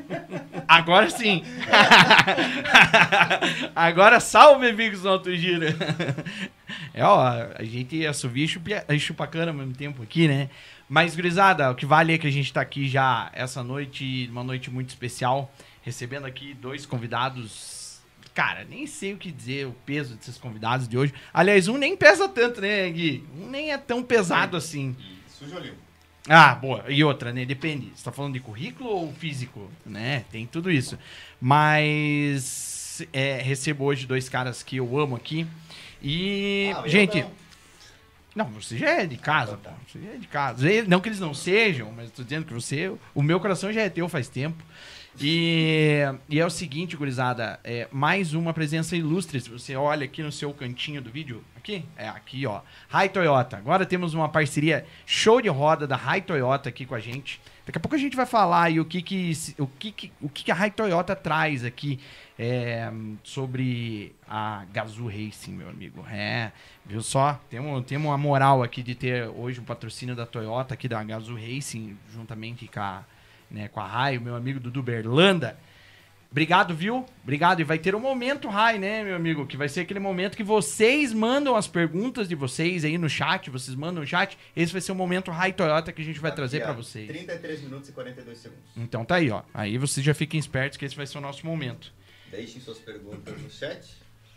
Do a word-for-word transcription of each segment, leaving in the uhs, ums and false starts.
Agora sim. Agora salve, amigos do Alto Giro. É, ó, a gente assovia e chupa, chupa cana ao mesmo tempo aqui, né? Mas, gurizada, o que vale é que a gente tá aqui já essa noite, uma noite muito especial, recebendo aqui dois convidados. Cara, nem sei o que dizer, o peso desses convidados de hoje. Aliás, um nem pesa tanto, né, Gui? Um nem é tão pesado assim. E sujo limpo. Ah, boa. E outra, né? Depende. Você tá falando de currículo ou físico? Né? Tem tudo isso. Mas é, recebo hoje dois caras que eu amo aqui. E, Ah, gente... Não. Não, você já é de casa, pô. Você já é de casa. Não que eles não sejam, mas tô dizendo que você... O meu coração já é teu faz tempo. E, e é o seguinte, gurizada, é mais uma presença ilustre. Se você olha aqui no seu cantinho do vídeo, aqui, é aqui, ó, Hi Toyota. Agora temos uma parceria show de roda da Hi Toyota aqui com a gente. Daqui a pouco a gente vai falar aí o que que, o que, que, o que, que a Hi Toyota traz aqui é, sobre a Gazoo Racing, meu amigo. É, viu só? Temos, temos uma moral aqui de ter hoje um patrocínio da Toyota aqui da Gazoo Racing, juntamente com a Né, com a Rai, o meu amigo Dudu Berlanda. Obrigado, viu? Obrigado. E vai ter um momento, Rai, né, meu amigo? Que vai ser aquele momento que vocês mandam as perguntas de vocês aí no chat. Vocês mandam no chat. Esse vai ser o momento Rai Toyota que a gente vai Aqui, trazer ó, pra vocês. trinta e três minutos e quarenta e dois segundos. Então tá aí, ó. Aí vocês já fiquem espertos que esse vai ser o nosso momento. Deixem suas perguntas no chat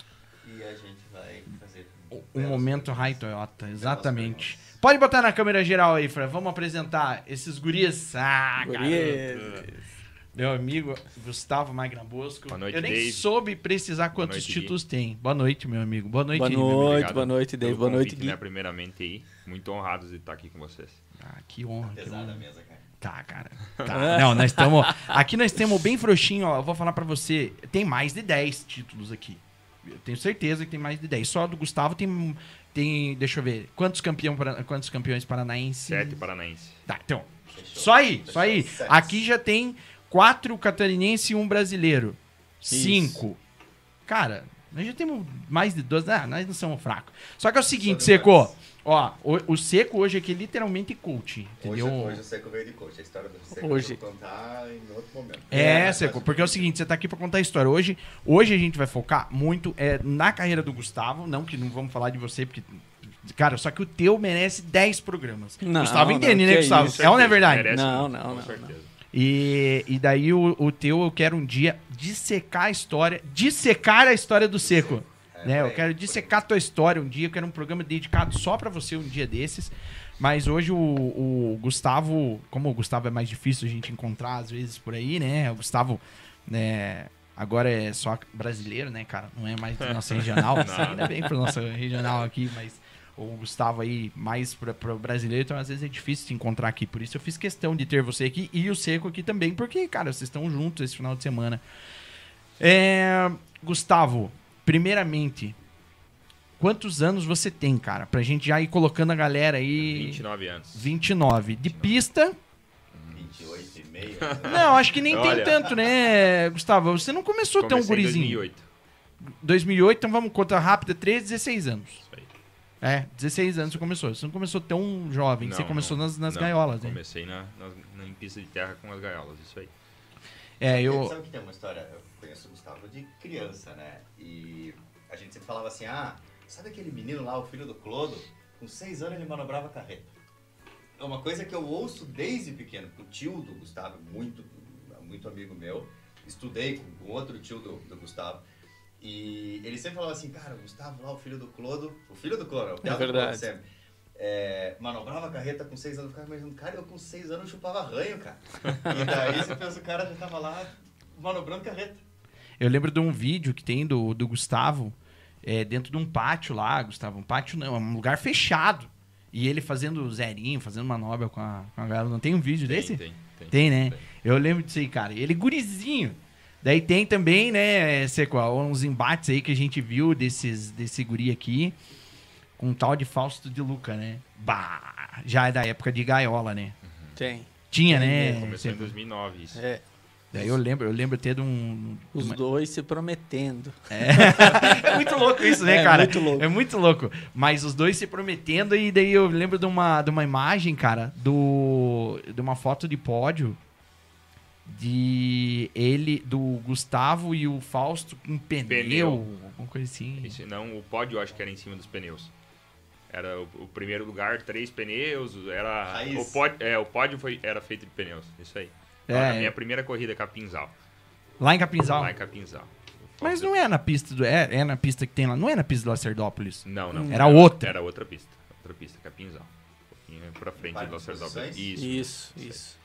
e a gente vai fazer... O, o momento Rai Toyota, exatamente. Pode botar na câmera geral aí, Fran. Vamos apresentar esses guris. Ah, garoto. Meu amigo Gustavo Magna Bosco. Boa noite, Eu nem Dave. soube precisar quantos noite, títulos tem. Boa noite, meu amigo. Boa noite, Boa meu amigo. noite, Obrigado boa noite, Dave. pelo Boa noite, convite, Gui. né, primeiramente aí. Muito honrados de estar aqui com vocês. Ah, que honra, que Pesada a honra. mesa, cara. Tá, cara. Tá. Não, nós estamos... Aqui nós temos bem frouxinho, ó. Eu vou falar pra você. Tem mais de dez títulos aqui. Eu tenho certeza que tem mais de dez. Só do Gustavo tem... tem deixa eu ver. Quantos, campeão, quantos campeões paranaenses? Sete paranaense. Tá, então... Fechou. Só aí, Fechou. só aí. Sete. Aqui já tem quatro catarinenses e um brasileiro. Cinco. Cara, nós já temos mais de doze. Ah, nós não somos fracos. Só que é o seguinte, Só Seco. demais. Ó, o, o Seco hoje aqui é literalmente coach, entendeu? Hoje, hoje o Seco veio de coach. A história do Seco Hoje. eu vou contar em outro momento. É, Mas Seco, faz porque é o sentido. seguinte, você tá aqui pra contar a história. Hoje, hoje a gente vai focar muito é, na carreira do Gustavo. Não que não vamos falar de você, porque... Cara, só que o teu merece dez programas. Não, Gustavo não, entende, que né, Gustavo? isso. É ou não é verdade? Merece, Não, com- não, com não, certeza. E, e daí o, o teu eu quero um dia dissecar a história, dissecar a história do Seco. É, Né? Eu bem, quero dissecar a tua história um dia, eu quero um programa dedicado só pra você um dia desses. Mas hoje o, o Gustavo, como o Gustavo é mais difícil a gente encontrar às vezes por aí, né? O Gustavo, né, agora é só brasileiro, né, cara? Não é mais do nosso regional. Isso ainda bem pro nosso regional aqui, mas o Gustavo aí mais para o brasileiro, então às vezes é difícil se encontrar aqui. Por isso eu fiz questão de ter você aqui e o Seco aqui também, porque, cara, vocês estão juntos esse final de semana. É, Gustavo, primeiramente, quantos anos você tem, cara? Pra gente já ir colocando a galera aí... vinte e nove anos. vinte e nove. De pista... vinte e oito e meio. Não, acho que nem tem Olha. tanto, né, Gustavo? Você não começou tão Comecei em gurizinho. dois mil e oito. dois mil e oito, então vamos contar rápida, treze, dezesseis anos. Isso aí. É, dezesseis anos você começou. Você não começou tão jovem, Não, você começou não, nas, nas não. gaiolas, né? Comecei na, nas- na, em pista de terra com as gaiolas, isso aí. É, eu... Sabe que tem uma história? Eu conheço o Gustavo de criança, né? E a gente sempre falava assim, ah, sabe aquele menino lá, o filho do Clodo? Com seis anos ele manobrava carreta. É uma coisa que eu ouço desde pequeno. O tio do Gustavo, muito, muito amigo meu, estudei com, com outro tio do, do Gustavo. E ele sempre falava assim, cara, o Gustavo lá, o filho do Clodo, o filho do Clodo, o piada do Clodo verdade. sempre. É, manobrava a carreta com seis anos, eu ficava imaginando, cara, eu com seis anos chupava ranho, cara. E daí você pensa, o cara já tava lá manobrando carreta. Eu lembro de um vídeo que tem do, do Gustavo é, dentro de um pátio lá, Gustavo. Um pátio não, é um lugar fechado. E ele fazendo zerinho, fazendo manobra com a, com a galera. Não tem um vídeo desse? Tem, tem. Tem, né? Tem. Eu lembro disso aí, cara. Ele gurizinho. Daí tem também, né, Seco, uns embates aí que a gente viu desses, desse guri aqui. Com um tal de Fausto de Luca, né? Bah! Já é da época de gaiola, né? Tem. Tinha, Tem né? mesmo. Começou em Seco? dois mil e nove, isso. É, Daí eu lembro, eu lembro até de um... de os uma- dois se prometendo. É. É muito louco isso, né, É cara? muito louco. É muito louco. Mas os dois se prometendo, e daí eu lembro de uma, de uma imagem, cara, do, de uma foto de pódio de ele, do Gustavo e o Fausto com pneu, Pneu. alguma coisa assim. Esse, não, o pódio eu acho que era em cima dos pneus. Era o, o primeiro lugar, três pneus, era... Raiz. O pódio, é, o pódio foi, era feito de pneus, isso aí. É, Olha, a é. minha primeira corrida, Capinzal. Lá em Capinzal. Lá em Capinzal. Mas não é na pista do... É, é na pista que tem lá. Não é na pista do Lacerdópolis. Não, não. Era outra. Era outra pista. Outra pista, Capinzal. Um pouquinho pra frente Parque do de Lacerdópolis. Exposições? Isso. Isso, isso.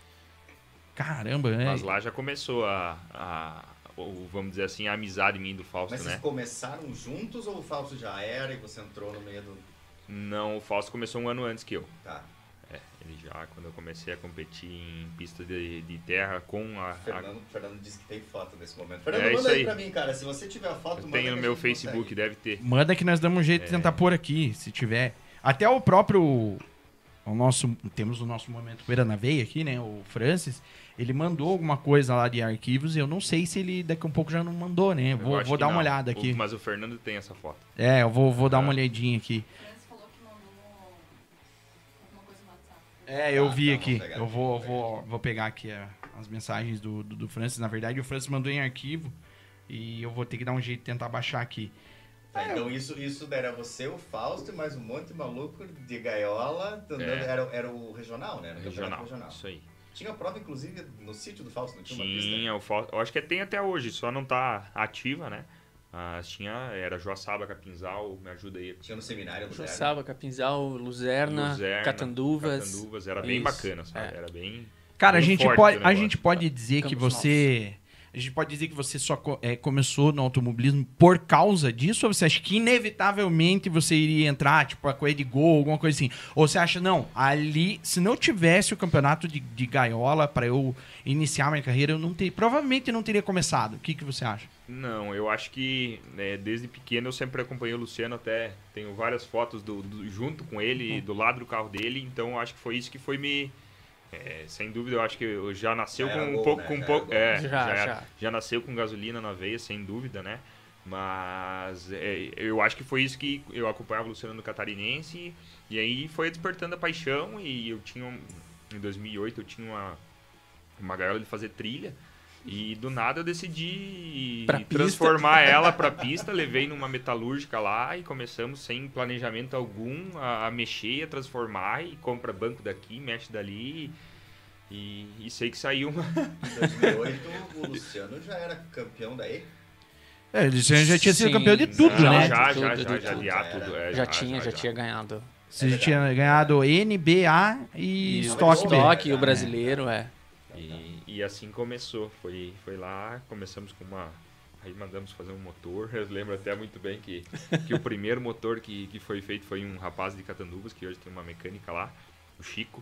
Caramba, né? Mas lá já começou a, a, o- vamos dizer assim, a amizade minha e do Fausto, Mas vocês né? começaram juntos ou o Fausto já era e você entrou no meio do... Não, o Fausto começou um ano antes que eu. Tá. É, ele já, quando eu comecei a competir em pista de, de terra com a... a Fernando, Fernando disse que tem foto desse momento. Fernando, É manda isso aí aí. pra mim, cara. Se você tiver a foto, eu manda tenho que no a meu gente Facebook, consegue. deve ter. Manda que nós damos um jeito de tentar pôr aqui, se tiver. Até o próprio... O nosso, temos o nosso momento Poeira na Veia aqui, né? O Francis, ele mandou alguma coisa lá de arquivos. Eu não sei se ele daqui a um pouco já não mandou, né? Eu Vou, acho vou que dar uma não. olhada O- aqui. mas o Fernando tem essa foto. É, eu vou, vou dar uma Ah. olhadinha aqui. Francis falou que mandou alguma coisa no WhatsApp. É, eu Ah, vi tá, aqui. vamos pegar Eu aqui, vou, vamos vou, vou pegar aqui é, as mensagens do, do, do Francis. Na verdade, o Francis mandou em arquivo. E eu vou ter que dar um jeito de tentar baixar aqui. Tá, então isso, isso era você, o Fausto e mais um monte de maluco de gaiola. andando- É. Era, era o regional, né? Era o campeonato Regional. regional. Isso aí. Tinha prova, inclusive, no sítio do Fausto, não tinha uma pista? Tinha o Fausto. Eu acho que tem até hoje, só não tá ativa, né? Mas tinha, era Joaçaba, Capinzal, me ajuda aí. Tinha no seminário do Zero. Joçaba, Capinzal, Luzerna, Luzerna, Catanduvas. Catanduvas, era bem Isso, bacana, sabe? é. Era bem... Cara, a bem gente, forte pode, o a negócio. gente pode dizer que Campos você. A gente pode dizer que você só co- é, começou no automobilismo por causa disso? Ou você acha que inevitavelmente você iria entrar, tipo, a corrida de gol, alguma coisa assim? Ou você acha, não, ali, se não tivesse o campeonato de, de gaiola pra eu iniciar minha carreira, eu não teria, provavelmente não teria começado. O que, que você acha? Não, eu acho que né, desde pequeno eu sempre acompanhei o Luciano, até tenho várias fotos do, do- junto com ele, do lado do carro dele, então eu acho que foi isso que foi me... é, sem dúvida, eu acho que eu já nasceu Já com era um gol, pouco... né? com um Já pouco era é, gol. já, Já, era- já. já nasceu com gasolina na veia, sem dúvida, né? Mas é, eu acho que foi isso que eu acompanhava o Luciano no Catarinense, e aí foi despertando a paixão, e eu tinha, um- em dois mil e oito, eu tinha uma, uma gaiola de fazer trilha, e do nada eu decidi Pra pista. transformar ela para pista, levei numa metalúrgica lá e começamos sem planejamento algum a, a mexer, a transformar, e compra banco daqui, mexe dali, e, e sei que saiu uma... Em dois mil e oito, o Luciano já era campeão daí. É, ele já já tinha sido Sim, campeão de tudo, já, né? Já, de já, tudo, já, de já, tudo. de A tudo, é, Já tinha, já tinha ganhado. Você É já tinha verdade. ganhado N B A e E Stock o B. Stock, B. o brasileiro, é. E, e assim começou. Foi, foi lá, começamos com uma. Aí mandamos fazer um motor. Eu lembro até muito bem que, que o primeiro motor que, que foi feito foi um rapaz de Catanduvas, que hoje tem uma mecânica lá, o Chico.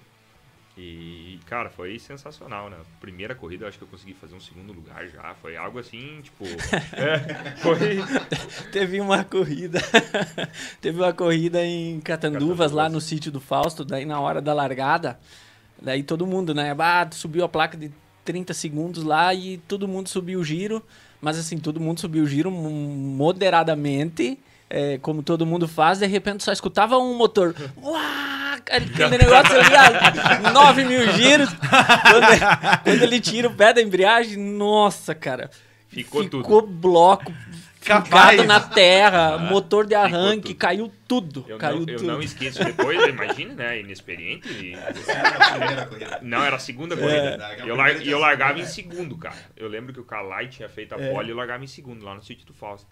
E, cara, foi sensacional, né? Primeira corrida, eu acho que eu consegui fazer um segundo lugar já. Foi algo assim, tipo. é, foi. Teve uma corrida, teve uma corrida em Catanduvas, lá no sítio do Fausto, daí na hora da largada, daí todo mundo, né, ah, subiu a placa de trinta segundos lá e todo mundo subiu o giro, mas assim, todo mundo subiu o giro moderadamente, é, como todo mundo faz, de repente só escutava um motor, uá, aquele negócio ali, a nove mil giros, quando, quando ele tira o pé da embreagem, nossa, cara, Ficou ficou tudo. bloco, Capaz. ficado na terra, motor de arranque, tudo. caiu tudo, Eu, caiu não, eu tudo. não esqueço depois, imagina, né? Inexperiente. E... Era a primeira corrida. Não, era a segunda É. corrida. Naquela Eu, lar- primeira e eu tinha largava sido, em né? segundo, cara. Eu lembro que o Calai tinha feito a É. pole e eu largava em segundo, lá no sítio do Fausto.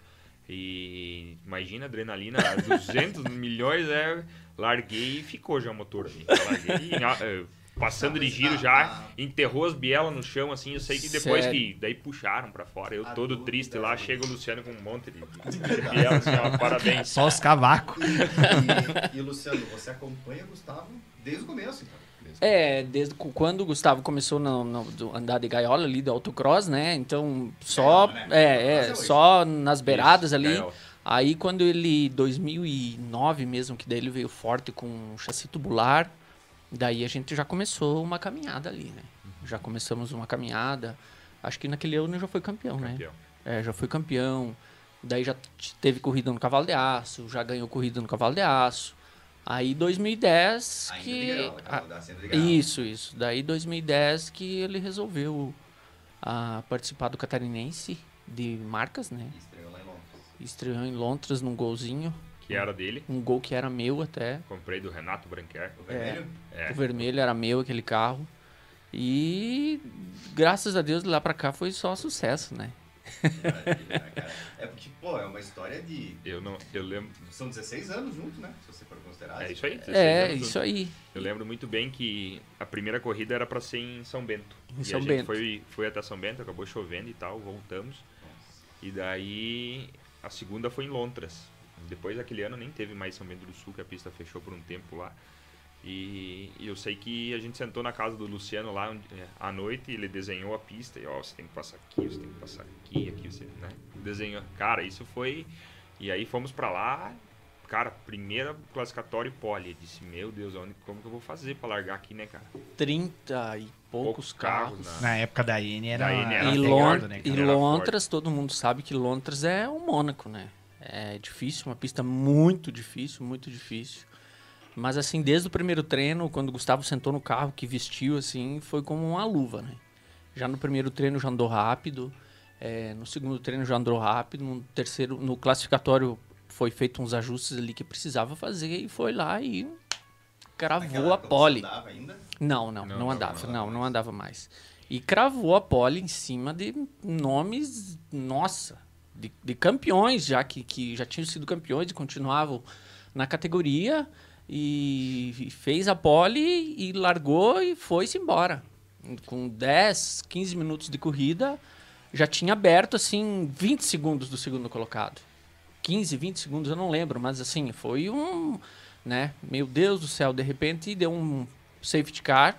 E imagina, adrenalina, duzentos milhões, é, larguei e ficou já o motor ali. Eu larguei, em a- é, passando de giro já, enterrou as bielas no chão, assim, eu sei que depois Sério? que, daí puxaram pra fora, eu A todo dúvida, triste lá, né? chega o Luciano com um monte de, de biela, assim, ó, parabéns. Só os cavacos. E, e, Luciano, você acompanha o Gustavo desde o começo, então. Desde É, desde cu- quando o Gustavo começou no, no- do andar de gaiola ali do autocross, né? Então, só, Gaiola, né? é, Autocross é é, hoje. só nas beiradas Isso, ali. gaiola. Aí quando ele, dois mil e nove mesmo, que daí ele veio forte com um chassi tubular, daí a gente já começou uma caminhada ali, né? Já começamos uma caminhada. Acho que naquele ano já foi campeão, né? Campeão. É, já foi campeão. Daí já t- teve corrida no cavalo de aço, já ganhou corrida no cavalo de aço. Aí dois mil e dez Ainda que... de gaiola, Ah, da cena de gaiola. isso, isso. Daí dois mil e dez que ele resolveu a participar do Catarinense de marcas, né? E estreou lá em Londres. Estreou em Londres num golzinho. Que era dele. Um gol que era meu até. Comprei do Renato Branquer. O vermelho? É. O vermelho era meu, aquele carro. E graças a Deus de lá pra cá foi só sucesso, né? Maravilha, né, cara? É porque, pô, é uma história de... Eu não, eu lembro. São dezesseis anos juntos, né? Se você for considerar. É isso aí. dezesseis É, anos. isso aí. Eu lembro muito bem que a primeira corrida era pra ser em São Bento. Em e São a gente Bento. foi, foi até São Bento, acabou chovendo e tal, voltamos. E daí a segunda foi em Londres. Depois daquele ano nem teve mais São Bento do Sul, que a pista fechou por um tempo lá. E, e eu sei que a gente sentou na casa do Luciano lá é, à noite e ele desenhou a pista. E ó, você tem que passar aqui, você tem que passar aqui, aqui você, né? Desenhou. Cara, isso foi... E aí fomos pra lá, cara, primeira classificatória pole. Eu disse, meu Deus, onde, como que eu vou fazer pra largar aqui, né, cara? trinta e poucos carros. na- Na época da N era... Da N era era E, pegado, Lon pegado, né, e cara? Era Londres, todo mundo sabe que Londres é um Mônaco, né? É difícil, uma pista muito difícil, muito difícil. Mas assim, desde o primeiro treino, quando o Gustavo sentou no carro, que vestiu assim, foi como uma luva, né? Já no primeiro treino já andou rápido, é, no segundo treino já andou rápido, no terceiro, no classificatório foi feito uns ajustes ali que precisava fazer e foi lá e cravou Naquela a época pole. você andava ainda? Não, não, Não, não, não, andava, não não, andava não mais. andava mais. E cravou a pole em cima de nomes, nossa, de, de campeões, já que, que já tinham sido campeões e continuavam na categoria, e, e fez a pole e largou e foi-se embora. Com dez, quinze minutos de corrida, já tinha aberto, assim, vinte segundos do segundo colocado. quinze, vinte segundos, eu não lembro, mas assim, foi um, né, meu Deus do céu, de repente deu um safety car,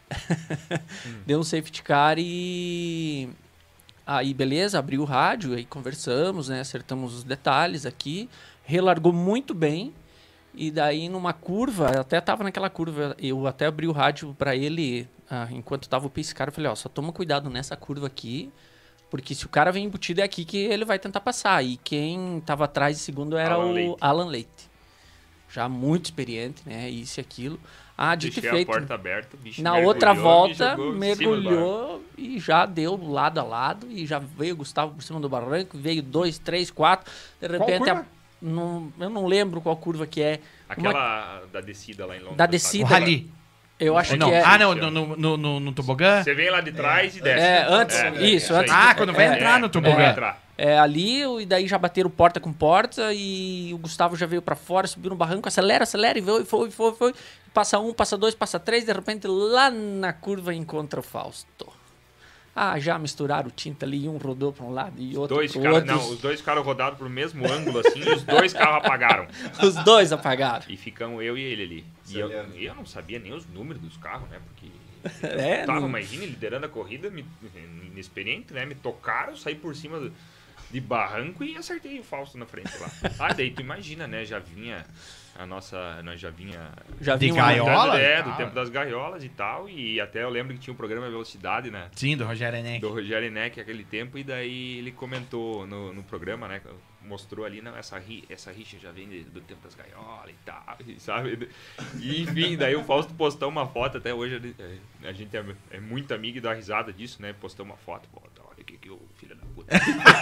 deu um safety car e aí beleza, abriu o rádio, aí conversamos, né, acertamos os detalhes aqui, relargou muito bem e daí numa curva, eu até tava naquela curva, eu até abri o rádio para ele, ah, enquanto tava o pace car, eu falei, ó, só toma cuidado nessa curva aqui, porque se o cara vem embutido é aqui que ele vai tentar passar. E quem tava atrás de segundo era Alan o Leite. Alan Leite. Já muito experiente, né? Isso e aquilo. Ah, dito e Deixei feito. a porta aberta, o bicho Na mergulhou, outra me volta, jogou em cima do barco. mergulhou e já deu lado a lado. E já veio o Gustavo por cima do barranco. Veio dois, três, quatro. De repente, curva? a- não, eu não lembro qual curva que é. Uma- Aquela da descida lá em Londres. Da sabe? descida. O Rally. eu acho Ou não? que é. Ah, não, no, no, no, no, no tobogã? Você vem lá de trás e desce. É, antes. É, isso, isso antes. aí. Ah, quando vai é, entrar no quando tobogã. vai entrar. É, ali, e daí já bateram porta com porta, e o Gustavo já veio pra fora, subiu no barranco, acelera, acelera, e foi, foi, foi, foi. Passa um, passa dois, passa três, de repente lá na curva encontra o Fausto. Ah, já misturaram tinta ali, um rodou pra um lado e outro Dois pro cara, outro. não, os dois ficaram rodados pro mesmo ângulo assim, e os dois carros apagaram. Os dois apagaram. E ficamos eu e ele ali. Se E eu, olhando. e eu não sabia nem os números dos carros, né? Porque É, eu tava, não- imagina, liderando a corrida, me, inexperiente, né? Me tocaram, saí por cima do- de barranco e acertei o Fausto na frente lá. Ah, daí tu imagina, né? Já vinha a nossa... Nós já vinha... Já De vi uma... gaiola? É, do Cara. tempo das gaiolas e tal. E até eu lembro que tinha um programa Velocidade, né? Sim, do Rogério Enek. Do Rogério Enek aquele tempo, e daí ele comentou no, no programa, né? Mostrou ali, não, essa, ri, essa rixa já vem de- do tempo das gaiolas e tal, e sabe? E enfim, daí o Fausto postou uma foto, até hoje ele- é, a gente é, é muito amigo e dá risada disso, né? Postou uma foto, pô, olha aqui que o filho da puta.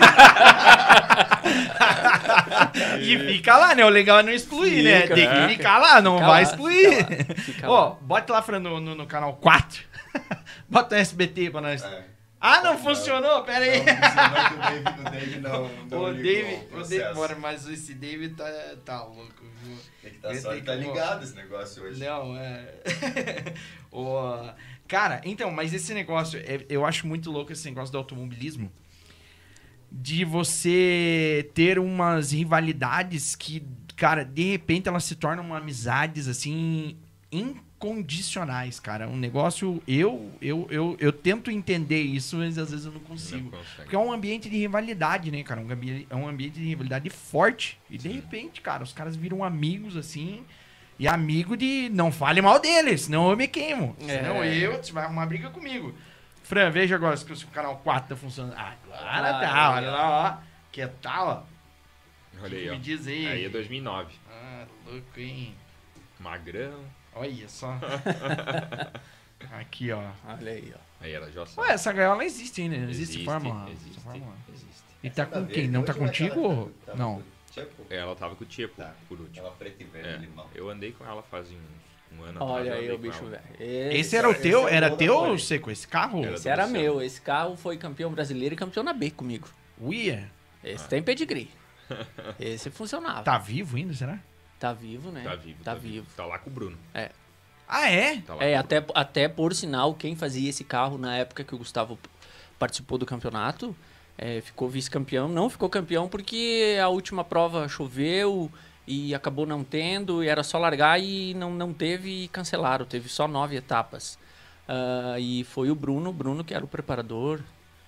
E fica lá, né? O legal é não excluir, né? Fica, Tem que fica. ficar lá, não Fica vai lá, excluir. fica lá, fica Ó, lá. bota lá, Fran, no, no, no canal quatro. Bota o S B T pra nós. É. Ah, não funcionou? Pera aí. Não, funcionou que o David, o David não, não O ligou David, o o processo. David, bora, mas esse David tá, tá louco, viu? Tem que estar Esse só tem ele tá que- ligado esse negócio hoje. Não, é. O- Cara, então, mas esse negócio, é- eu acho muito louco esse negócio do automobilismo. De você ter umas rivalidades que, cara, de repente elas se tornam amizades, assim, incondicionais, cara. Um negócio. Eu, eu, eu, eu tento entender isso, mas às vezes eu não consigo. Não consegue. Porque é um ambiente de rivalidade, né, cara? Um ambi- É um ambiente de rivalidade forte. E de Sim. repente, cara, os caras viram amigos assim. E amigo de não fale mal deles, senão eu me queimo. É. Senão eu, você vai arrumar briga comigo. Fran, veja agora se o canal quatro tá funcionando. Ah, agora Ah, tá, aí, olha lá, ó. Que tal, ó. Olha Que aí, que ó. me diz aí? Aí é dois mil e nove. Ah, louco, hein? Magrão. Olha só. Aqui, ó. Olha aí, ó. Aí era já Ué, essa gaiola existe ainda, não existe, existe, fórmula. existe, essa fórmula. existe. E tá com Nada a quem? ver. Não tá Hoje vai contigo? aquela- ou- tava Não. com o Tcheco? Ela tava com o Tiepo, Tá. por último. Aquela preta e verde É, limão. eu andei com ela faz um, um ano Olha atrás. eu aí andei o com bicho ela. velho. Esse era o esse teu? é o Era bom da teu, Poli. Seco, esse carro? Era. Esse era Luciano. meu. Esse carro foi campeão brasileiro e campeão na B comigo. Uia. Esse tem pedigree. Esse funcionava. Tá vivo ainda, será? Tá vivo, né? Tá vivo. Tá vivo. Tá lá com o Bruno. Ah, é? Tá lá É, com o até, até por sinal, quem fazia esse carro na época que o Gustavo participou do campeonato, é, ficou vice-campeão. Não ficou campeão porque a última prova choveu e acabou não tendo, e era só largar e não, não teve e cancelaram. Teve só nove etapas. Ah, e foi o Bruno, Bruno que era o preparador.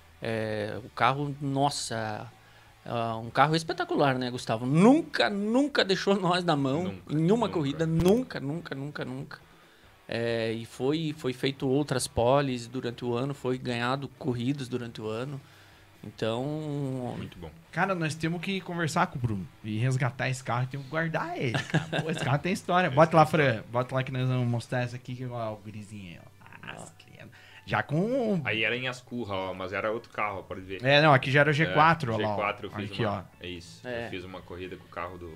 É, o carro, nossa, ah, um carro espetacular, né, Gustavo? Nunca, nunca deixou nós na mão Nunca, em nenhuma nunca. corrida, nunca, nunca, nunca, nunca. É, e foi, foi feito outras poles durante o ano, foi ganhado corridas durante o ano. Então, Muito bom. Cara, nós temos que conversar com o Bruno e resgatar esse carro e temos que guardar ele, cara. Pô, esse carro tem história. Bota lá, Fran. Bota lá que nós vamos mostrar essa aqui, que é ó, o grisinho aí, ó. Nossa, criando. Já com... Aí era em Ascurra, ó, mas era outro carro, ó, pode ver. É, não, aqui já era o G quatro, é, ó lá. G ó. quatro eu fiz Aqui, uma... ó. É isso. É. Eu fiz uma corrida com o carro do,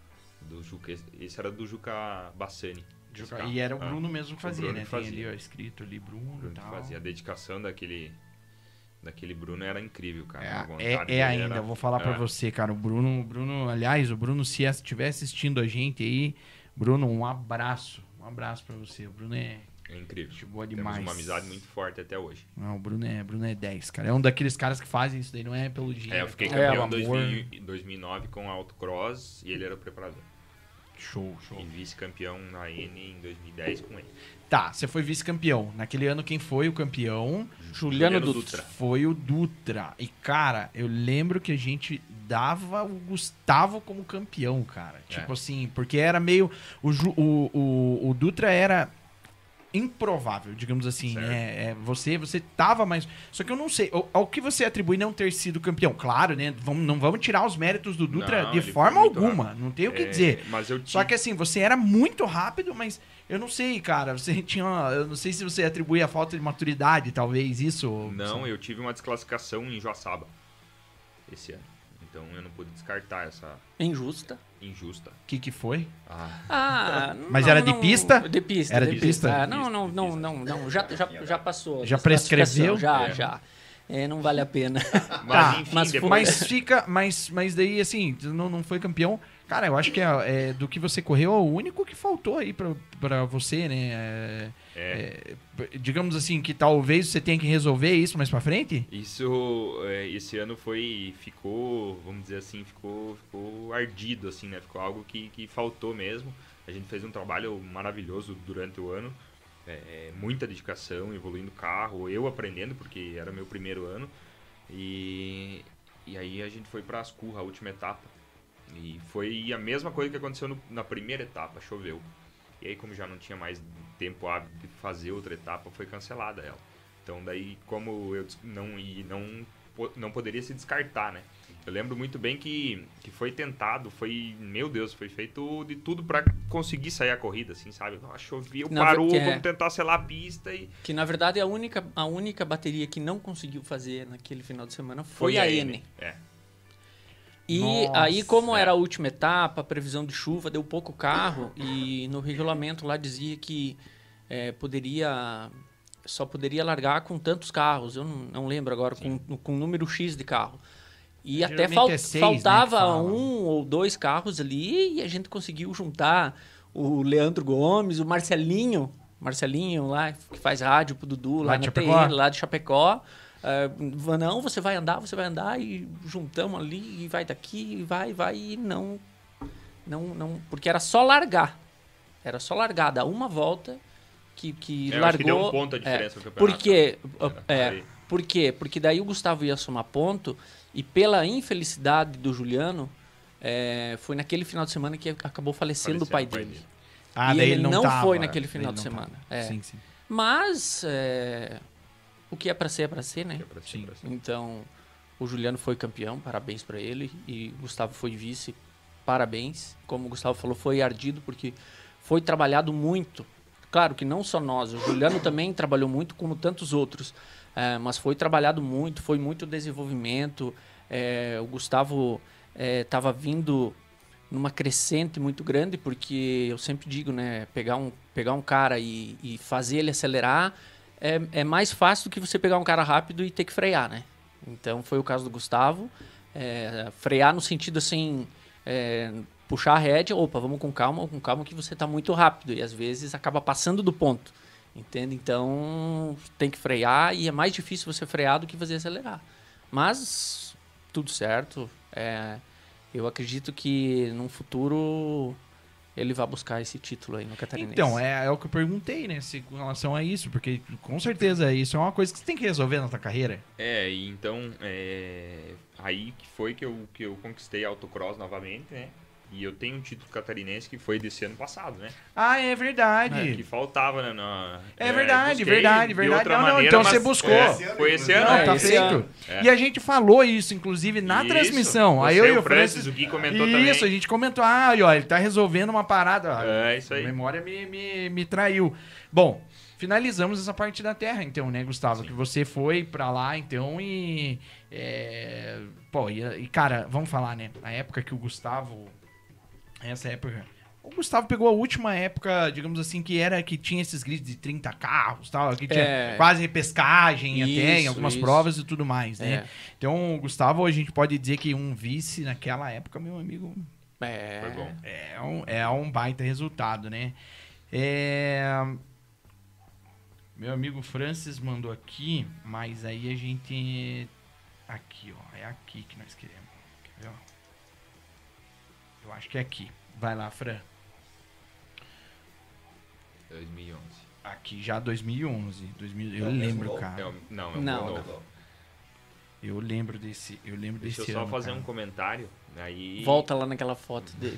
do Juca. Esse- Esse era do Juca Bassani. esse Juca- carro. E era o Ah, Bruno mesmo que o fazia, Bruno né? que Tem fazia. ali, ó, escrito ali, Bruno Bruno e que tal. fazia. A dedicação daquele, daquele Bruno era incrível, cara. A É, vontade é, é dele ainda, era- eu vou falar pra é. você, cara. O Bruno, o Bruno, aliás, o Bruno, se estiver assistindo a gente aí, Bruno, um abraço. Um abraço pra você. O Bruno é É incrível. gente boa Temos demais. uma amizade muito forte até hoje. Não, o Bruno é, Bruno é dez, cara. É um daqueles caras que fazem isso daí, não é pelo dinheiro. É, eu fiquei pelo campeão em amor. dois mil e- dois mil e nove com a Autocross e ele era o preparador. Show, show. E vice-campeão na N em dois mil e dez com ele. Tá, você foi vice-campeão. Naquele ano, quem foi o campeão? Juliano Juliano Dutra. Foi o Dutra. E, cara, eu lembro que a gente dava o Gustavo como campeão, cara. Tipo É. assim, porque era meio... O, Ju- o, o, o Dutra era improvável, digamos assim, Certo. né? É, você, você tava mais... Só que eu não sei, ao, ao que você atribui não ter sido campeão? Claro, né? Vamos, não vamos tirar os méritos do Dutra Não, de ele foi forma muito alguma. rápido. Não tem o que É, dizer. Mas eu Só que assim, você era muito rápido, mas eu não sei, cara. Você tinha. uma- Eu não sei se você atribui a falta de maturidade, talvez, isso. ou- Não, eu tive uma desclassificação em Joaçaba esse ano. Então eu não pude descartar essa injusta. injusta. O que, que foi? Ah, Ah, Mas não, era de não- pista? De pista. Era de pista? Ah, não, Pista, não, de não, pista. não, não, já, já, já passou. Já Desclassificação, prescreveu? Já, É. já. É, não vale a pena. mas Tá, enfim, mas depois... Mas fica. Mas, mas daí, assim, tu não, não foi campeão. Cara, eu acho que é, é, do que você correu é o único que faltou aí pra, pra você, né? É, É, é, digamos assim, que talvez você tenha que resolver isso mais pra frente? isso, é, esse ano foi, ficou, vamos dizer assim, ficou, ficou ardido, assim, né? Ficou algo que, que faltou mesmo. A gente fez um trabalho maravilhoso durante o ano. É, muita dedicação, evoluindo o carro, eu aprendendo, porque era meu primeiro ano. E, e aí a gente foi para Ascurra, a última etapa. E foi a mesma coisa que aconteceu no- na primeira etapa, choveu. E aí, como já não tinha mais tempo hábil de fazer outra etapa, foi cancelada ela. Então, daí, como eu des- não, e não, po- não poderia se descartar, né? Eu lembro muito bem que, que foi tentado, foi, meu Deus, foi feito de tudo para conseguir sair a corrida, assim, sabe? Nossa, choveu, Na parou, ver- que é- vamos tentar selar a pista e... Que na verdade a única, a única bateria que não conseguiu fazer naquele final de semana foi, a N. É. E Nossa, aí, como é. era a última etapa, previsão de chuva, deu pouco carro e no regulamento lá dizia que eh, poderia só poderia largar com tantos carros. Eu não, não lembro agora, com, com número X de carro. E É, até geralmente fal- é seis, né, que faltava fala. um ou dois carros ali e a gente conseguiu juntar o Leandro Gomes, o Marcelinho, Marcelinho lá, que faz rádio pro Dudu, Lá lá, de na Chapecó? T N, lá de Chapecó. Ah, não, você vai andar, você vai andar e juntamos ali e vai daqui, e vai, vai e não, não, não, porque era só largar, era só largar, dar uma volta que, que É, eu acho que largou. deu um ponto a é, diferença no campeonato. porque, Era, é, aí. por quê? Porque daí o Gustavo ia somar ponto e pela infelicidade do Juliano, é, foi naquele final de semana que acabou falecendo o pai Faleceu dele. Ah, E daí ele não, não tava, foi naquele daí final de não semana. tava. É. Sim, sim. Mas é, o que é pra ser é pra ser, né? Que é pra ser, Sim. pra ser. Então, o Juliano foi campeão, parabéns pra ele. E o Gustavo foi vice, parabéns. Como o Gustavo falou, foi ardido porque foi trabalhado muito Claro que não só nós, o Juliano também trabalhou muito, como tantos outros. É, mas foi trabalhado muito, foi muito desenvolvimento. É, o Gustavo estava vindo numa crescente muito grande, porque eu sempre digo, né, pegar um, pegar um cara e, e fazer ele acelerar é, é mais fácil do que você pegar um cara rápido e ter que frear, né? Então foi o caso do Gustavo. É, frear no sentido assim, é, puxar a rédea, opa, vamos com calma, com calma que você está muito rápido e às vezes acaba passando do ponto, entende? Então tem que frear e é mais difícil você frear do que você acelerar. Mas tudo certo, é, eu acredito que num futuro ele vai buscar esse título aí no Catarinense. Então, é, é o que eu perguntei, né, se, com relação a isso, porque com certeza isso é uma coisa que você tem que resolver na tua carreira. É, e então, é, aí que foi que eu, que eu conquistei autocross novamente, né? E eu tenho um título catarinense que foi desse ano passado, né? Ah, é verdade. É, que faltava, né? Na, É verdade, busquei verdade, de verdade. outra Não, não, maneira, então mas você buscou. é, foi esse ano. Não, É, tá esse feito. ano. É. E a gente falou isso, inclusive, na Isso. transmissão. Aí Você, eu e o o Francis, Francis... o Gui comentou isso, também. a gente comentou. Ah, ó, ele tá resolvendo uma parada. É, isso aí. A memória me, me, me traiu. Bom, finalizamos essa parte da Terra, então, né, Gustavo? Sim. Que você foi pra lá, então, e... é, pô, e, e, cara, vamos falar, né? A época que o Gustavo... Essa época... O Gustavo pegou a última época, digamos assim, que era que tinha esses grids de trinta carros, tal, que tinha É. quase repescagem até em Isso, algumas isso. provas e tudo mais, né? É. Então, o Gustavo, a gente pode dizer que um vice naquela época, meu amigo, É, Foi bom. é um, é um baita resultado, né? É... Meu amigo Francis mandou aqui, mas aí a gente... Aqui, ó, é aqui que nós queremos. Quer ver, ó? Eu acho que é aqui. Vai lá, Fran. dois mil e onze. Aqui já dois mil e onze. dois mil, eu É o mesmo lembro, gol? cara. É o- não, é um Não. gol novo. Eu lembro desse, eu lembro Deixa eu desse só ano, fazer cara. um comentário. Aí, volta lá naquela foto dele.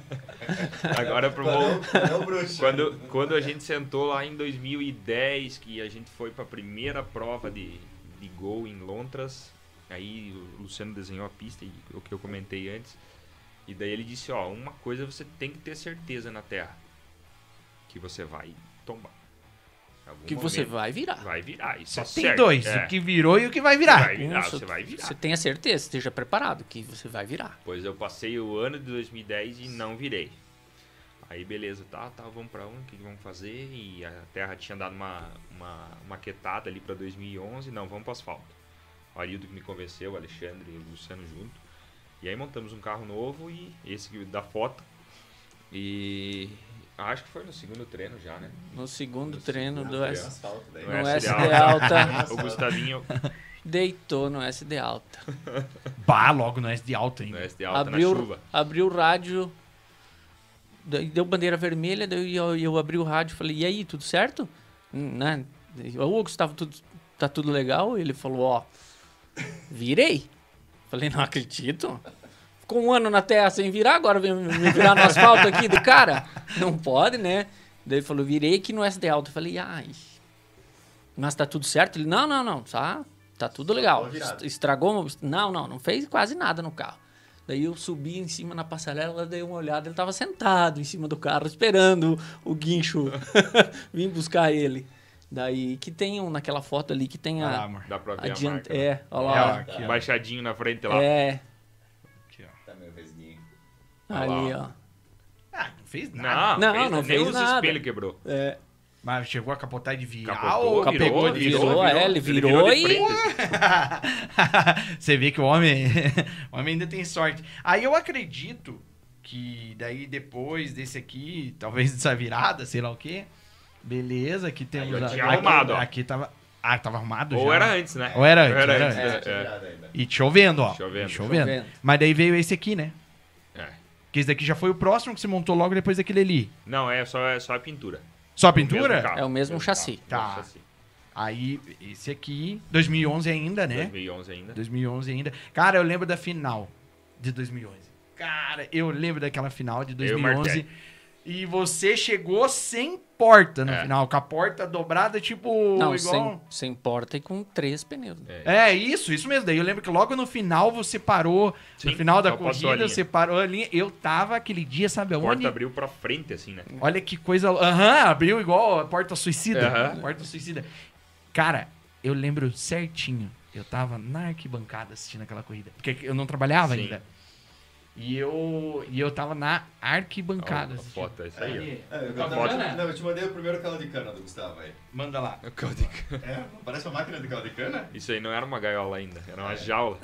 agora pro Não, gol. não, bruxo. Quando, quando a gente sentou lá em dois mil e dez, que a gente foi para a primeira prova de, de gol em Lontras, aí o Luciano desenhou a pista, e o que eu comentei antes, e daí ele disse, ó, uma coisa você tem que ter certeza na terra, que você vai tombar. Em algum Que você momento vai virar. Vai virar, isso Só é tem certo. dois, É, o que virou e o que vai virar. vai virar, Isso, você vai virar. Você tenha certeza, esteja preparado que você vai virar. Pois eu passei o ano de dois mil e dez e não virei. Aí beleza, tá, tá, vamos pra onde, o que que vamos fazer? E a Terra tinha dado uma, uma maquetada ali pra dois mil e onze, não, vamos pro asfalto. O Arildo que me convenceu, o Alexandre e o Luciano junto. E aí montamos um carro novo e esse que da foto. E acho que foi no segundo treino já, né? No segundo No treino segundo do treino. S... Asfalto, daí. No No S D S D alta. alta. O Gustavinho Deitou no S D alta. Bah, logo no S de alta no ainda. S D alta na Abriu, chuva. abriu o rádio, daí deu bandeira vermelha, daí eu, eu abri o rádio e falei, e aí, tudo certo? Hum, Né? Ô, Gustavo, tudo, tá tudo legal? Ele falou, ó, virei. Falei, não acredito. Ficou um ano na terra sem virar, agora vem me virar no asfalto aqui do cara? Não pode, né? Daí ele falou, virei aqui no S D alto. Eu falei, ai, mas tá tudo certo? Ele, não, não, não, tá, tá tudo legal. Só virado. Estragou? Não, não, não fez quase nada no carro. Daí eu subi em cima na passarela, dei uma olhada, ele tava sentado em cima do carro, esperando o, o guincho vir buscar ele. Daí que tem um, naquela foto ali, que tem Olha lá, a... amor. Dá pra ver a Adianta, marca. né? é, olha É, ó, lá. aqui, ó. Baixadinho na frente lá. É, Aqui, ó. Tá meu vesguinho. ali, ó. Ah, não fez nada. Não, Não, fez, não nem fez os nada. espelhos quebrou. É, Mas chegou a capotar de virar Capotou, ou virou, pegou de virou, virou, é, ele virou de e- frente. Você vê que o homem, o homem ainda tem sorte. Aí eu acredito que daí depois desse aqui, talvez dessa virada, sei lá o quê, beleza, aqui temos... Aí eu a- tinha aqui, arrumado, ó. Aqui tava... Ah, tava arrumado Ou já. era antes, né? Ou era antes, Ou era era antes, antes. né? Tinha É. virado ainda. E chovendo, ó. Chovendo. E chovendo. Chovendo. Mas daí veio esse aqui, né? É. Que esse daqui já foi o próximo que você montou logo depois daquele ali. Não, é só, é só a pintura. Só a O mesmo pintura? carro, É o mesmo chassi. carro, Tá. mesmo chassi. Aí, esse aqui, dois mil e onze ainda, né? dois mil e onze ainda. dois mil e onze ainda. Cara, eu lembro da final de dois mil e onze. Cara, eu lembro daquela final de dois mil e onze. Eu e o Martelli. e você chegou sem porta no É. final, com a porta dobrada, tipo, Não, igual... sem, sem porta e com três pneus. É. É, isso, isso mesmo. Daí eu lembro que logo no final você parou, Sim, no final da só passou a corrida, linha. você parou a linha. Eu tava aquele dia, sabe A aonde? porta abriu pra frente, assim, né? Olha que coisa. Aham, abriu igual a porta suicida. Aham. Porta suicida. Cara, eu lembro certinho. Eu tava na arquibancada assistindo aquela corrida. Porque eu não trabalhava Sim. ainda. E eu, e eu tava na arquibancada. Ó, a assistindo. foto, é isso aí, É, eu, Tá tava- bom, né? não, eu te mandei o primeiro caldo de cana do Gustavo aí. Manda lá. ó. O caldo de cana. É, parece uma máquina de caldo de cana. Isso aí não era uma gaiola ainda, era uma É. jaula.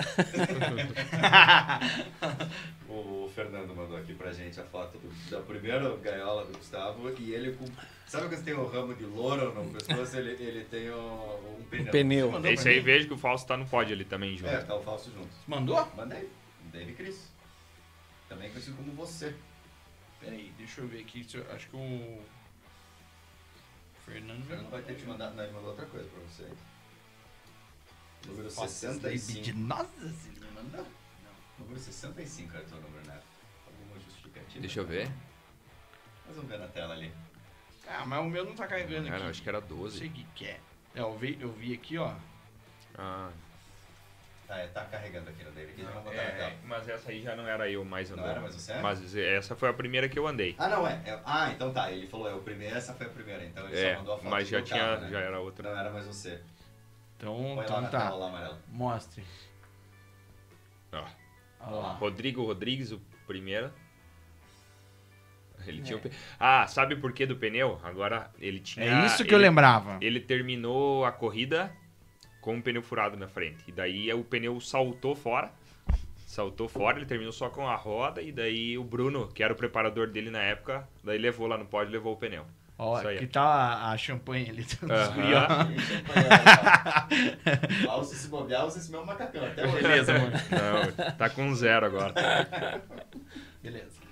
O Fernando mandou aqui pra gente a foto do- da primeira gaiola do Gustavo e ele com... Sabe quando você tem o ramo de louro no pescoço? Ele, ele tem o- um pneu. Pneu. Mandou Esse pra aí mim? vejo que o Fausto tá no pódio ali também junto. É, tá o Fausto junto. Mandou? Mandei. Dave Cris. Também conhecido como você. Peraí, deixa eu ver aqui. se eu- Acho que o. O Fernando. Fernando vai ter te mandado... Não, ele mandou outra coisa pra você. Número Nossa, sessenta e cinco. de Nossa, ele me mandou. Número sessenta e cinco é o teu número, né? Alguma justificativa? Deixa eu ver. Nós vamos ver na tela ali. Ah, mas o meu não tá carregando Cara, aqui. acho que era Não sei doze. o que que é. É, eu vi, eu vi aqui, ó. Ah, Tá, é, tá carregando aqui no David. Aqui, vamos botar na é, tela. mas essa aí já não era eu mais Não andando. era mais você? Mas essa foi a primeira que eu andei. Ah, não, é. é- Ah, então tá. Ele falou, é o primeiro, essa foi a primeira. Então ele É, só mandou a foto mas do já meu tinha, carro, né? já era outra. Não era mais você. Então, Põe lá então na tá. tela lá, amarela. Mostre. Ó, Olha lá. Rodrigo Rodrigues, o primeiro. Ele tinha o pe... Ah, sabe por que do pneu? Agora ele tinha. É isso que eu ele- lembrava. Ele terminou a corrida com um pneu furado na frente. E daí o pneu saltou fora. Saltou fora, ele terminou só com a roda. E daí o Bruno, que era o preparador dele na época, daí levou lá no pódio e levou o pneu. Ó, Isso aí. aqui tá a, a champanhe ali. dos Aham. guri, ó. Alça se bobear, usa esse meu macacão. Até hoje. Beleza, amor. Não, tá com zero agora. Beleza.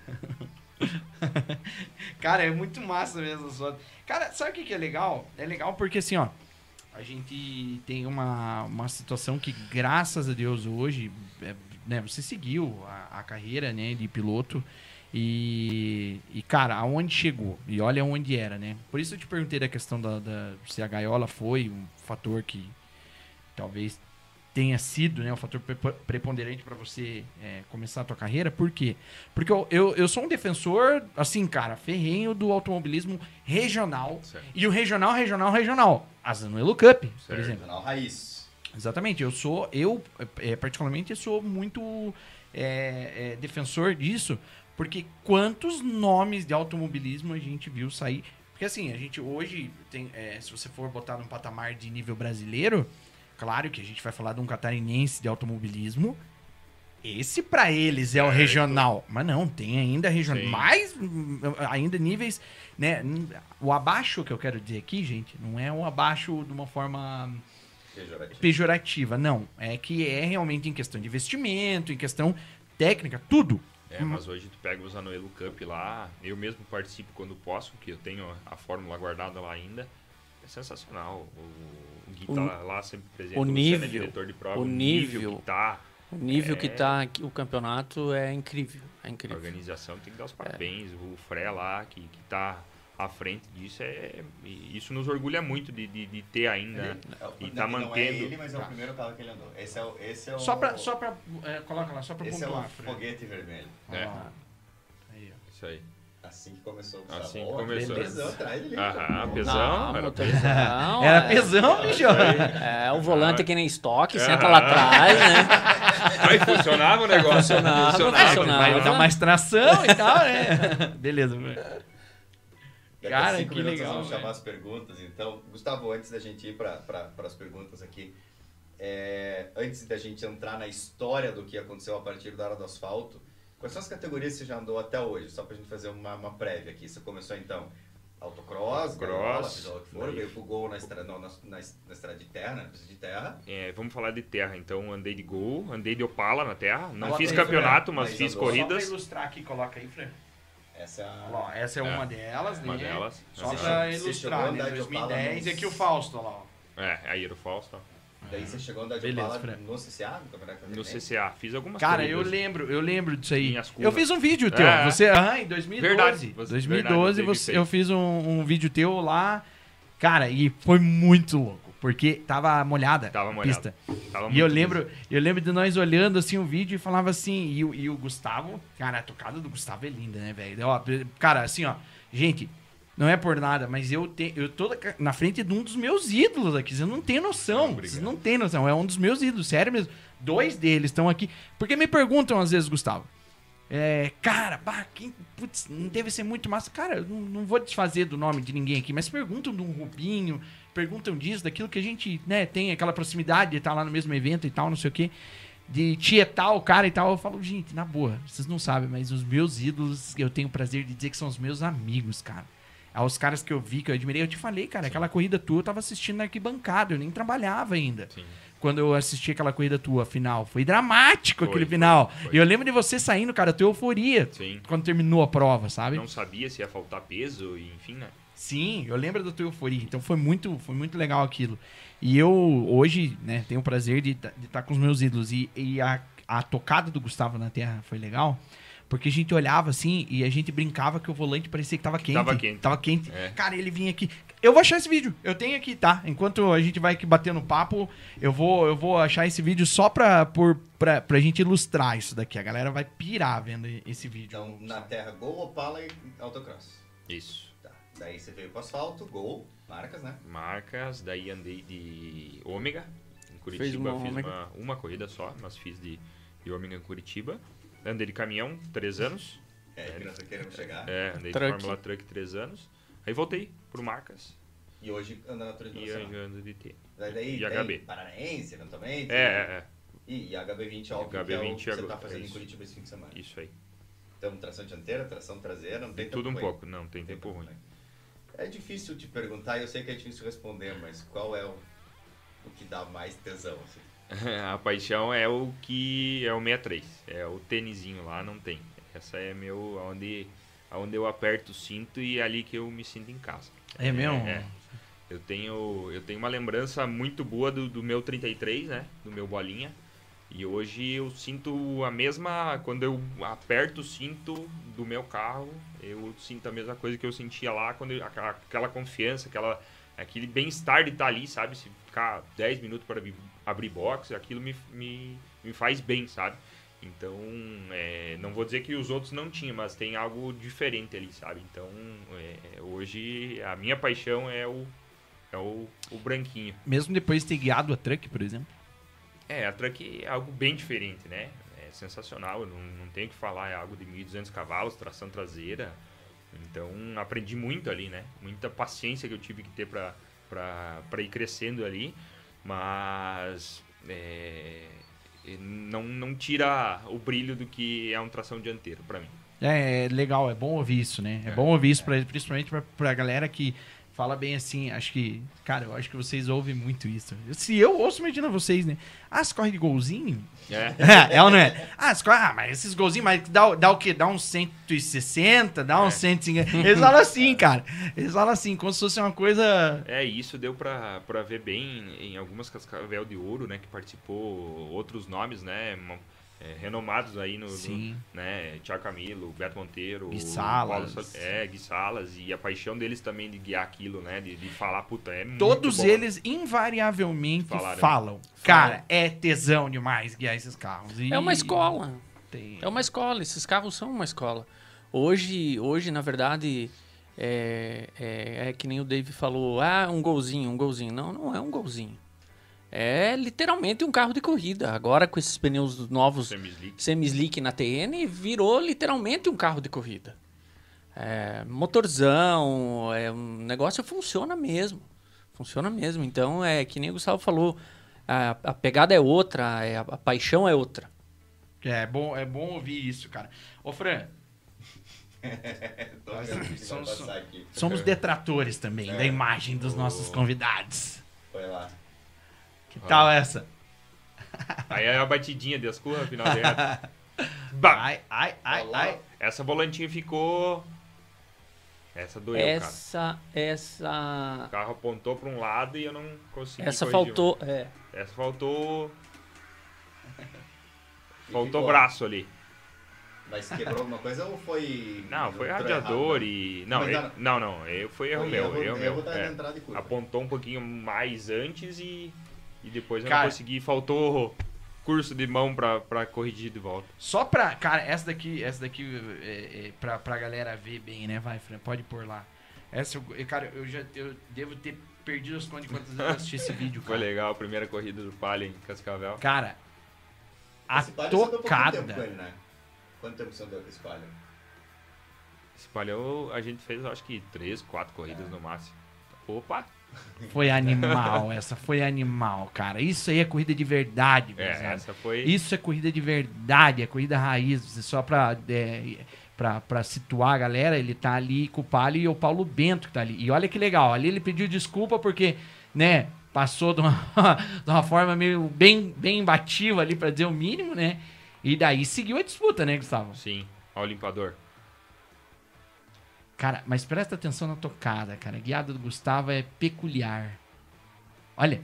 Cara, é muito massa mesmo as fotos. Cara, sabe o que, que é legal? É legal porque assim, ó, a gente tem uma, uma situação que, graças a Deus, hoje, é, né, você seguiu a, a carreira, né, de piloto e, e, cara, aonde chegou e olha onde era, né? Por isso eu te perguntei da questão da, da se a gaiola foi um fator que talvez tenha sido, né, um fator prepo- preponderante para você é, começar a tua carreira. Por quê? Porque eu, eu, eu sou um defensor, assim, cara, ferrenho do automobilismo regional. Certo. E o regional, regional, regional. A Zanuelo Cup, por Certo. exemplo. Canal Raiz. Exatamente. Eu sou, eu, é, particularmente, sou muito é, é, defensor disso, porque quantos nomes de automobilismo a gente viu sair. Porque assim, a gente hoje, tem, é, se você for botar num patamar de nível brasileiro, claro que a gente vai falar de um catarinense de automobilismo. Esse pra eles é o Certo. regional, mas não, tem ainda regional, Sim. mais hum, ainda níveis, né? hum, O abaixo que eu quero dizer aqui, gente, não é o abaixo de uma forma Pejorativo. pejorativa, não. É que é realmente em questão de investimento, em questão técnica, tudo. É, mas hoje tu pega o Zanuelo Cup lá, eu mesmo participo quando posso, que eu tenho a fórmula guardada lá ainda. É sensacional. O, o Gui O- tá lá sempre presente. o Luciano é nível, diretor de prova, o o nível, nível. que tá. O nível que É. tá aqui, o campeonato é incrível. É A incrível. organização tem que dar os parabéns. O Fré lá, que, que tá à frente disso, é, e isso nos orgulha muito de, de, de ter ainda. né? Ele- E não- tá não mantendo. é ele, mas é Tá. o primeiro carro que ele andou. Esse é o... Esse é o Só pra, só pra é, coloca lá, só pra Esse é pontuar. o Fred. foguete vermelho. Olha É. lá. Aí, ó. Isso aí. Assim que começou. Assim Ó, que começou. Pesão, traz ele. Aham, pesão. Não, era motorzão, Era é- pesão, bicho. É, o volante é que nem estoque, senta Aham. lá atrás, né? Aí funcionava o negócio. Funcionava, Vai, funcionava. vai dar mais tração e tal, né? Beleza, velho. Daqui Cara, a cinco que minutos legal, nós vamos velho. chamar as perguntas. Então, Gustavo, antes da gente ir para as perguntas aqui, é, antes da gente entrar na história do que aconteceu a partir da Hora do Asfalto, quais são as categorias que você já andou até hoje? Só para a gente fazer uma, uma prévia aqui. Você começou então autocross, Autocross, gaiola, seja lá o que for, daí- veio pro gol na estrada, não, na, na, na estrada de terra, na pista de terra. É, vamos falar de terra, então andei de Gol, andei de Opala na terra, não Bota fiz aí, campeonato, Fran. mas Mas fiz andou. corridas. Só pra ilustrar aqui, coloca aí, Fran. Essa é a... Ó, essa é, É. uma delas, né? Uma delas. Só Você pra che- você chegou ilustrar, a né? andar de dois mil e Opala dez e nos- aqui o Fausto, ó lá. Ó. É, aí era o Fausto. ó. Daí você chegou a andar de Beleza, bala Fran. no C C A, no Campeonato No Catarinense? C C A, fiz algumas Cara, eu corridas. lembro, eu lembro disso aí. Minhas curvas. Eu fiz um vídeo teu. É. Você, ah, em dois mil e doze. Verdade, você- dois mil e doze verdade, o David você, fez. eu fiz um, um vídeo teu lá. Cara, e foi muito louco. Porque tava molhada Tava a molhado. pista. Tava E eu muito lembro, eu lembro de nós olhando assim o vídeo e falava assim, e, o- e o Gustavo, cara, a tocada do Gustavo é linda, né, velho? Ó, cara, assim, ó, gente, não é por nada, mas eu te, eu tô na frente de um dos meus ídolos aqui, vocês não têm noção, Obrigado. vocês não têm noção, é um dos meus ídolos, sério mesmo. Dois deles estão aqui, porque me perguntam às vezes, Gustavo, é, cara, pá, quem, putz, não deve ser muito massa. Cara, eu não, não vou desfazer do nome de ninguém aqui, mas perguntam de um Rubinho, perguntam disso, daquilo que a gente, né, tem aquela proximidade de estar lá no mesmo evento e tal, não sei o quê, de tietar o cara e tal. Eu falo, gente, na boa, vocês não sabem, mas os meus ídolos, eu tenho o prazer de dizer que são os meus amigos, cara. Aos caras que eu vi, que eu admirei, eu te falei, cara, aquela corrida tua eu tava assistindo na arquibancada, eu nem trabalhava ainda. Sim. Quando eu assisti aquela corrida tua, final. Foi dramático Foi, aquele foi, final. foi. E eu lembro de você saindo, cara, a tua euforia Sim. quando terminou a prova, sabe? Não sabia se ia faltar peso, e enfim, né? Sim, eu lembro da tua euforia. Então foi muito, foi muito legal aquilo. E eu, hoje, né, tenho o prazer de estar com os meus ídolos. E, e a, a tocada do Gustavo na Terra foi legal, porque a gente olhava assim e a gente brincava que o volante parecia que tava quente. Tava quente. Tava quente. É. Cara, ele vinha aqui. Eu vou achar esse vídeo. Eu tenho aqui, tá? Enquanto a gente vai aqui batendo papo, eu vou, eu vou achar esse vídeo só pra, por, pra, pra gente ilustrar isso daqui. A galera vai pirar vendo esse vídeo. Então, na terra, Gol, Opala e Autocross. Isso. Tá. Daí você veio pro asfalto, Gol, marcas, né? Marcas, daí andei de ômega. Em Curitiba Fez uma fiz ômega. uma, uma corrida só, mas fiz de, de ômega em Curitiba. Andei de caminhão, três anos. É, que nós queremos chegar. É, andei Truck. de Fórmula Truck, três anos. Aí voltei pro Marcas E hoje anda na turismo e nacional. eu ando de T. Daí, daí e tem H B. Paranaense, eventualmente. É, é, é. E, e H B vinte, óbvio, H B que é o vinte que você agora, tá fazendo é em isso. Curitiba esse fim de semana. Isso aí. Então, tração dianteira, tração traseira, não tem Tem tudo um tempo ruim. pouco, não, tem Tem tempo ruim. É difícil te perguntar, e eu sei que é difícil responder, mas qual é o, o que dá mais tesão, assim? A paixão é o que é o sessenta e três, é o tênisinho lá, não tem. Essa é meu, onde, onde eu aperto o cinto e é ali que eu me sinto em casa. É mesmo? É. Eu tenho, eu tenho uma lembrança muito boa do, do meu trinta e três, né? Do meu bolinha. E hoje eu sinto a mesma, quando eu aperto o cinto do meu carro, eu sinto a mesma coisa que eu sentia lá, quando eu, aquela, aquela confiança, aquela, aquele bem-estar de estar ali, sabe? Se ficar dez minutos para abrir, abrir box, aquilo me, me, me faz bem, sabe? Então, é, não vou dizer que os outros não tinham, mas tem algo diferente ali, sabe? Então, é, hoje a minha paixão é o, é o, o branquinho. Mesmo depois de ter guiado a truck, por exemplo. É, a Truck é algo bem diferente, né? É sensacional, eu não, não tenho o que falar, é algo de mil e duzentos cavalos, tração traseira. Então, aprendi muito ali, né? Muita paciência que eu tive que ter pra, pra, pra ir crescendo ali, mas é, não, não tira o brilho do que é um tração dianteiro pra mim. É, é legal, é bom ouvir isso, né? É, É. bom ouvir isso, pra, principalmente pra, pra galera que fala bem assim. Acho que, cara, eu acho que vocês ouvem muito isso. Se eu ouço, imagina vocês, né? Ah, você corre de golzinho? É. É ou não é? Ah, você corre, ah, mas esses golzinhos, mas dá, dá o quê? Dá uns cento e sessenta, dá uns É. cento e cinquenta. Eles falam assim, cara. Eles falam assim, como se fosse uma coisa. É, e isso deu pra, pra ver bem em algumas Cascavel de Ouro, né? Que participou outros nomes, né? mo- é, renomados aí no, Sim. no- né? Tiago Camilo, Beto Monteiro, Gui o Salas. Paulo Sa- é, Gui Salas, e a paixão deles também de guiar aquilo, né? De, de falar, puta, é muito Todos bom. eles invariavelmente Falaram. falam. Cara, é tesão demais guiar esses carros. E- É uma escola. Tem- É uma escola, esses carros são uma escola. Hoje, hoje na verdade, é, é, é que nem o Dave falou, ah, um golzinho, um golzinho. Não, não é um golzinho. É literalmente um carro de corrida. Agora com esses pneus novos Semi-slick. semi-slick na T N, virou literalmente um carro de corrida. É, motorzão, é, um negócio funciona mesmo. Funciona mesmo. Então, é que nem o Gustavo falou, a, a pegada é outra, é, a, a paixão é outra. É bom, é bom ouvir isso, cara. Ô, Fran, Tô vendo o que vai São- passar são- aqui. somos detratores também É. da imagem dos nossos Oh. convidados. Foi lá. Que tal essa? Aí é a batidinha de Ascurra, final de reta. Bah! Ai, ai, ai, Olá. ai. Essa volantinha ficou... Essa doeu, cara. essa, essa, O carro apontou para um lado e eu não consegui essa corrigir. faltou, é, Essa faltou... E Faltou ficou. braço ali. Mas quebrou alguma coisa ou foi... Não, foi entrou radiador errado, né? e... Não, Mas eu- era- não, não. Eu, foi erro Foi meu. erro- Erro erro meu. da é. entrada de curva. Apontou um pouquinho mais antes e, e depois eu Cara. não consegui. Faltou curso de mão pra, pra corrigir de volta. Só pra. Cara, essa daqui, essa daqui é, é, pra, pra galera ver bem, né? Vai, Fran, pode pôr lá. Essa, eu- cara, eu já eu devo ter perdido as contas de quantas vezes eu assisti esse vídeo, Foi cara. legal a primeira corrida do Palha em Cascavel. Cara, a Esse palio você andou pouco tempo com tocada. ele, né? Quanto tempo você andou com esse palio? Esse Palha eu- a gente fez, acho que três, quatro corridas no máximo. Opa! Foi animal, essa foi animal, cara. Isso aí é corrida de verdade, É, gurizada. essa foi... Isso é corrida de verdade, é corrida raiz. Só pra, é, pra, pra situar a galera, ele tá ali com o Palio e o Paulo Bento que tá ali. E olha que legal, ali ele pediu desculpa porque, né, passou de uma, de uma forma meio bem, bem imbatível ali, pra dizer o mínimo, né? E daí seguiu a disputa, né, Gustavo? Sim, ó o limpador. Cara, mas presta atenção na tocada, cara. A guiada do Gustavo é peculiar. Olha,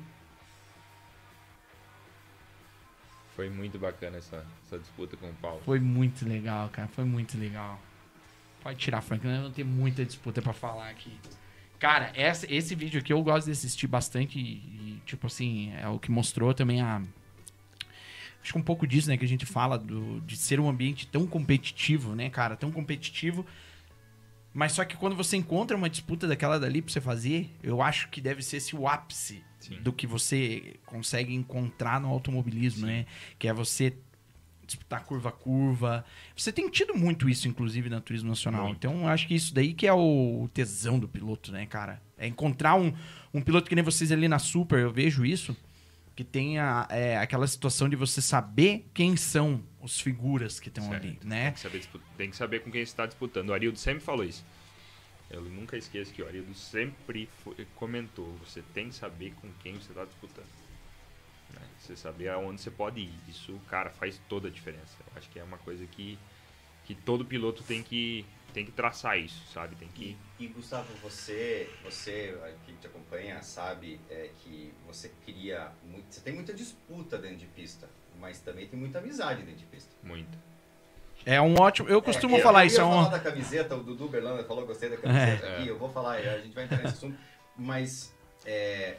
Foi muito bacana essa, essa disputa com o Paulo. foi muito legal, cara. Foi muito legal. Pode tirar, Frank, né? Não tem muita disputa pra falar aqui. Cara, essa, esse vídeo aqui eu gosto de assistir bastante e, e, tipo assim, é o que mostrou também a... Acho que um pouco disso, né, que a gente fala do, de ser um ambiente tão competitivo, né, cara? Tão competitivo. Mas só que quando você encontra uma disputa daquela dali pra você fazer, eu acho que deve ser esse o ápice Sim. do que você consegue encontrar no automobilismo, né? Que é você disputar curva a curva. Você tem tido muito isso, inclusive, na Turismo Nacional. Muito. Então, eu acho que isso daí que é o tesão do piloto, né, cara? É encontrar um, um piloto que nem vocês ali na Super, eu vejo isso, que tenha é, aquela situação de você saber quem são os figuras que estão ali, Certo. né? Tem que, saber, dispu- tem que saber com quem você está disputando. O Arildo sempre falou isso. Eu nunca esqueço que o Arildo sempre fo- comentou. Você tem que saber com quem você está disputando. Né? Você saber aonde você pode ir. Isso, cara, faz toda a diferença. Eu acho que é uma coisa que, que todo piloto tem que, tem que traçar isso, sabe? Tem que... E, e, Gustavo, você, você que te acompanha, sabe é, que você cria muito, você tem muita disputa dentro de pista, mas também tem muita amizade dentro de pista. Muito. É um ótimo... Eu costumo É, falar eu isso. É ia um... falar da camiseta, o Dudu Berlanda falou, gostei da camiseta É. aqui, eu vou falar, a gente vai entrar nesse assunto, mas é,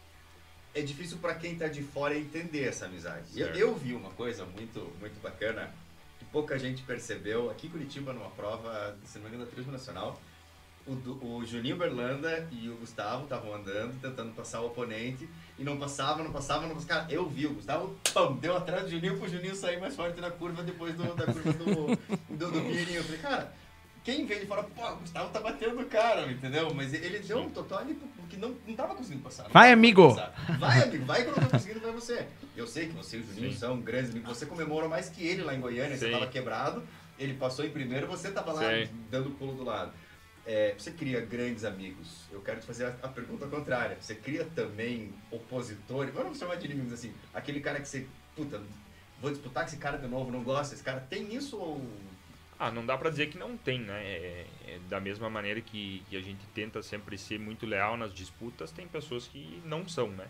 é difícil para quem tá de fora entender essa amizade. Eu, Certo. eu vi uma coisa muito, muito bacana, que pouca gente percebeu, aqui em Curitiba, numa prova, se não me engano, da Turismo Nacional, o, Du- o Juninho Berlanda e o Gustavo estavam andando, tentando passar o oponente, e não passava, não passava, não passava. Cara, eu vi, o Gustavo pam, deu atrás do Juninho pro Juninho sair mais forte na curva depois do, da curva do, do, do Pinheirinho. Eu falei, cara, quem vê ele fala, pô, o Gustavo tá batendo o cara, entendeu? Mas ele deu um total ali porque não, não tava conseguindo passar. não Vai, tava amigo! conseguindo passar. Vai, amigo, vai que eu não tô conseguindo, vai você. Eu sei que você e o Juninho Sim. são grandes amigos, você comemorou mais que ele lá em Goiânia, você Sim. tava quebrado, ele passou em primeiro, você tava lá Sim. dando pulo do lado. É, você cria grandes amigos. Eu quero te fazer a, a pergunta contrária. Você cria também opositores, vamos chamar de inimigos assim, aquele cara que você, puta, vou disputar com esse cara de novo, não gosta, esse cara tem isso ou... Ah, não dá pra dizer que não tem, né? É, é da mesma maneira que, que a gente tenta sempre ser muito leal nas disputas, tem pessoas que não são, né?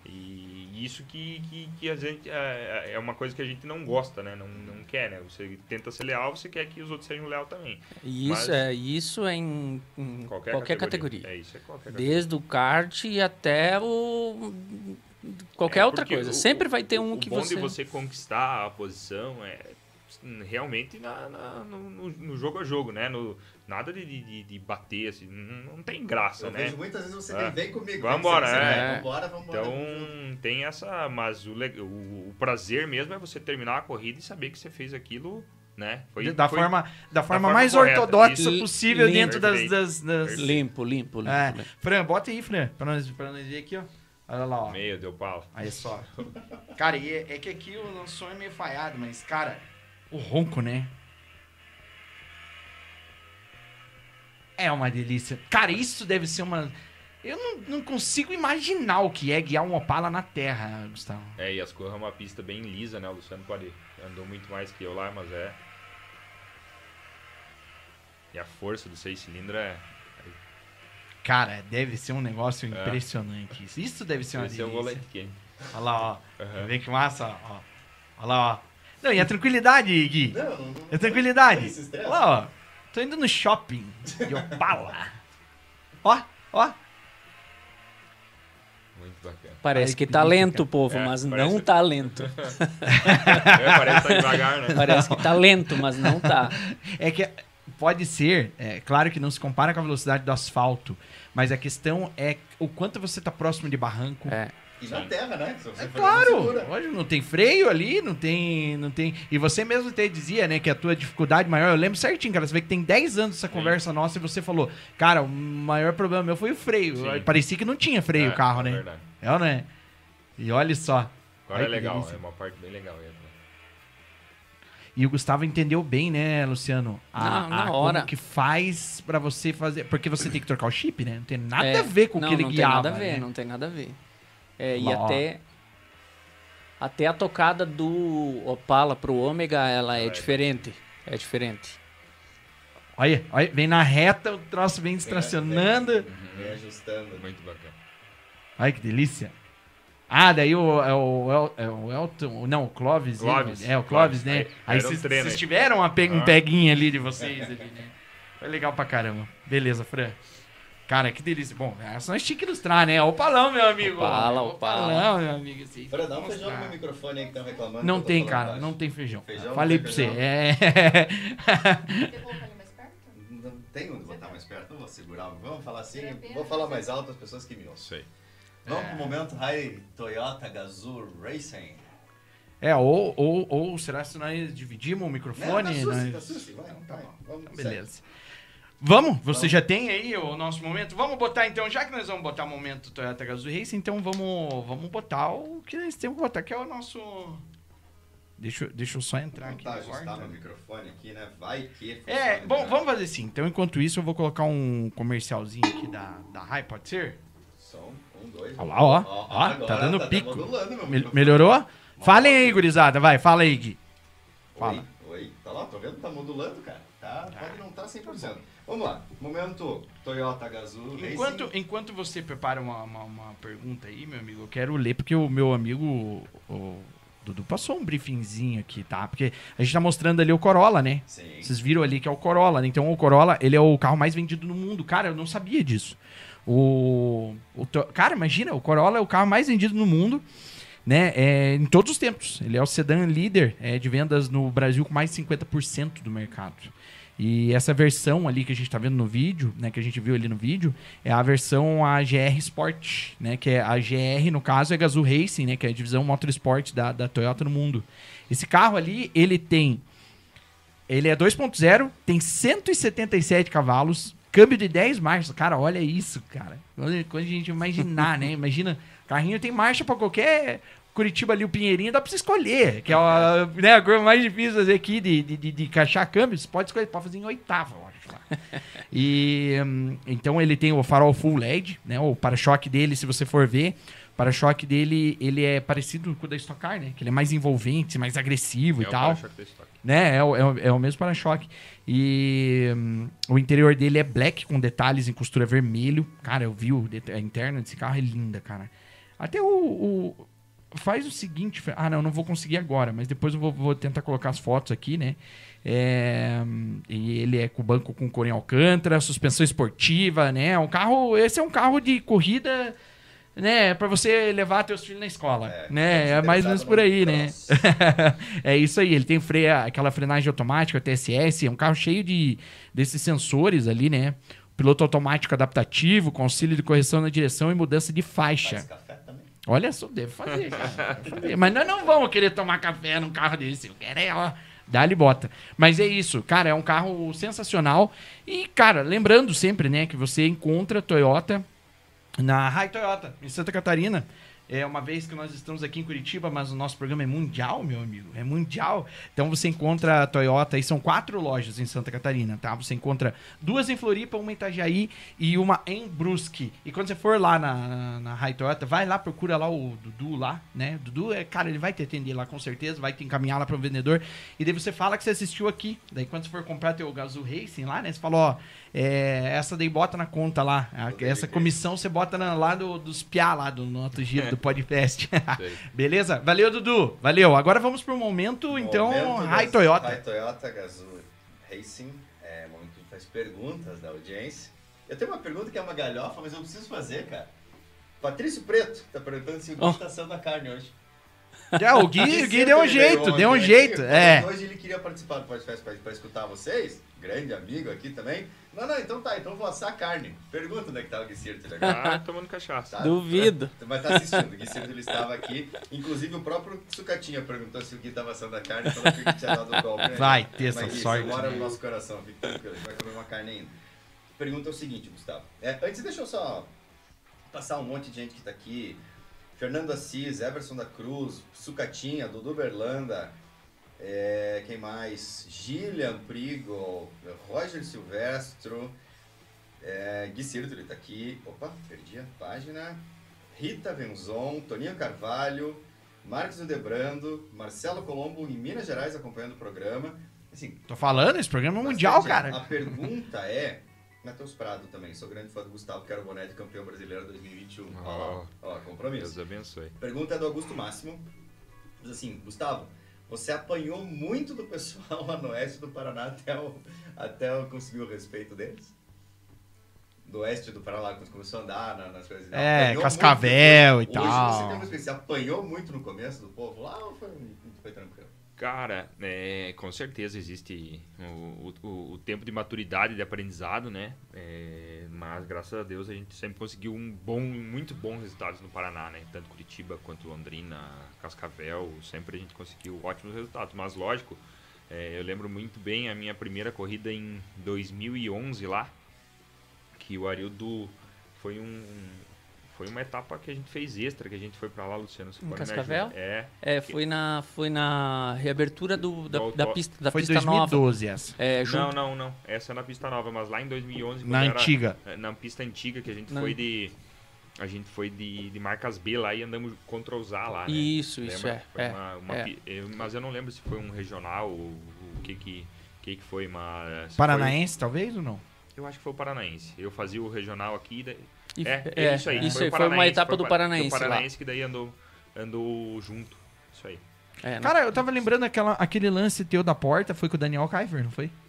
E isso que, que, que a gente é, é uma coisa que a gente não gosta, né? Não, não quer, né? Você tenta ser leal, você quer que os outros sejam leal também. E Mas- isso é, isso é em, em Qualquer, qualquer, categoria. É isso, é qualquer categoria. Desde o kart e até o... qualquer É, outra porque coisa. o- Sempre o- vai ter um o que bom você... de você conquistar a posição é realmente na, na- no, no- no jogo a jogo, né? No, nada de, de, de bater, assim, não, não tem graça, Eu né? vejo muitas vezes você É. tem, vem comigo. Vambora, vem, você- você é. vai, Vambora, vambora. Então tem essa, mas o, le- o, o prazer mesmo é você terminar a corrida e saber que você fez aquilo, né? Foi, Da, foi- forma, da forma forma mais correta. ortodoxa Isso. possível Limpo. dentro das... Perfeito. das, das... Limpo, limpo, limpo. É. limpo. Fran, bota aí, Fran, pra nós, pra nós ver aqui, ó. Olha lá, ó. Meio, deu pau. Aí só. Cara, e é, é que aqui o som é meio falhado, mas, cara, o ronco, né? É uma delícia. Cara, isso deve ser uma... Eu não, não consigo imaginar o que é guiar um Opala na terra, Gustavo. É, e as coisas é uma pista bem lisa, né? O Luciano pode andou muito mais que eu lá, mas é. E a força do seis cilindros é, Cara, deve ser um negócio impressionante isso. Isso deve ser uma Esse é um delícia. volante quente. Olha lá, ó. Aham. Vê que massa, ó. Olha lá, ó. Não, e a tranquilidade, Gui? Não, não, não. É tranquilidade. Não se estressa. Olha lá, ó. Tô indo no shopping de Opala. Ó, ó. Muito bacana. Parece Ai, que que tá delícia, lento, cara. povo, É, mas parece- não tá lento. É, parece que tá devagar, né? Parece que tá lento, mas não tá. É que pode ser, é claro que não se compara com a velocidade do asfalto, mas a questão é o quanto você tá próximo de barranco. É. E na terra, né? Se você É for claro, segura. hoje não tem freio ali, não tem, não tem. E você mesmo até dizia, né, que a tua dificuldade maior, eu lembro certinho, cara, você vê que tem dez anos essa conversa nossa e você falou, cara, o maior problema meu foi o freio. Sim. Parecia que não tinha freio É, o carro, é né? verdade. É ou não é? E olha só. Agora Ai, é que legal, delícia. é uma parte bem legal. aí, né? E o Gustavo entendeu bem, né, Luciano? A, Na- na a- hora. Como que faz pra você fazer. Porque você tem que trocar o chip, né? Não tem nada É, a ver com o não, que ele não guiava. tem nada a ver, né? não tem nada a ver. É, e Lá, ó. até até a tocada do Opala pro Ômega, ela é é diferente. É diferente. Olha, olha, vem na reta, o troço vem distracionando. Vem, vem ajustando. Muito bacana. Olha que delícia. Ah, daí o, é, o, El- é o Elton. Não, o Clóvis. Clóvis. É, o Clóvis, Clóvis. né? Aí- Aí aí era um vocês treino vocês aí. tiveram uma pe- um Ah. peguinha ali de vocês ali, né? Foi legal pra caramba. Beleza, Fran. Cara, que delícia. Bom, essa nós tinha que ilustrar, né? O Palão, meu amigo. Opala, O Opala. Palão, meu amigo. Assim, Fran, dá um mostrar. feijão no meu microfone aí que estão reclamando. Não que eu tô tem, falando cara. baixo. Não tem feijão. Feijão, Falei não pra tem você. feijão. É. Você colocar ele mais perto? Não tem onde botar mais perto, não vou segurar. Vamos falar assim, De repente, vou falar você- mais alto as pessoas que me ouvem. Isso aí. Vamos pro momento Hi Toyota Gazoo Racing. É, ou, ou, ou será que nós dividimos o microfone? Não, tá Nós- sushi, tá sushi, vai, Então tá vai, bom. vamos, Então, segue. beleza. Vamos? Você Vamos. já tem aí o nosso momento? Vamos botar então, já que nós vamos botar o momento Toyota Gazoo Race, então vamos, vamos botar o que nós temos que botar, que é o nosso... Deixa, eu- deixa eu só entrar Vamos aqui tá no ajustar quarto. meu microfone aqui, né? Vai que... É, funcione, bom, né? vamos fazer assim. Então, enquanto isso, eu vou colocar um comercialzinho aqui da, da Rai, pode ser? Som, um, dois... Olha lá, ó. Ó, Ó, agora tá dando tá pico. modulando meu Me- microfone. melhorou? Falem aí, gurizada. Vai, fala aí, Gui. Fala. Oi, oi, tá lá, tô vendo, tá modulando, cara. Tá, pode não tá cem por cento. Vamos lá, momento Toyota Gazoo Racing. Enquanto, enquanto você prepara uma, uma, uma pergunta aí, meu amigo, eu quero ler, porque o meu amigo, o, o Dudu, passou um briefingzinho aqui, tá? Porque a gente tá mostrando ali o Corolla, né? Sim. Vocês viram ali que é o Corolla, né? Então o Corolla, ele é o carro mais vendido no mundo. Cara, eu não sabia disso. O, o to- Cara, imagina, o Corolla é o carro mais vendido no mundo, né? É, em todos os tempos. Ele é o sedã líder é, de vendas no Brasil com mais de cinquenta por cento do mercado. E essa versão ali que a gente tá vendo no vídeo, né, que a gente viu ali no vídeo, é a versão a G R Sport, né, que é a G R, no caso, é Gazoo Racing, né, que é a divisão Motorsport da, da Toyota no mundo. Esse carro ali, ele tem... Ele é dois ponto zero, tem cento e setenta e sete cavalos, câmbio de dez marchas. Cara, olha isso, cara. Quando, quando a gente imaginar, né? Imagina, carrinho tem marcha pra qualquer... Curitiba ali, o Pinheirinho, dá pra você escolher. Que é a, né, a coisa mais difícil de fazer aqui, de, de, de, de encaixar câmbio. Você pode escolher, pode fazer em oitava, eu acho lá. E, hum, então ele tem o farol full L E D, né? O para-choque dele, se você for ver, o para-choque dele, ele é parecido com o da Stock Car, né? Que ele é mais envolvente, mais agressivo É e o tal. para-choque da estoque. Né? É, o- é, o- é o mesmo para-choque. E hum, o interior dele é black, com detalhes em costura vermelho. Cara, eu vi o det- a interna desse carro, é linda, cara. Até o... o- faz o seguinte... Fer- Ah, não, não vou conseguir agora, mas depois eu vou, vou tentar colocar as fotos aqui, né? É, hum, e ele é com banco com couro em alcântara, suspensão esportiva, né? Um carro... Esse é um carro de corrida... Né, pra você levar teus filhos na escola, É, né? É mais ou menos por aí, né? Cross. É isso aí, ele tem freio, aquela frenagem automática, T S S, é um carro cheio de desses sensores ali, né? Piloto automático adaptativo, com auxílio de correção na direção e mudança de faixa. Faz café também. Olha só, deve fazer, cara. Deve fazer. Mas nós não vamos querer tomar café num carro desse. Eu quero é, ó, dá-lhe bota. Mas é isso, cara, é um carro sensacional. E, cara, lembrando sempre, né, que você encontra Toyota na Rai Toyota, em Santa Catarina. É uma vez que nós estamos aqui em Curitiba, mas o nosso programa é mundial, meu amigo. É mundial. Então você encontra a Toyota, e são quatro lojas em Santa Catarina, tá? Você encontra duas em Floripa, uma em Itajaí e uma em Brusque. E quando você for lá na, na, na Rai Toyota, vai lá, procura lá o Dudu lá, né? Dudu, é, cara, ele vai te atender lá com certeza, vai te encaminhar lá para o vendedor. E daí você fala que você assistiu aqui. Daí quando você for comprar teu Gazoo Racing lá, né? Você fala, ó, é, essa daí bota na conta lá. A, essa comissão você bota na, lá do, dos piá lá, do no outro giro do podcast. Beleza? Valeu, Dudu. Valeu. Agora vamos pro momento, No então, momento Rai das- Toyota. Rai Toyota Gazoo Racing. É o momento que a gente faz perguntas da audiência. Eu tenho uma pergunta que é uma galhofa, mas eu preciso fazer, cara. Patrício Preto tá perguntando se o Gui Oh. tá assando a carne hoje. Já, o Gui, o Gui Sempre deu um ele jeito, veio deu um ontem jeito. aqui, É. Hoje ele queria participar do podcast pra, pra escutar vocês. Grande amigo aqui também. Não, não, então tá, então vou assar a carne. Pergunta onde é que tá o Gui Sirtel agora. Ah, tomando cachaça. Tá? Duvido. Mas tá assistindo, o Gui Sirtel ele estava aqui. Inclusive o próprio Sucatinha perguntou se o Gui tava assando a carne, falou que tinha dado o golpe. Né? Vai ter essa Mas, Gui, sorte. você mora no nosso coração, fique tranquilo, a gente vai comer uma carne ainda. A pergunta é o seguinte, Gustavo. É, antes deixa eu só passar um monte de gente que tá aqui. Fernando Assis, Everson da Cruz, Sucatinha, Dudu Berlanda, é, quem mais? Gillian Prigo, Roger Silvestro, é, Gui Sirtel tá aqui. Opa, perdi a página. Rita Venzon, Toninho Carvalho, Marcos Debrando, Marcelo Colombo em Minas Gerais acompanhando o programa. Assim, Tô falando, esse programa é mundial, bastante. cara. A pergunta é... Matheus Prado também, sou grande fã do Gustavo, quero o boné de campeão brasileiro dois mil e vinte e um. Ó, lá, ó, compromisso. Deus abençoe. Pergunta é do Augusto Máximo. Diz assim, Gustavo, você apanhou muito do pessoal lá no oeste do Paraná até, o, até conseguir o respeito deles? Do oeste do Paraná, quando você começou a andar na- nas coisas. É, Apanhou Cascavel muito? e tal. Hoje você tem uma experiência, você apanhou muito no começo do povo lá ou foi, foi tranquilo? Cara, é, com certeza existe o, o, o tempo de maturidade de aprendizado, né? É, mas graças a Deus a gente sempre conseguiu um bom, muito bons resultados no Paraná, né? Tanto Curitiba quanto Londrina, Cascavel, sempre a gente conseguiu ótimos resultados. Mas lógico, é, eu lembro muito bem a minha primeira corrida em dois mil e onze lá, que o Arildo foi um foi uma etapa que a gente fez extra, que a gente foi pra lá, Luciano. você Em pode me Cascavel? ajudar? É. É, foi na, foi na reabertura do, da, Do da auto- pista, da Foi pista dois mil e nova. doze essa. É, Não, junto, não, não. Essa é na pista nova, mas lá em dois mil e onze, quando Na era- antiga. na pista antiga, que a gente Não. foi de a gente foi de, de marcas B lá e andamos contra o Zá lá, né? Isso, isso, Lembra? é, Foi é, uma- uma é. pi- eu- mas eu não lembro se foi um regional ou o que que, que que foi, mas... Paranaense, talvez, ou não? Foi- eu acho que foi o Paranaense. Eu fazia o regional aqui, daí, E- é, é, é isso aí. isso foi, aí, o foi uma Paranaense, etapa foi do o Pa- Paranaense do lá. Paranaense que daí andou, andou junto. Isso aí. É, né? Cara, eu tava lembrando aquela, aquele lance teu da porta, foi com o Daniel Kaifer, não foi?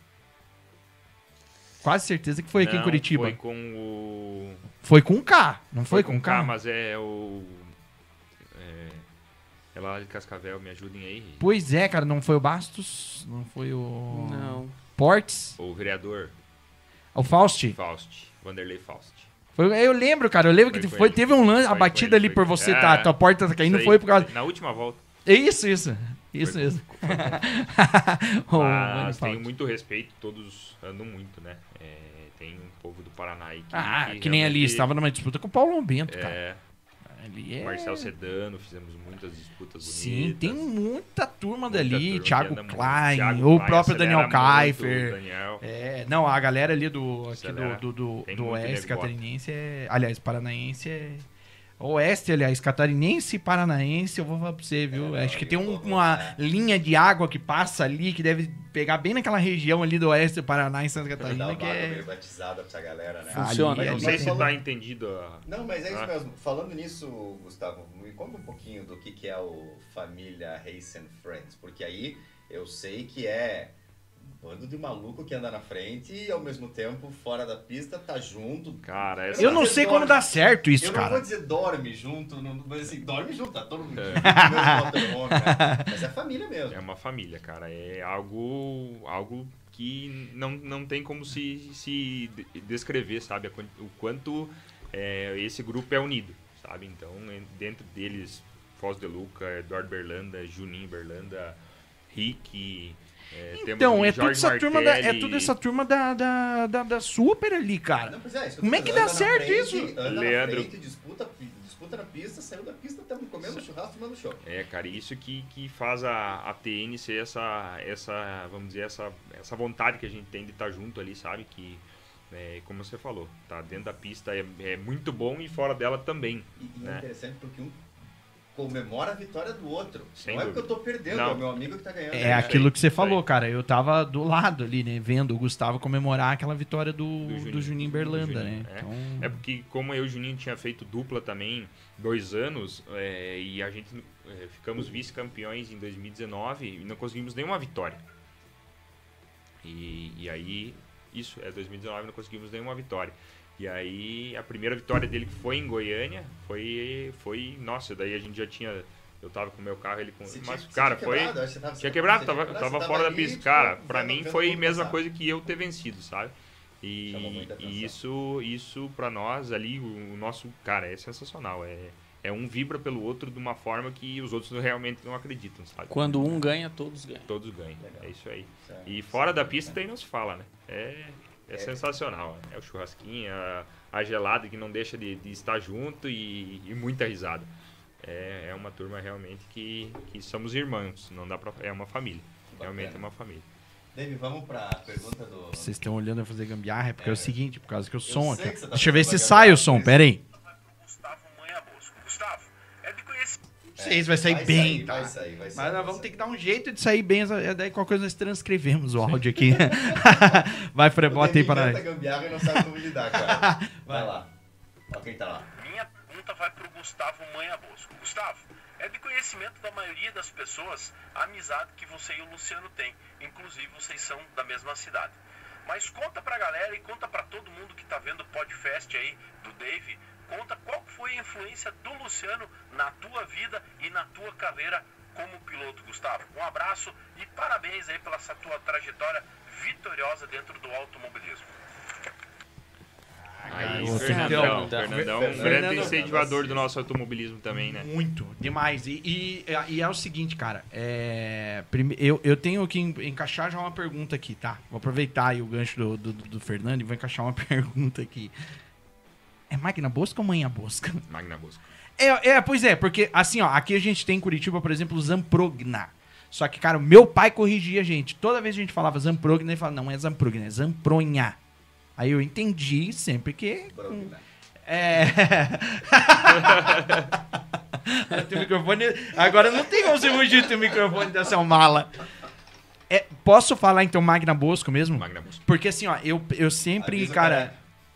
Quase certeza que foi aqui em Não, Curitiba. Foi com o... Foi com K, não foi, com K? K, mas é o... É, é lá de Cascavel, me ajudem aí. Pois é, cara, não foi o Bastos, não foi o Não. Portes, O vereador o Faust. Faust, Vanderlei Faust. Foi, eu lembro, cara, eu lembro Foi que com foi, ele. teve um lance, a Foi com batida ele, ali foi por com- você, É, tá, tua porta tá caindo, Isso aí, foi por causa... Na última volta. É isso, isso, isso Foi mesmo. com- Ô, Mas Vani tenho Faust. muito respeito, todos andam muito, né? É, tem um povo do Paraná aí que... Ah, que nem ali, realmente- estava numa disputa com o Paulo Bento, cara. É, Ali é... Marcel Sedano, fizemos muitas disputas Sim, bonitas. tem muita turma muita dali, turma que Thiago anda muito. Klein, Thiago o Klein próprio acelera Daniel muito, Kaifer. o Daniel. É, não, a galera ali do, aqui Acelera. do, do, do, Tem do muito Oeste negócio. catarinense é. Aliás, paranaense é. Oeste, aliás, catarinense e paranaense, eu vou falar pra você, viu? É, Acho que eu tem um- vou- uma é. linha de água que passa ali, que deve pegar bem naquela região ali do Oeste do Paraná, em Santa Dá Catarina, uma que água é. meio batizada pra essa galera, né? Funciona. Ali, Não ali, sei Mas se falando- tá entendido a... Não, mas é isso Ah. mesmo. Falando nisso, Gustavo, me conta um pouquinho do que, que é o Família Race and Friends, porque aí eu sei que é um bando de maluco que anda na frente e ao mesmo tempo fora da pista tá junto. Cara, essa... Eu não sei como dá certo isso, Eu não vou cara. dizer dorme junto, não- mas assim, dorme junto, tá todo mundo É. junto, no mesmo motorhome, né? Mas é família mesmo. É uma família, cara. É algo, algo que não, não tem como se, se de- descrever, sabe? A quan- O quanto é, esse grupo é unido, sabe? Então, en- dentro deles, Foz de Luca, Eduardo Berlanda, Juninho Berlanda, Rick... É, temos Então, o é toda Jorge essa turma, da, é Martelli, toda essa turma da, da, da, da Super ali, cara. Não, pois é, isso que eu Como tô é que dizendo, dá anda na certo frente, isso? Anda Leandro. na frente, disputa, disputa disputa na pista, saiu da pista, estamos comendo churrasco, tomando show. É, cara, isso que, que faz a, a T N ser essa, essa, vamos dizer, essa, essa vontade que a gente tem de estar junto ali, sabe? Que, é, como você falou, tá dentro da pista é, é muito bom e fora dela também. E, e né? é interessante porque um comemora a vitória do outro. Sem não dúvida. é porque eu tô perdendo, Não. é o meu amigo que tá ganhando. É isso aquilo aí, que você isso falou, aí. cara. Eu tava do lado ali, né? Vendo o Gustavo comemorar aquela vitória do, Do do Juninho. Juninho, Do Berlanda, Juninho, né? é. Então, É porque como eu e o Juninho tinha feito dupla também dois anos é, e a gente é, ficamos vice-campeões em dois mil e dezenove e não conseguimos nenhuma vitória. E, e aí, isso, é dois mil e dezenove, não conseguimos nenhuma vitória. E aí, a primeira vitória dele que foi em Goiânia foi, foi nossa, daí a gente já tinha, eu tava com o meu carro, ele com... Você mas, tinha- cara, você foi... quebrado, acho que você tava- Tinha você quebrado, tinha tava, quebrado, tava você fora da ali, pista. tipo, Cara, pra vendo- mim vendo foi a como mesma passar. coisa que eu ter vencido, sabe? E, Chamou muita atenção. e isso, isso pra nós ali, o, o nosso, cara, é sensacional. É, é um vibra pelo outro de uma forma que os outros realmente não acreditam, sabe? Quando um ganha, todos ganham. Todos ganham, Legal. é isso aí. Isso é- E isso fora é da bacana. pista daí não se fala, né? É, é, É. sensacional. É o churrasquinho, a, a gelada que não deixa de, de estar junto e, e muita risada. É, é uma turma realmente que, que somos irmãos, não dá pra, é uma família. Realmente é Bacana. uma família. David, vamos pra pergunta do... vocês estão olhando a fazer gambiarra, é porque é, É. o seguinte, por causa que o som sei aqui. que você tá Deixa eu ver se fazendo sai o som, gambiarra, pera aí. Vai pro Gustavo Manha Bosco. Gustavo, é de conhecer. Vocês vai sair vai bem, sair, tá? vai sair, vai sair, Mas vai nós vamos sair. ter que dar um jeito de sair bem, essa- daí qualquer coisa nós transcrevemos o áudio aqui. Vai, Fred, O bota aí David pra inventa nós. gambiarra e não sabe como lidar, cara. Vai lá. Ó quem tá lá. Minha pergunta vai pro Gustavo Manha Bosco. Gustavo, é de conhecimento da maioria das pessoas a amizade que você e o Luciano têm. Inclusive, vocês são da mesma cidade. Mas conta pra galera e conta pra todo mundo que tá vendo o podcast aí do Dave. Conta qual foi a influência do Luciano na tua vida e na tua carreira como piloto, Gustavo. Um abraço e parabéns aí pela essa tua trajetória vitoriosa dentro do automobilismo. Aí, ô, o Fernandão, Fernandão. Fernandão, um Fernando- grande Fernando- incentivador do nosso automobilismo também, né? Muito, demais. E, e, e é o seguinte, cara. É, prime- eu, eu tenho que en- encaixar já uma pergunta aqui, tá? Vou aproveitar aí o gancho do, do, do Fernando e vou encaixar uma pergunta aqui. É máquina Bosca ou manha Bosca? Magna Bosco. É, é, pois é, porque assim, ó, aqui a gente tem em Curitiba, por exemplo, o Zamprogna. Só que, cara, o meu pai corrigia a gente. Toda vez que a gente falava Zamprogna, ele falava, não é Zamprogna, é Zampronha. Aí eu entendi sempre que... Brogna. É... Teu microfone... Agora não tem como você fugir do teu microfone dessa mala. É, posso falar, então, Magna Bosco mesmo? Magna Bosco. Porque assim, ó, eu, eu sempre, Avisa o cara... careca.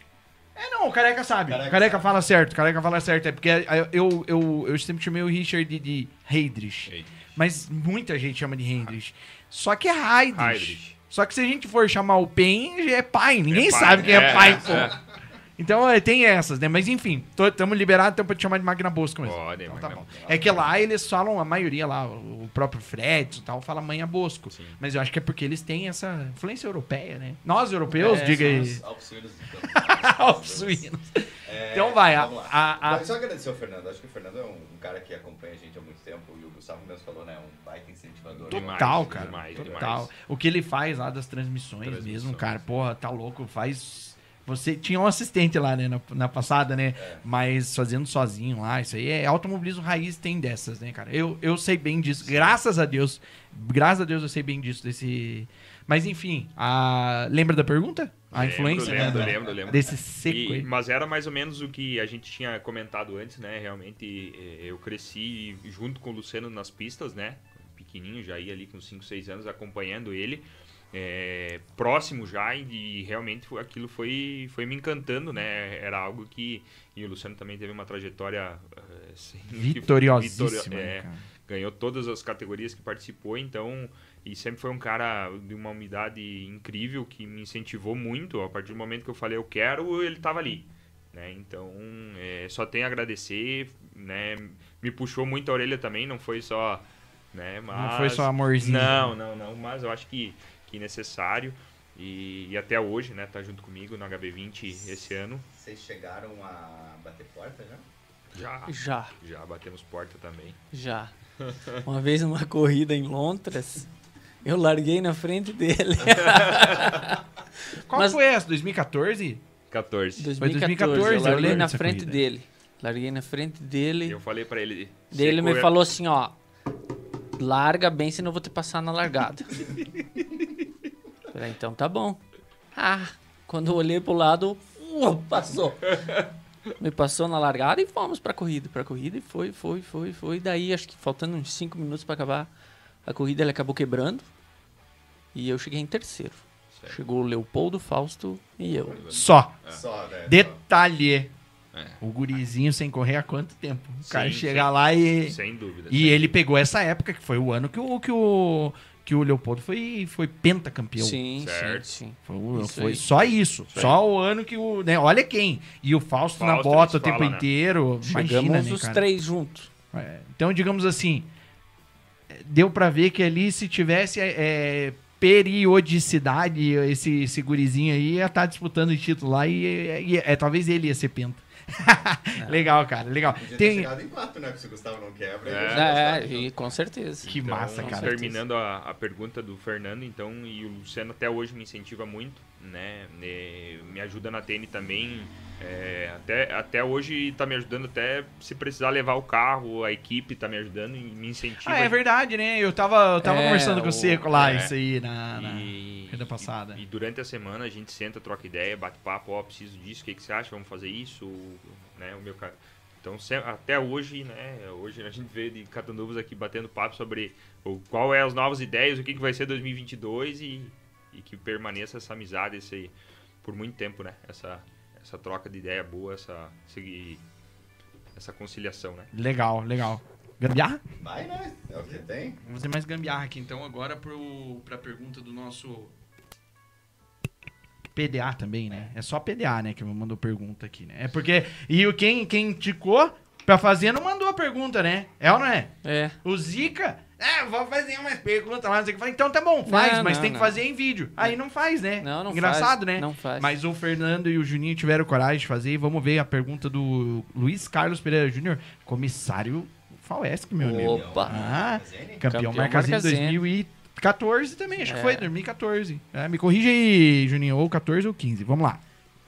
É, não, o Careca sabe. Careca O Careca sabe. fala certo, o Careca fala certo. É porque eu, eu, eu, eu sempre chamei o Richard de, de Heydrich. Heydrich. Mas muita gente chama de Heydrich. Só que é Heydrich. Heydrich. Só que se a gente for chamar o Pen, já é pai. Ninguém É pai, sabe quem é, é, pai, é, pô. é. Então é, tem essas, né? Mas enfim, estamos liberados então pra te chamar de Magna Bosco mesmo. Pode, Então, Magna tá bom. Bosco. É que lá eles falam, a maioria lá, o próprio Fred e tal, fala Manha Bosco. Sim. Mas eu acho que é porque eles têm essa influência europeia, né? Nós, europeus, É, diga aí. Os Alpes suínos do Alpes suínos. É, Então vai, a- vamos lá. a- a- Mas só agradecer ao Fernando. Acho que o Fernando é um, um cara que acompanha a gente há muito tempo. E o Gustavo mesmo falou, né? Um baita incentivador. Demais, Total, cara. demais, total. demais. O que ele faz lá das transmissões, Transmissões. mesmo, cara, porra, tá louco. Faz. Você tinha um assistente lá, né, na, na passada, né? É. Mas fazendo sozinho lá, isso aí é automobilismo raiz, tem dessas, né, cara? Eu, eu sei bem disso, graças a Deus. Graças a Deus eu sei bem disso, desse. Mas enfim, a... lembra da pergunta? A Lembro, influência, lembro, né? lembro, lembro. Desse seco E- aí. mas era mais ou menos o que a gente tinha comentado antes, né? Realmente eh, eu cresci junto com o Luciano nas pistas, né? Pequenininho, já ia ali com cinco, seis anos acompanhando ele. eh, próximo já, e, e realmente foi- aquilo foi, foi me encantando, né? Era algo que... E o Luciano também teve uma trajetória... eh, assim, Vitoriosíssima, vitori- né, é, cara? ganhou todas as categorias que participou, então, e sempre foi um cara de uma humildade incrível, que me incentivou muito. A partir do momento que eu falei eu quero, ele estava ali, né? Então, é, só tenho a agradecer, né? Me puxou muito a orelha também, não foi só, né? Mas, Não foi só amorzinho. Não, não, não, mas eu acho que, que necessário, e, e até hoje, né? Tá junto comigo no H B vinte esse ano, Vocês chegaram a bater porta já? já, Já, já batemos porta também. já. Uma vez numa corrida em Londres, eu larguei na frente dele. Qual Mas- foi essa? dois mil e quatorze? quatorze. dois mil e dois mil e quatorze, quatorze, eu eu larguei lembro na dessa frente corrida. dele. Larguei na frente dele. Eu falei pra ele... Daí ele me correr- falou assim, ó... Larga bem, senão eu vou te passar na largada. Falei, então tá bom. Ah, quando eu olhei pro lado... uh, passou. Me passou na largada e fomos pra corrida. Pra corrida e foi, foi, foi, foi. Daí, acho que faltando uns cinco minutos pra acabar a corrida, ele acabou quebrando. E eu cheguei em terceiro. Certo. Chegou o Leopoldo, Fausto e eu. Só. Só, né? Detalhe. É. O gurizinho sem correr há quanto tempo? O cara Sim, chega sim. lá e... Sem dúvida. E ele pegou essa época, que foi o ano que o, que o, que o Leopoldo foi, foi pentacampeão. Sim, Certo. sim, sim. Foi, o- Isso foi aí. só isso. Isso aí. Só o ano que o... Né, olha quem. E o Fausto, Fausto na bota o nem se tempo fala, né? inteiro. Chegamos Imagina, né, os cara? três juntos. É, então, digamos assim, deu pra ver que ali, se tivesse é, periodicidade, esse, esse gurizinho aí ia estar disputando o título lá e, e- e- é, talvez ele ia ser penta. Legal, cara, legal. Podia ter Tem... chegado em quatro, né? Porque se o Gustavo não quebra, É. ele já É, gostava, e com certeza. Que massa, Então, cara. Terminando a, a pergunta do Fernando, então, e o Luciano até hoje me incentiva muito, né? né, Me ajuda na T N também. é, até, até hoje tá me ajudando, até se precisar levar o carro, a equipe tá me ajudando e me incentiva. Ah, é verdade, né? Eu tava, eu tava É, conversando com o o- Seco lá, é. isso aí, na, na E, corrida passada. E, e durante a semana a gente senta, troca ideia, bate papo, ó, preciso disso, o que, que você acha? Vamos fazer isso, né? O meu cara. Então, se- até hoje, né? Hoje a gente veio de Catanduvas aqui batendo papo sobre o, qual é as novas ideias, o que, que vai ser dois mil e vinte e dois e, e que permaneça essa amizade esse, por muito tempo, né? Essa, essa troca de ideia boa, essa, esse- essa conciliação, né? Legal, legal. Gambiarra? Vai, né? É o que tem. Vamos fazer mais gambiarra aqui, então, agora pro, pra pergunta do nosso P D A também, né? É só P D A, né, que me mandou pergunta aqui, né? É porque... E o quem, quem indicou pra fazer não mandou a pergunta, né? É ou não é? É. O Zica... É, vou fazer umas perguntas lá, não sei o que. Então tá bom, faz, Não, mas não, tem que não. fazer em vídeo. Aí não faz, né? Não, não Engraçado, faz, né? não faz. Mas o Fernando e o Juninho tiveram coragem de fazer. E vamos ver a pergunta do Luiz Carlos Pereira Júnior, comissário Faesc, meu amigo. Opa. Ah, Marcazene? campeão, Campeão Marcazine Marcazene. dois mil e quatorze também, acho que É. foi, dois mil e quatorze. É, me corrige aí, Juninho, ou quatorze ou quinze. Vamos lá.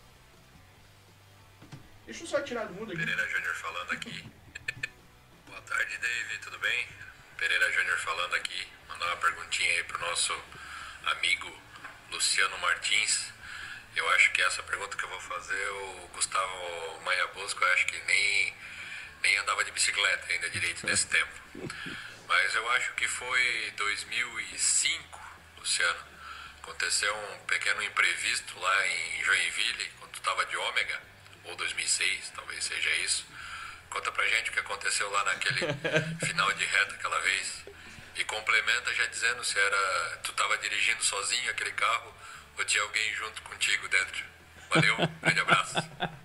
Deixa eu só tirar do mundo aqui. Pereira Júnior falando aqui. Boa tarde, Dave, tudo bem? Pereira Júnior falando aqui. Mandar uma perguntinha aí pro nosso amigo Luciano Martins. Eu acho que essa pergunta que eu vou fazer, o Gustavo Maia Bosco, eu acho que nem, nem andava de bicicleta ainda direito nesse tempo. Mas eu acho que foi dois mil e cinco, Luciano. Aconteceu um pequeno imprevisto lá em Joinville, quando tu tava de ômega, ou dois mil e seis, talvez seja isso. Conta pra gente o que aconteceu lá naquele final de reta aquela vez. E complementa já dizendo se era tu tava dirigindo sozinho aquele carro ou tinha alguém junto contigo dentro. Valeu, grande abraço.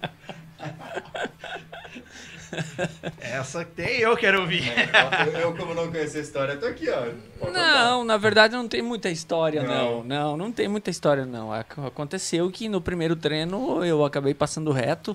Essa tem eu quero ouvir. Eu, eu, como não conheço a história, tô aqui, ó. Pode Não, na verdade não tem muita história, não. Não. Não, não tem muita história, não. Ac- Aconteceu que no primeiro treino eu acabei passando reto.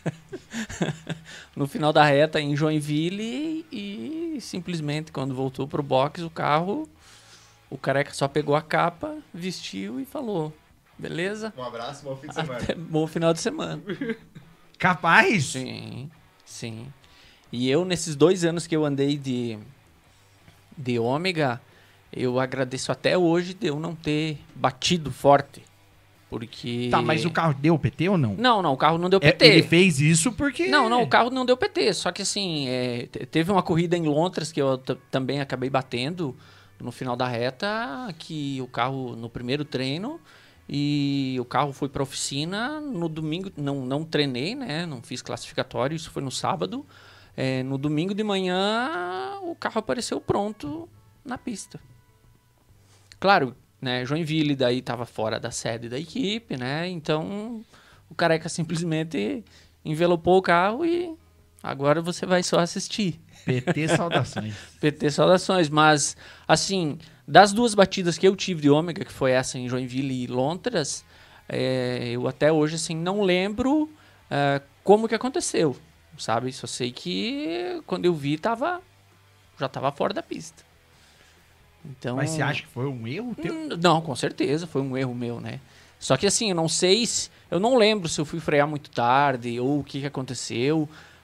No final da reta em Joinville e simplesmente quando voltou pro box o carro, o careca só pegou a capa, vestiu e falou: beleza? Um abraço, bom fim de semana. Até bom final de semana. Capaz? Sim, sim. E eu, nesses dois anos que eu andei de, de ômega, eu agradeço até hoje de eu não ter batido forte. Porque... Tá, mas o carro deu P T ou não? Não, não, o carro não deu É, P T. ele fez isso porque... Não, não, o carro não deu P T. Só que assim, é, te- teve uma corrida em Londres que eu t- também acabei batendo no final da reta, que o carro no primeiro treino e o carro foi pra oficina no domingo, não, não treinei, né? Não fiz classificatório, isso foi no sábado. É, no domingo de manhã o carro apareceu pronto na pista. Claro, né? Joinville daí tava fora da sede da equipe, né? Então o careca simplesmente envelopou o carro e agora você vai só assistir. P T saudações. P T saudações, mas assim, das duas batidas que eu tive de ômega, que foi essa em Joinville e Londres, é, eu até hoje assim não lembro é, como que aconteceu, sabe? Só sei que quando eu vi tava já tava fora da pista. Então, Mas você acha que foi um erro teu? Hum, Não, com certeza, foi um erro meu, né? Só que assim, eu não sei se... Eu não lembro se eu fui frear muito tarde ou o que, que aconteceu.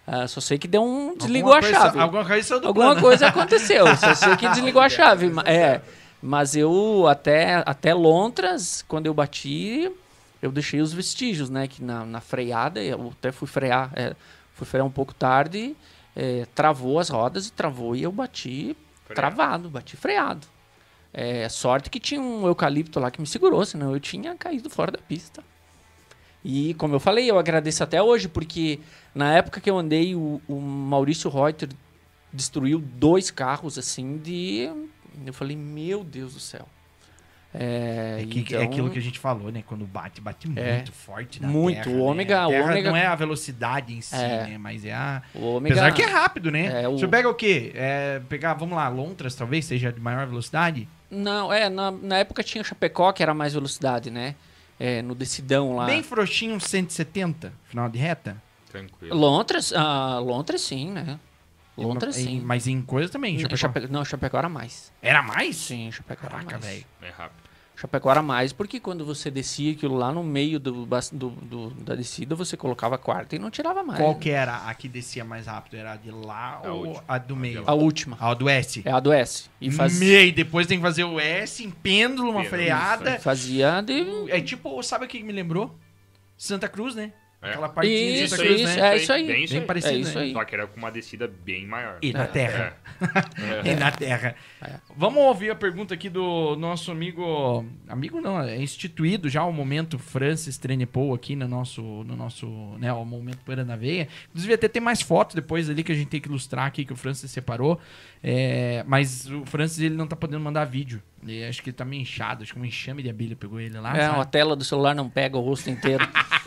Ah, só sei que deu um... Desligou Alguma a coisa- chave. Alguma coisa saiu do Alguma plano. coisa aconteceu. Só sei que desligou a chave. ma- É, mas eu até, até Lontras, quando eu bati, eu deixei os vestígios, né? Que na, na freada, eu até fui frear, é, fui frear um pouco tarde, é, travou as rodas e travou e eu bati Freado. travado, bati freado. É, sorte que tinha um eucalipto lá que me segurou, senão eu tinha caído fora da pista. E como eu falei, eu agradeço até hoje, porque na época que eu andei, o, o Maurício Reuter destruiu dois carros, assim, de... Eu falei, meu Deus do céu. É, É, que- então, é aquilo que a gente falou, né? Quando bate, bate É. muito forte na Muito. terra. O ômega- né? A o terra ômega- não é a velocidade em si, É. né? Mas é a... o ômega... Apesar que é rápido, né? É, o- Você pega o quê? É, pegar, vamos lá, Lontras talvez seja de maior velocidade? Não, é, na, na época tinha o Chapecó, que era mais velocidade, né? É, no Decidão lá. Bem frouxinho, cento e setenta, final de reta. Tranquilo. Lontras, ah, Lontras sim, né? Lontras Em- sim. Mas em coisa também, Não, Chapecó. Chape... Não, Chapecó era mais. Era mais? Sim, Chapecó era Caraca, mais. velho. É rápido. Chapecó era mais, porque quando você descia aquilo lá no meio do, bas- do, do- da descida, você colocava a quarta e não tirava mais. Qual né? que era a que descia mais rápido? Era a de lá A ou última. a do meio? A última. A do S. É a do S. E faz... Meio, depois tem que fazer o S em pêndulo, uma Pêndulo, freada. fazia de... É tipo, sabe o que me lembrou? Santa Cruz, né? É. Aquela partinha de Isso, Santa Cruz, isso, né? é isso aí. Bem isso Bem aí. parecido, É isso né? aí. Só que era com uma descida bem maior. E na terra. É. E na terra. Vamos ouvir a pergunta aqui do nosso amigo... Amigo não, é instituído já o momento Francis Trenepou aqui no nosso, no nosso, né, o momento Poeira na Veia. Inclusive até tem mais fotos depois ali que a gente tem que ilustrar aqui, que o Francis separou. É, mas o Francis, ele não tá podendo mandar vídeo. Ele, acho que ele tá meio inchado, acho que um enxame de abelha pegou ele lá, É, sabe? a tela do celular não pega o rosto inteiro.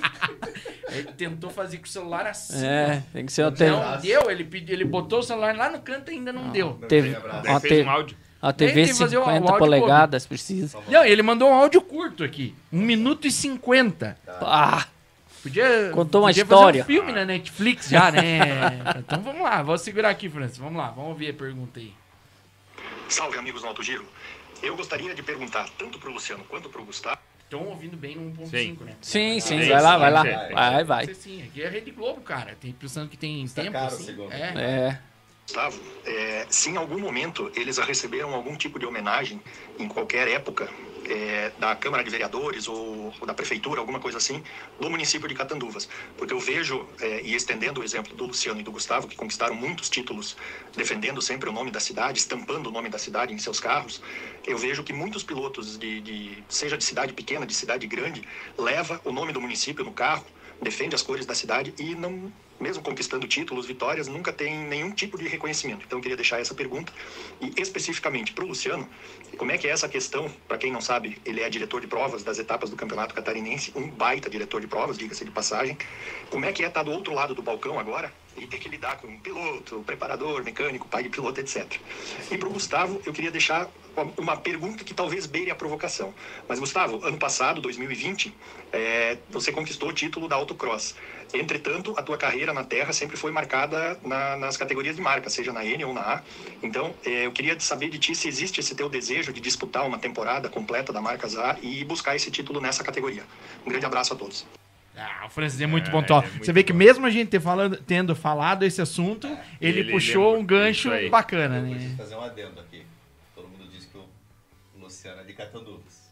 Ele tentou fazer com o celular assim, É, tem que ser ó. uma, te... Não deu, ele, pediu, ele botou o celular lá no canto e ainda não, deu. TV, abraço. Daí uma, fez te- um áudio. uma Tem T V que fazer o- o cinquenta áudio polegadas, precisa. Não, ele mandou um áudio curto aqui. um minuto e cinquenta. Ah, Podia, Contou uma podia história. fazer um filme na Netflix já, né? Então vamos lá, vou segurar aqui, Francis. Vamos lá, vamos ouvir a pergunta aí. Salve, amigos do Alto Giro. Eu gostaria de perguntar tanto para o Luciano quanto para o Gustavo. Estão ouvindo bem no um ponto Sim. cinco, né? sim, sim, Tem vai lá, sim, vai lá. tem que ser, Vai, vai. Tem que ser sim, aqui é Rede Globo, cara. Tem pensando que tem Custa tempo, caro, assim. segundo. É. É. Gustavo, é, se em algum momento eles receberam algum tipo de homenagem, em qualquer época, é, da Câmara de Vereadores ou, ou da Prefeitura, alguma coisa assim, do município de Catanduvas. Porque eu vejo, é, e estendendo o exemplo do Luciano e do Gustavo, que conquistaram muitos títulos, defendendo sempre o nome da cidade, estampando o nome da cidade em seus carros, eu vejo que muitos pilotos, de, de seja de cidade pequena, de cidade grande, leva o nome do município no carro, defende as cores da cidade e não... mesmo conquistando títulos, vitórias, nunca tem nenhum tipo de reconhecimento. Então eu queria deixar essa pergunta. E especificamente para o Luciano, como é que é essa questão? Para quem não sabe, ele é diretor de provas das etapas do Campeonato Catarinense, um baita diretor de provas, diga-se de passagem. Como é que é estar do outro lado do balcão agora e ter que lidar com piloto, preparador, mecânico, pai de piloto, etcétera. E para o Gustavo, eu queria deixar uma pergunta que talvez beire a provocação. Mas, Gustavo, ano passado, dois mil e vinte, é, você conquistou o título da Autocross. Entretanto, a tua carreira na Terra sempre foi marcada na, nas categorias de marca, seja na N ou na A. Então, é, eu queria saber de ti se existe esse teu desejo de disputar uma temporada completa da Marcas A e buscar esse título nessa categoria. Um grande abraço a todos. Ah, o Francis é muito É, bom. Tó. é muito Você vê que bom. mesmo a gente ter falando, tendo falado esse assunto, ele, Ele- puxou ele é um gancho isso aí. bacana, Eu né? preciso fazer um adendo aqui. Todo mundo diz que o Luciano é de Catanduvas.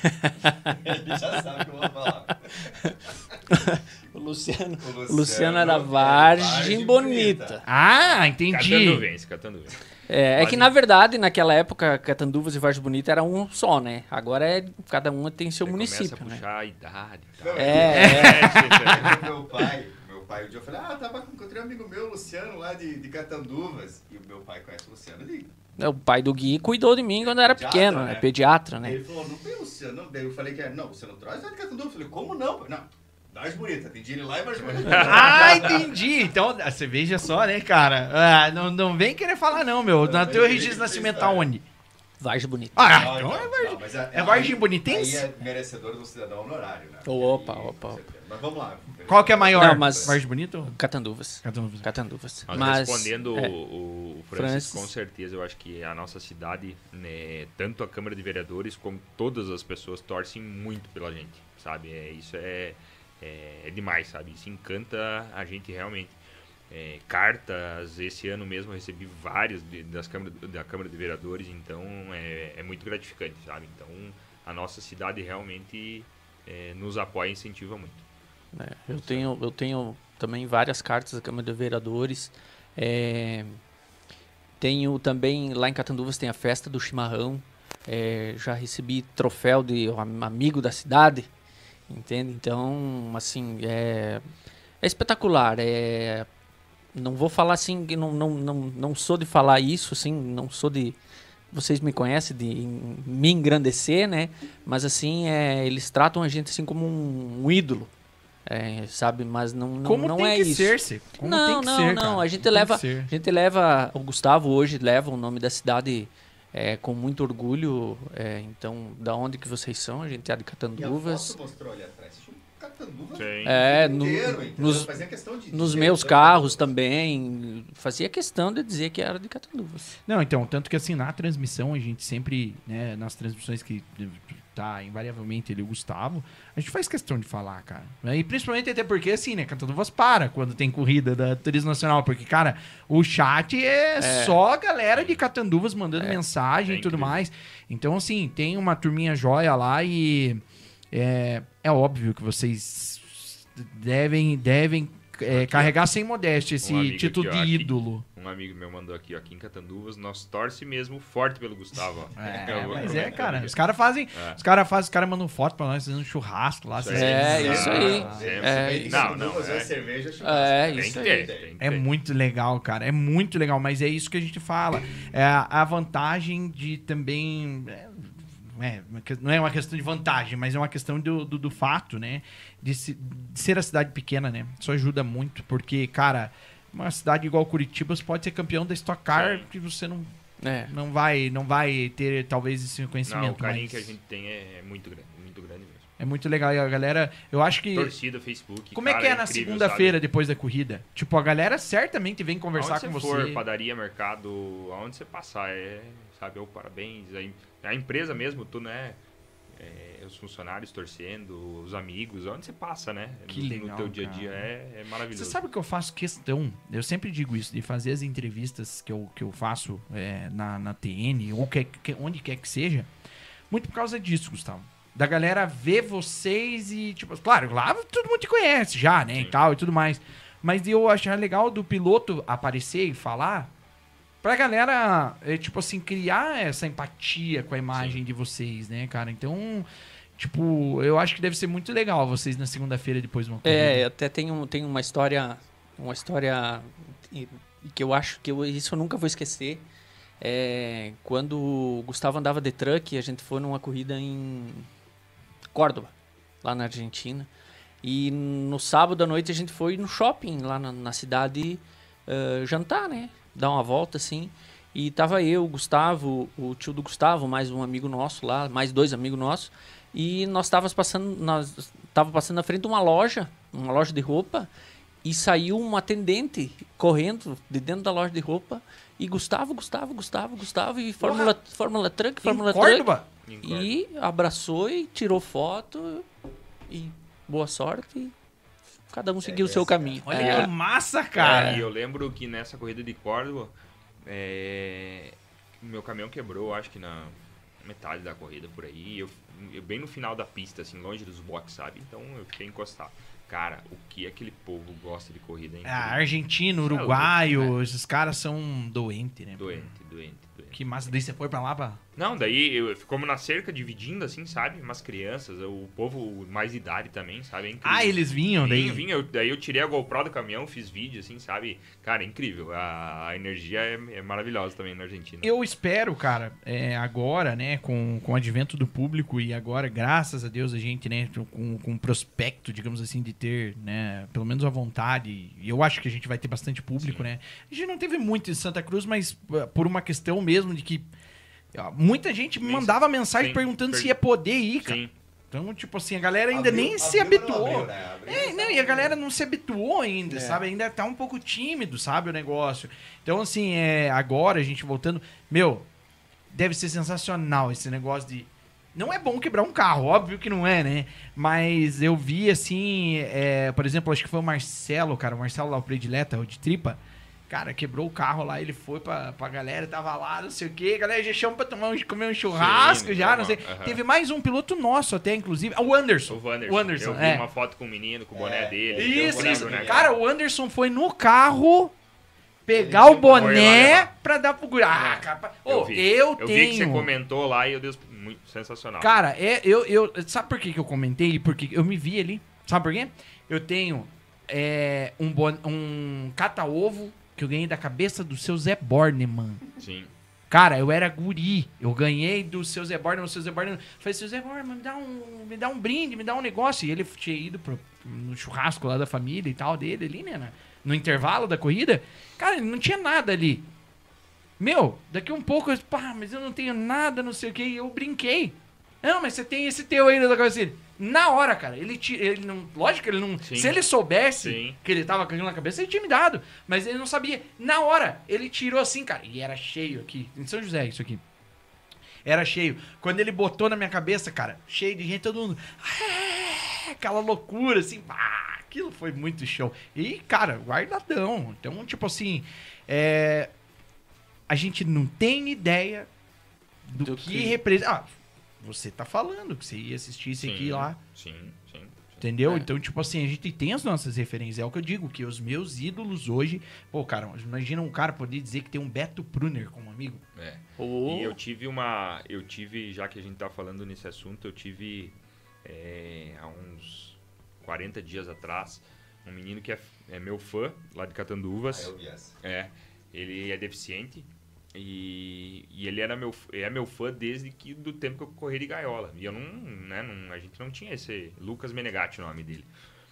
Ele já sabe o que eu vou falar. O Luciano, O o Luciano era é Vargem Vargem Bonita. Ah, entendi. Catanduvense, Catanduvense. É, é que, na verdade, naquela época, Catanduvas e Vargem Bonita era um só, né? Agora é, cada uma tem seu Você município, começa a né? puxar a idade e tal. Não, É, é. O meu pai, meu pai, um dia eu falei, ah, tava, encontrei um amigo meu, Luciano, lá de, de Catanduvas. E o meu pai conhece o Luciano ali. O pai do Gui cuidou de mim quando eu era Pediatra, pequeno, né? né? Pediatra, né? Ele falou, não tem Luciano, não. Daí eu falei que era, não, você não traz lá de Catanduvas. Eu falei, como não? pai? Não, Vargem Bonita, atendi ele lá e Vargem Bonita. Ah, entendi. Então, você veja só, né, cara? Ah, não, não vem querer falar, não, meu. Na teu registro de nascimento tá onde? Vargem Bonita. Ah, Não, então não, é Vargem. não, mas é- É Vargem aí- Bonitense? Aí é merecedor do cidadão honorário, né? Opa, E- opa, opa. Mas vamos lá. Qual que é maior? Não, mas- Vargem Bonito? Catanduvas. Catanduvas. Catanduvas. Mas, Mas, respondendo é, o, o Francis, Francis. com certeza, eu acho que a nossa cidade, né, tanto a Câmara de Vereadores como todas as pessoas torcem muito pela gente, sabe? É, isso é, é, é demais, sabe? Isso encanta a gente realmente. é, cartas. Esse ano mesmo eu recebi várias de, das câmara, da Câmara de Vereadores, então é, é muito gratificante, sabe? Então a nossa cidade realmente é, nos apoia e incentiva muito. É, eu, tenho, eu tenho também várias cartas da Câmara de Vereadores. É, tenho também, lá em Catanduvas tem a festa do chimarrão. É, já recebi troféu de amigo da cidade, entende? Então, assim, é, é espetacular. É, não vou falar assim, que não, não, não, não sou de falar isso, assim, não sou de... Vocês me conhecem, de me engrandecer, né? Mas, assim, é, eles tratam a gente assim como um, um ídolo. É, sabe, mas não, não, Como não tem é que isso. ser, se Como não, tem que não, ser, não. cara. A gente Tem leva, que ser. a gente leva. O Gustavo hoje leva o nome da cidade é, com muito orgulho. É, então, da onde que vocês são? A gente é de E a Catanduvas. foto mostrou ali atrás. Tinha um Catanduvas Sim. É, inteiro, no- entendeu? nos, Fazia questão de nos dizer, meus né? carros também. Fazia questão de dizer que era de Catanduvas. Não, então, tanto que assim, na transmissão, a gente sempre, né, nas transmissões que tá invariavelmente ele e o Gustavo, a gente faz questão de falar, cara. E principalmente até porque, assim, né, Catanduvas para quando tem corrida da Turismo Nacional, porque, cara, o chat é, É. só a galera de Catanduvas mandando É. mensagem É e tudo incrível. mais. Então, assim, tem uma turminha joia lá e é, é óbvio que vocês devem, devem é, carregar sem modéstia esse Um amigo título aqui, ó, de aqui. ídolo. Um amigo meu mandou aqui, ó, aqui em Catanduvas, nós torce mesmo forte pelo Gustavo. ó. É, Eu vou mas é, comentando cara. aqui. Os caras fazem. É. Os caras fazem, os caras mandam foto pra nós fazendo um churrasco lá. Isso vocês- É, aí. isso Ah, aí. sempre. É, Isso, Não, não, duas é. vezes cerveja, churrasco. É, Tem isso que aí. ter, tem que É ter. muito legal, cara. É muito legal, mas é isso que a gente fala. É a a vantagem de também. é, é, não é uma questão de vantagem, mas é uma questão do, do, do fato, né? De, se- de ser a cidade pequena, né? Isso ajuda muito, porque, cara, uma cidade igual Curitiba, você pode ser campeão da Stock Car Sim. que você não, É. não, vai, não vai ter, talvez, esse reconhecimento. Não, o carinho mas que a gente tem é, é muito grande, muito grande mesmo. É muito legal. E a galera, eu acho que. Torcida, Facebook. Como é cara, que é na incrível, segunda-feira, sabe? depois da corrida? Tipo, a galera certamente vem conversar Aonde com você você. for, padaria, mercado, aonde você passar, é, sabe, o parabéns. A, a empresa mesmo, tu, né, é, os funcionários torcendo, os amigos, onde você passa, né? Que no, legal, no teu dia a dia cara. é, é maravilhoso. Você sabe que eu faço questão, eu sempre digo isso, de fazer as entrevistas que eu, que eu faço é, na, na T N, ou que, que- onde quer que seja, muito por causa disso, Gustavo. Da galera ver vocês e, tipo, claro, lá todo mundo te conhece já, né, e Sim. tal, e tudo mais. Mas eu achar legal do piloto aparecer e falar, pra galera, é, tipo assim, criar essa empatia com a imagem de vocês, né, cara? Então, tipo, eu acho que deve ser muito legal vocês na segunda-feira depois de uma corrida. É, até tem, um, tem uma história, uma história e- que eu acho que eu, isso eu nunca vou esquecer. É, quando o Gustavo andava de truck, a gente foi numa corrida em Córdoba, lá na Argentina. E no sábado à noite a gente foi no shopping, lá na, na cidade, eh, jantar, né? Dar uma volta, assim. E tava eu, o Gustavo, o tio do Gustavo, mais um amigo nosso lá, mais dois amigos nossos. E nós estávamos passando, nós tava passando na frente de uma loja, uma loja de roupa, e saiu um atendente correndo de dentro da loja de roupa, e Gustavo, Gustavo, Gustavo, Gustavo, e Fórmula, Fórmula Truck, Em Fórmula Truck. Córdoba? Em Córdoba. E abraçou e tirou foto, e boa sorte, e cada um seguiu o seu caminho. Olha É, que massa, cara. E eu lembro que nessa corrida de Córdoba, é, o meu caminhão quebrou, acho que na metade da corrida por aí. Eu, eu bem no final da pista, assim, longe dos boxes, sabe? Então eu fiquei encostado. Cara, o que aquele povo gosta de corrida, hein? Ah, argentino, Isso é uruguaio, louco, esses caras são doentes, né? Doente, doente, doente. Que massa. Daí você foi pra lá pra... Não, daí eu, ficamos na cerca dividindo, assim, sabe? Umas crianças, o povo mais de idade também, sabe? É incrível. Ah, eles vinham daí? Vinha, vinha. Eu- daí eu tirei a GoPro do caminhão, fiz vídeo, assim, sabe? Cara, é incrível. A, a energia é, é maravilhosa também na Argentina. Eu espero, cara, é, agora, né, com, com o advento do público e agora, graças a Deus, a gente, né, com, com o prospecto, digamos assim, de ter, né, pelo menos a vontade, e eu acho que a gente vai ter bastante público, Sim. né. A gente não teve muito em Santa Cruz, mas uh, por uma questão mesmo de que ó, muita gente me Sim, mandava mensagem sim. perguntando se Per- ia poder ir, cara. Sim. Então, tipo assim, a galera ainda Abriu- nem se abriu, mas não habituou. abriu, né? Abriu, É, mas não, não e a galera não se habituou ainda, É. sabe? Ainda tá um pouco tímido, sabe, o negócio. Então, assim, é, agora a gente voltando... Meu, deve ser sensacional esse negócio de Não é bom quebrar um carro, óbvio que não é, né? Mas eu vi, assim, é, por exemplo, acho que foi o Marcelo, cara, o Marcelo lá, o predileta, o de tripa. Cara, quebrou o carro lá, ele foi pra, pra galera, tava lá, não sei o quê. A galera já chama pra tomar um, comer um churrasco Sim, já, não, não sei. uh-huh. Teve mais um piloto nosso até, inclusive. O Anderson. O Anderson. O Anderson, eu vi é. uma foto com o menino, com o boné É, dele. Isso, eu isso. lembro, né, Cara, o Anderson foi no carro pegar Ele o foi lá boné levar. pra dar pro guri. Ah, cara, Eu ô, vi. eu, Eu tenho... vi que você comentou lá e eu Deus, muito sensacional. Cara, é, eu, eu, sabe por que, que eu comentei? Porque eu me vi ali. Sabe por quê? Eu tenho é, um, bon, um cata-ovo que eu ganhei da cabeça do seu Zé Bornemann. Sim. Cara, eu era guri. Eu ganhei do seu Zé Bornemann. O seu Zé Bornemann falei, seu Zé Bornemann, me dá, um, me dá um brinde, me dá um negócio. E ele tinha ido pro, no churrasco lá da família e tal dele ali, né? na- No intervalo da corrida. Cara, não tinha nada ali. Meu, daqui um pouco eu disse, pá, mas eu não tenho nada, não sei o que. E eu brinquei. Não, mas você tem esse teu aí da cabeça dele. Na hora, cara, ele, ti- ele não. Lógico que ele não. Sim. Se ele soubesse Sim. que ele tava com aquilo na cabeça, ele tinha me dado. Mas ele não sabia. Na hora, ele tirou assim, cara. E era cheio aqui. Em São José, isso aqui. Era cheio. Quando ele botou na minha cabeça, cara, cheio de gente, todo mundo. "É", aquela loucura, assim. Pá, aquilo foi muito show. E, cara, guardadão. Então, tipo assim. É, a gente não tem ideia do, Do que, que- representa. Ah, você tá falando que você ia assistir isso aqui lá. Sim, sim. sim. Entendeu? É. Então, tipo assim, a gente tem as nossas referências. É o que eu digo, que os meus ídolos hoje. Pô, cara, imagina um cara poder dizer que tem um Beto Pruner como amigo. É. Oh. E eu tive uma. Eu tive, já que a gente tá falando nesse assunto, eu tive é, há uns quarenta dias atrás um menino que é, é meu fã, lá de Ah, Catanduvas. eu vi essa. É. Ele é deficiente. E, e ele era meu, é meu fã desde que do tempo que eu corri de gaiola. E eu não, né, não, a gente não tinha esse Lucas Menegatti, o nome dele.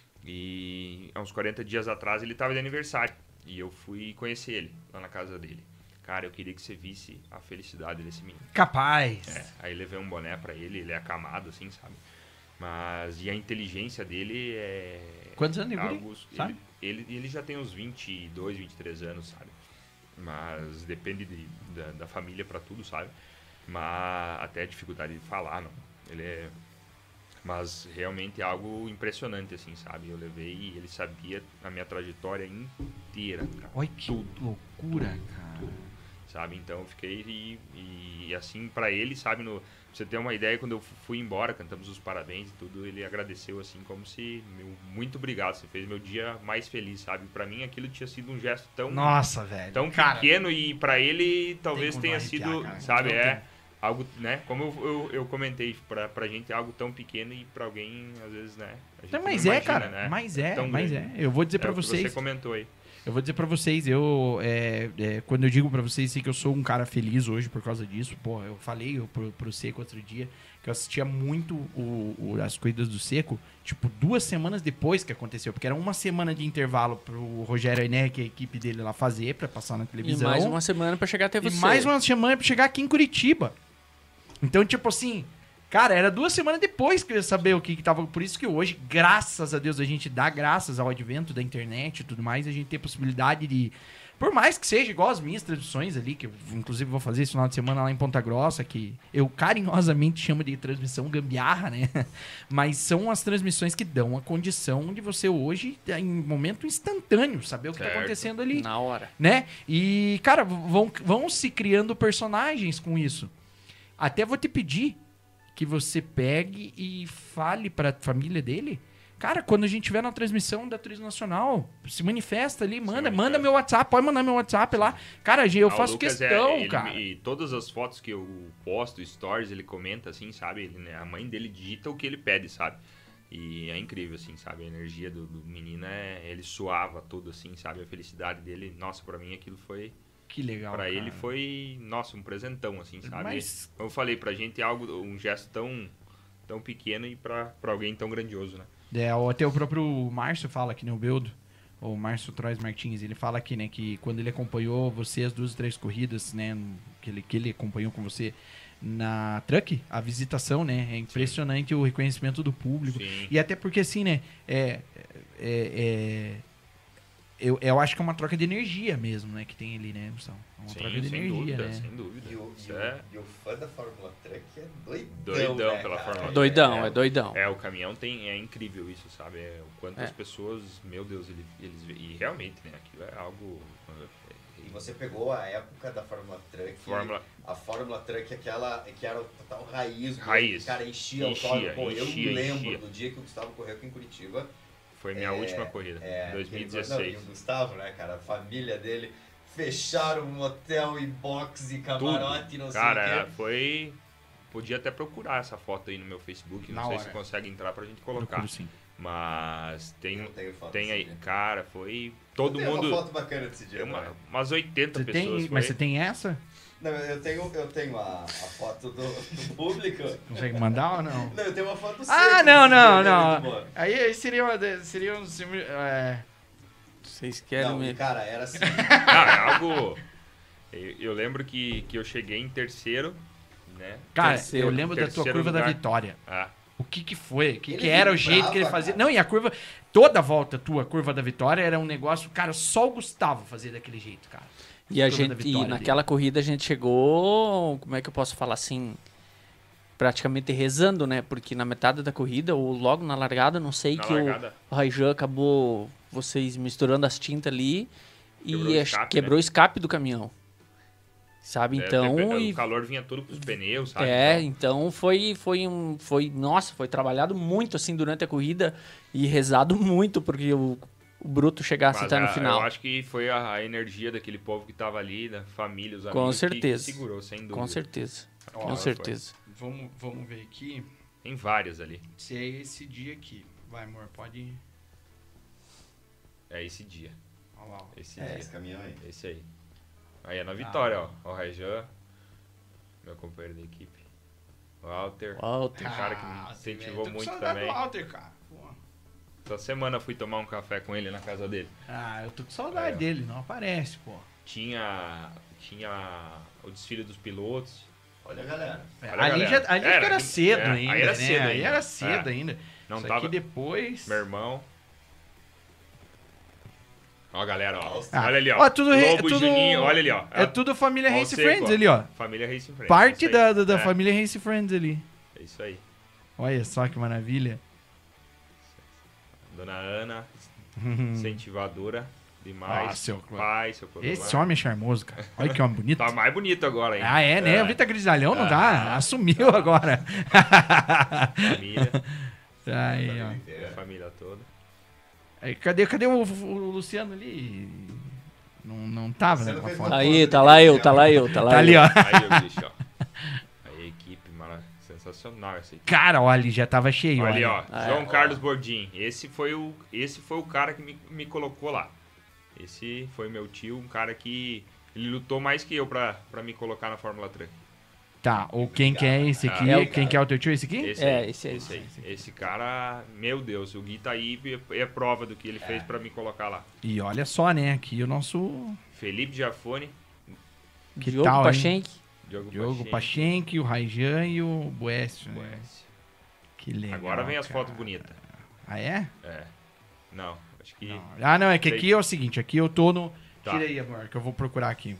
E há uns quarenta dias atrás ele estava de aniversário. E eu fui conhecer ele lá na casa dele. Cara, eu queria que você visse a felicidade desse menino. Capaz. É, aí levei um boné pra ele, ele é acamado, assim, sabe? Mas, e a inteligência dele é... Quantos anos, guri? algo, Sabe? Ele, ele, ele já tem uns vinte e dois, vinte e três anos, sabe? Mas depende de, da, da família pra tudo, sabe? Mas até a dificuldade de falar, não. Ele é... Mas realmente é algo impressionante, assim, sabe? Eu levei e ele sabia a minha trajetória inteira, cara. Olha que loucura, cara. Sabe? Então eu fiquei e, e assim pra ele, sabe, no, pra você ter uma ideia, quando eu fui embora, cantamos os parabéns e tudo, ele agradeceu assim como se, meu, muito obrigado, você fez meu dia mais feliz, sabe? Pra mim aquilo tinha sido um gesto tão Nossa, velho. tão Cara, pequeno e pra ele talvez como tenha não arrepiar, sido, cara. sabe, Não é tem. algo, né? Como eu, eu, eu comentei, pra, pra gente é algo tão pequeno e pra alguém às vezes, né? A gente Não, não mas é, imagina, cara. né? Mas é, tão mas grande. é. Eu vou dizer É pra o que vocês. você comentou aí. Eu vou dizer pra vocês, eu. é, é, quando eu digo pra vocês assim, que eu sou um cara feliz hoje por causa disso, pô, eu falei eu, pro, pro Seco outro dia que eu assistia muito o, o- as corridas do Seco, tipo, duas semanas depois que aconteceu, porque era uma semana de intervalo pro Rogério Ainé, que é a equipe dele lá fazer, pra passar na E televisão. mais uma semana pra chegar até E você. mais uma semana pra chegar aqui em Curitiba. Então, tipo assim, cara, era duas semanas depois que eu ia saber o que, que tava. Por isso que hoje, graças a Deus, a gente dá graças ao advento da internet e tudo mais, a gente tem a possibilidade de. Por mais que seja igual as minhas transmissões ali, que eu inclusive vou fazer esse final de semana lá em Ponta Grossa, que eu carinhosamente chamo de transmissão gambiarra, né? Mas são as transmissões que dão a condição de você hoje, em momento instantâneo, saber o que tá Certo. acontecendo ali Na hora. né? E, cara, vão, vão se criando personagens com isso. Até vou te pedir que você pegue e fale pra família dele. Cara, quando a gente estiver na transmissão da Turismo Nacional, se manifesta ali, manda, manifesta. manda meu WhatsApp, pode mandar meu WhatsApp lá. Cara, eu Ah, o faço Lucas é- questão, ele- cara. E todas as fotos que eu posto, stories, ele comenta assim, sabe? Ele, né, a mãe dele digita o que ele pede, sabe? E é incrível, assim, sabe? A energia do, do menino, é, ele suava tudo, assim, sabe? A felicidade dele, nossa, pra mim aquilo foi... Que legal, Pra cara. ele foi, nossa, um presentão, assim, sabe? Mas- Como eu falei, pra gente é algo, um gesto tão, tão pequeno e pra, pra alguém tão grandioso, né? É, até o próprio Márcio fala aqui, né, o Beldo, o Márcio Trois Martins, ele fala aqui, né, que quando ele acompanhou você as duas, três corridas, né, que ele, que ele acompanhou com você na Truck, a visitação, né, é impressionante o reconhecimento do público. Sim. E até porque, assim, né, é, é, é, eu, eu acho que é uma troca de energia mesmo, né? Que tem ali, né, Gustavo? É uma Sim, troca de sem energia, dúvida, né? sem dúvida. E o, Isso e, o, é, e o fã da Fórmula Truck é doidão, Doidão né, pela cara? Fórmula Truck. Doidão, é doidão. é, o caminhão tem, é incrível isso, sabe? É, o quanto É. as pessoas, meu Deus, ele, eles, e realmente, né, aquilo é algo... E você pegou a época da Fórmula Truck. Fórmula- A Fórmula Truck, aquela que era o total raiz. mesmo, Raiz. que O cara enchia, Enchia, o autódromo. Pô, enchia, eu lembro enchia. do dia que o Gustavo correu aqui em Curitiba. Foi minha É, última corrida, É, dois mil e aquele- Não, dezesseis. e o Gustavo, né, cara? A família dele fecharam um hotel e box e camarote, não sei Cara, o quê. foi... Podia até procurar essa foto aí no meu Facebook, não Na sei hora. se consegue entrar pra gente colocar. Procuro sim. Mas tem, Eu tenho foto tem desse aí, dia. cara, foi... Todo Tem mundo... uma foto bacana desse dia, Tem uma- né? umas oitenta Você pessoas. tem, foi. mas você tem essa? Não, eu tenho, eu tenho a, a foto do, do público. Consegue mandar ou não? Não, eu tenho uma foto Ah, seca não, desse não, dia, não. muito boa. Aí, aí seria uma. de- Seria um. simi- É, Vocês querem Não, me... cara, era assim. Ah, é algo... Eu, eu lembro que, que eu cheguei em terceiro, né? cara, Terceiro. eu lembro da tua Terceiro curva da lugar. vitória. Ah, O que que foi? O que, Ele que era o vibrava, jeito que ele fazia? cara. Não, e a curva. Toda a volta tua, a curva da vitória, era um negócio. Cara, só o Gustavo fazia daquele jeito, cara. E a Curva da gente, e vitória naquela corrida a gente chegou, como é que eu posso falar assim, praticamente rezando, né? Porque na metade da corrida, ou logo na largada, não sei, Na que largada. o Raijan acabou vocês misturando as tintas ali Quebrou e o acho- escape, quebrou o escape do caminhão. Sabe? Deve Então, ter- e- o calor vinha tudo pros pneus, sabe? é, Então, então foi, foi um. Foi, nossa, foi trabalhado muito assim durante a corrida e rezado muito porque o, o Bruto chegasse mas até no a- final. Eu acho que foi a, a energia daquele povo que tava ali, da família, os Com amigos, que- certeza. Que, segurou, sem dúvida. Com certeza. Ó, Com foi. certeza. Vamos, vamos ver aqui Tem várias ali. se é esse dia aqui. Vai, amor, pode ir. É esse dia. Olha lá, ó. Esse É, dia. esse caminhão aí. Esse aí. Aí é na vitória, Ah. ó. O Raijan, meu companheiro da equipe. O Walter. Walter. Um cara que me Ah, incentivou velho, tô com muito saudade também. do Walter, cara. Pô. Essa semana eu fui tomar um café com ele na casa dele. Ah, eu tô com saudade Aí, ó. dele, não aparece, pô. Tinha, tinha o desfile dos pilotos. Olha, galera. É, Olha, ali galera. já, ali Era, já era aqui- cedo é, aí ainda, era né? cedo Aí ainda. era cedo É. ainda. Não Isso tava- aqui depois... Meu irmão. Ó, galera, ó. Ah, Olha ali, ó. ó, tudo re- Lobo, tudo- Juninho, olha ali, ó. É tudo família Ó, o Race seco, Friends ó. ali, ó. Família Race Friends. Parte isso aí. da, da, da É, família Race Friends ali. É isso aí. Olha só que maravilha. Dona Ana, incentivadora demais. Ah, seu Clô- Pai, seu Clodovar. Esse homem é charmoso, cara. Olha que homem bonito. Tá mais bonito agora, hein? Ah, é, né? O Vitor Grisalhão não Ah. dá. Assumiu agora. Família, Aí, ó. a família toda. Aí, cadê, cadê o, o Luciano ali? Não, não tava, né? Luciano com a fez foto. uma- Aí, tá lá eu, tá lá eu, tá lá Tá ali, eu. ó. Aí, o bicho, ó. Aí a equipe, mara... sensacional essa equipe. Cara, olha, já tava cheio. Olha ali, olha. ó. Ah, João é. Carlos Bordim. Esse foi o, esse foi o cara que me, me colocou lá. Esse foi meu tio, um cara que ele lutou mais que eu pra, pra me colocar na Fórmula Truck. Tá, ou quem que é esse aqui? Ah, é o quem que é o teu tio? Esse aqui? Esse É, aí, esse aí. Esse, aí. Esse cara, meu Deus, o Gui tá aí e é prova do que ele fez pra me colocar lá. E olha só, né? Aqui o nosso Felipe Giafone, Que Diogo tal, hein? Pachenk. Diogo, Diogo Pachenk, Pachenk, o Raijan e o Boécio. né? Boécio. Que legal. Agora vem as cara. fotos bonitas. Ah, é? É. Não, acho que. Não. Ah, não, é que Sei. aqui é o seguinte, aqui eu tô no... Tá. Tira aí, amor, que eu vou procurar aqui.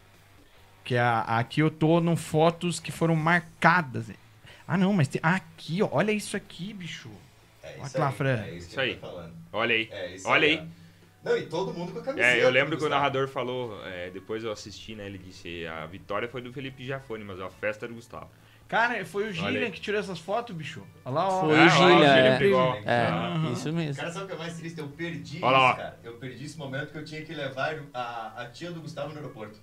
Que a, aqui eu tô no fotos que foram marcadas. Ah, não, mas tem... Aqui, ó, olha isso aqui, bicho. É Olha isso lá, aí. Fran. É isso que Isso eu aí. tô falando. Olha aí. É isso Olha aí. aí. ó. Não, e todo mundo com a camiseta. É, eu lembro que o Gustavo. narrador falou, é, depois eu assisti, né? Ele disse: a vitória foi do Felipe Giafone, mas a festa é do Gustavo. Cara, foi o Olha Gillian aí. que tirou essas fotos, bicho. Olha lá, ó. Foi É, o olha Gillian, lá, o Gillian é. pegou. É, Aham. isso mesmo. Cara, sabe o que é mais triste? Eu perdi Olha lá, isso, cara. Eu perdi esse momento que eu tinha que levar a, a tia do Gustavo no aeroporto.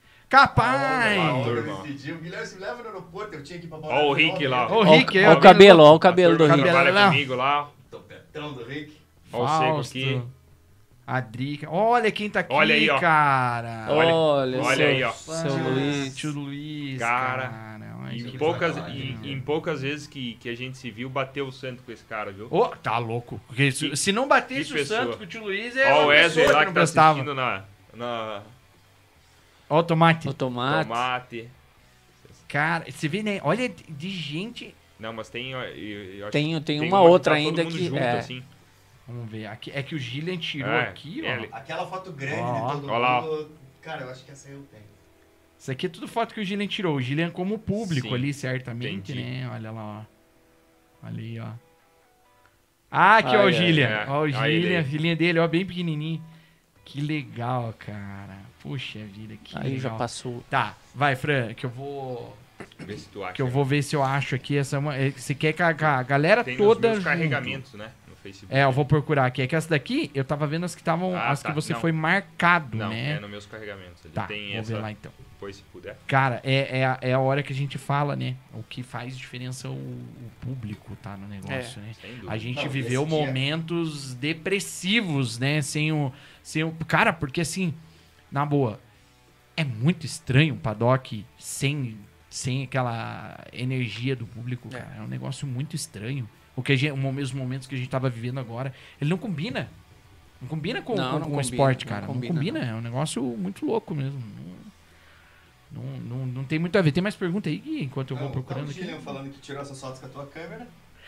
Capaz! A onda, turma. a onda decidiu. O Guilherme se me leva no aeroporto, eu tinha que ir pra Ó o Rick lá. Ó, o Ó, Rick, ó é o cabelo, ó o cabelo do A turma Rick. que trabalha Cabelo, não. comigo lá. Topetão do Rick. Ó o seco Fausto, aqui. a Drica. Olha quem tá aqui, Olha aí, ó. cara. Olha- Olha, olha seu, aí, ó. seu Ah, Luiz. Tio Luiz, Cara, cara. Olha Em que poucas, sacanagem. em, em poucas vezes que, que a gente se viu, bateu o santo com esse cara, viu? Ô, tá louco. Porque se, Que- se não batesse que o pessoa. Santos com o tio Luiz, é Ó o uma Wesley pessoa lá que que não tá prestava. assistindo na, na Ó o tomate. O tomate. tomate. Cara, você vê, né? Olha de gente... Não, mas tem... ó, eu- eu acho Tem, que tem tem uma que outra tá todo ainda mundo que. junto, É, assim. Vamos ver. Aqui, é que o Gillian tirou É, aqui, é ó. ali. Aquela foto grande Ó, de todo ó lá, mundo. Cara, eu acho que essa eu tenho. Isso aqui é tudo foto que o Gillian tirou. O Gillian como público Sim, ali, certamente, entendi. né? Olha lá, ó. Olha aí, ó. Ah, aqui, ó, o Ai, ai, Gillian. é. Ó, o Olha ele Gillian, aí. a filhinha dele, ó, bem pequenininho. Que legal, cara. Puxa vida, que Aí legal. já passou. Tá, vai, Fran, que eu vou... Vê se tu acha. Que eu vou ver se eu acho aqui essa... é uma- é, Você quer que a, a galera Tem toda nos meus junto. carregamentos, né? No Facebook. É, eu vou procurar aqui. É que essa daqui, eu tava vendo as que estavam... Ah, as que tá. você Não. foi marcado, Não, né? é nos meus carregamentos. Ele Tá, tem vou essa. ver lá então. Depois, se puder. Cara, é, é, a, é a hora que a gente fala, né? O que faz diferença o, o público, tá? No negócio, né? Sem dúvida. A gente Não, viveu esse dia- momentos depressivos, né? Sem o, sem o... Cara, porque assim, na boa, é muito estranho o paddock sem, sem aquela energia do público, cara. É um negócio muito estranho. O que a gente, os mesmos momentos que a gente tava vivendo agora, ele não combina. Não combina com, Não, com, não com o combina, esporte, não cara. Não combina, combina. É um negócio muito louco mesmo. Não, não, não, não tem muito a ver. Tem mais pergunta aí, Gui, enquanto eu vou Não, procurando tá o aqui? Gillian falando que tirou essas fotos com a tua câmera.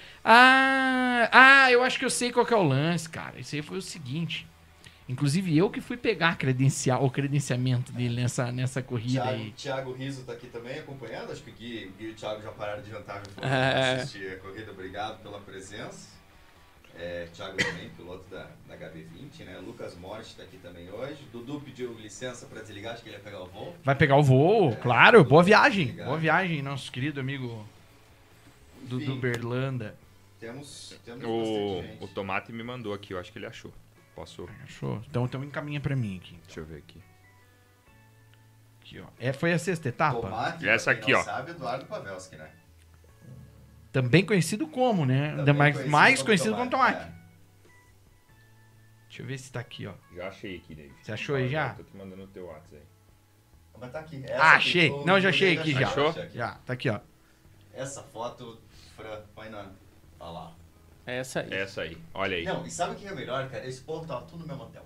Ah, ah, eu acho que eu sei qual que é o lance, cara. Isso aí foi o seguinte. Inclusive, eu que fui pegar a credencial, o credenciamento dele nessa, nessa corrida Thiago, aí. Thiago Riso tá aqui também acompanhando. Acho que o Gui, o Gui e o Thiago já pararam de jantar e foram É. assistir a corrida. Obrigado pela presença. É, Thiago também, piloto da, da H B vinte, né? Lucas Morte tá aqui também hoje. Dudu pediu licença pra desligar, acho que ele ia pegar o voo. Vai pegar o voo, É, claro. Boa tudo viagem. ligado. Boa viagem, nosso querido amigo Dudu Enfim, Berlanda. Temos, temos O, bastante gente. o Tomate me mandou aqui, eu acho que ele achou. Posso. Achou? Então, então encaminha pra mim aqui. Deixa eu ver aqui. Aqui, ó. É, foi a sexta etapa? Tomate, Essa pra quem aqui, não ó. sabe, Eduardo Pavelski, né? Também conhecido como, né? Também mais conhecido mais como conhecido como Tomate, Tomate. Deixa eu ver se tá aqui, ó. Já achei aqui, David. Você achou aí já? Tô te mandando o teu WhatsApp aí. É. Mas tá aqui. Ah, Essa aqui, achei. o- Não, já o achei David aqui já. achou? Achou? Já, tá aqui, ó. Essa foto, Fran, põe na... Olha lá. Essa aí. Essa aí, olha aí. Não, e sabe o que é melhor, cara? Esse povo tava tudo no mesmo hotel.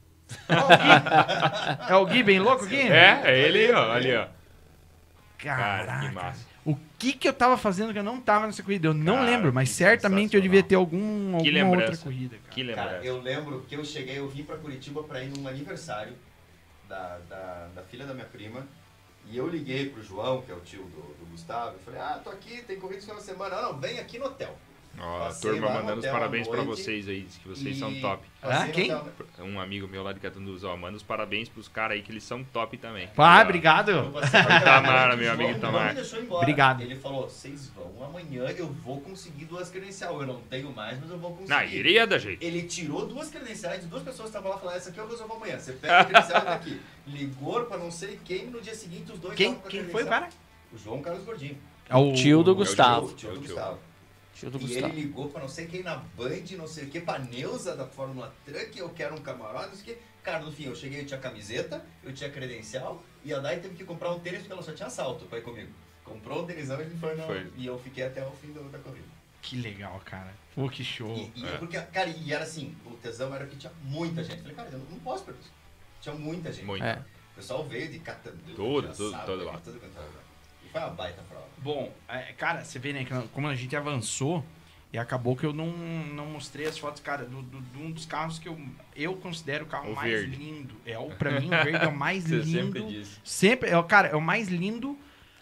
É o Gui bem louco, Gui? É, é ele, ó. Ali, ó. Cara, Caraca. que massa. O que que eu tava fazendo que eu não tava nessa corrida? Eu não Cara, lembro, mas que certamente eu sensacional. devia ter algum, Que alguma outra lembrança. corrida, cara. Que Cara, lembrança. eu lembro que eu cheguei, eu vim pra Curitiba pra ir num aniversário da, da, da filha da minha prima. E eu liguei pro João, que é o tio do, do Gustavo, e falei, ah, tô aqui, tem corrida esse final de semana. Não, não, vem aqui no hotel. Ó, a Passei turma lá no mandando os hotel à parabéns pra noite vocês aí, diz que vocês e são top. passei Ah, no quem? hotel. Um amigo meu lá de Catanduz, ó, manda os parabéns pros caras aí que eles são top também. Ah, Ó, obrigado. Eu passei no hotel, Tamara, o meu João amigo não Tamara. me deixou embora. Obrigado. Ele falou, vocês vão amanhã, eu vou conseguir duas credenciais. Eu não tenho mais, mas eu vou conseguir. Não, iria dar jeito. Ele tirou duas credenciais, duas pessoas estavam lá e falaram, essa aqui eu resolvo amanhã. Você pega a credencial e tá aqui. Ligou pra não sei quem, no dia seguinte os dois Quem, estavam com a quem foi o credencial. cara? O João Carlos Gordinho. É o Tio do o Gustavo. O tio É o do tio. Gustavo. Tio do E Gustavo. ele ligou pra não sei quem na Band, não sei o que, pra Neuza da Fórmula Truck, eu quero um camarote, não sei o que. Cara, no fim, eu cheguei, eu tinha camiseta, eu tinha credencial, e a Dai teve que comprar um tênis porque ela só tinha salto pra ir comigo. Comprou um tênisão e ele foi, não, Foi. e eu fiquei até o fim do- da corrida. Que legal, cara. Pô, que show. E, e é. porque, cara, e era assim, o tesão era que tinha muita gente. Eu falei, cara, eu não, não posso perder isso. Tinha muita gente. Muito. É. O pessoal veio de Catanduva, Tudo, de tudo, Açaba, todo de lá. tudo quanto era lugar. E foi uma baita prova. Bom, é, cara, você vê, né, que como a gente avançou e acabou que eu não, não mostrei as fotos, cara, do, do- de um dos carros que eu, eu considero o carro O mais verde. lindo. É, o, pra mim, o verde é o mais Você lindo. sempre diz. Sempre, é, o- cara, é o mais lindo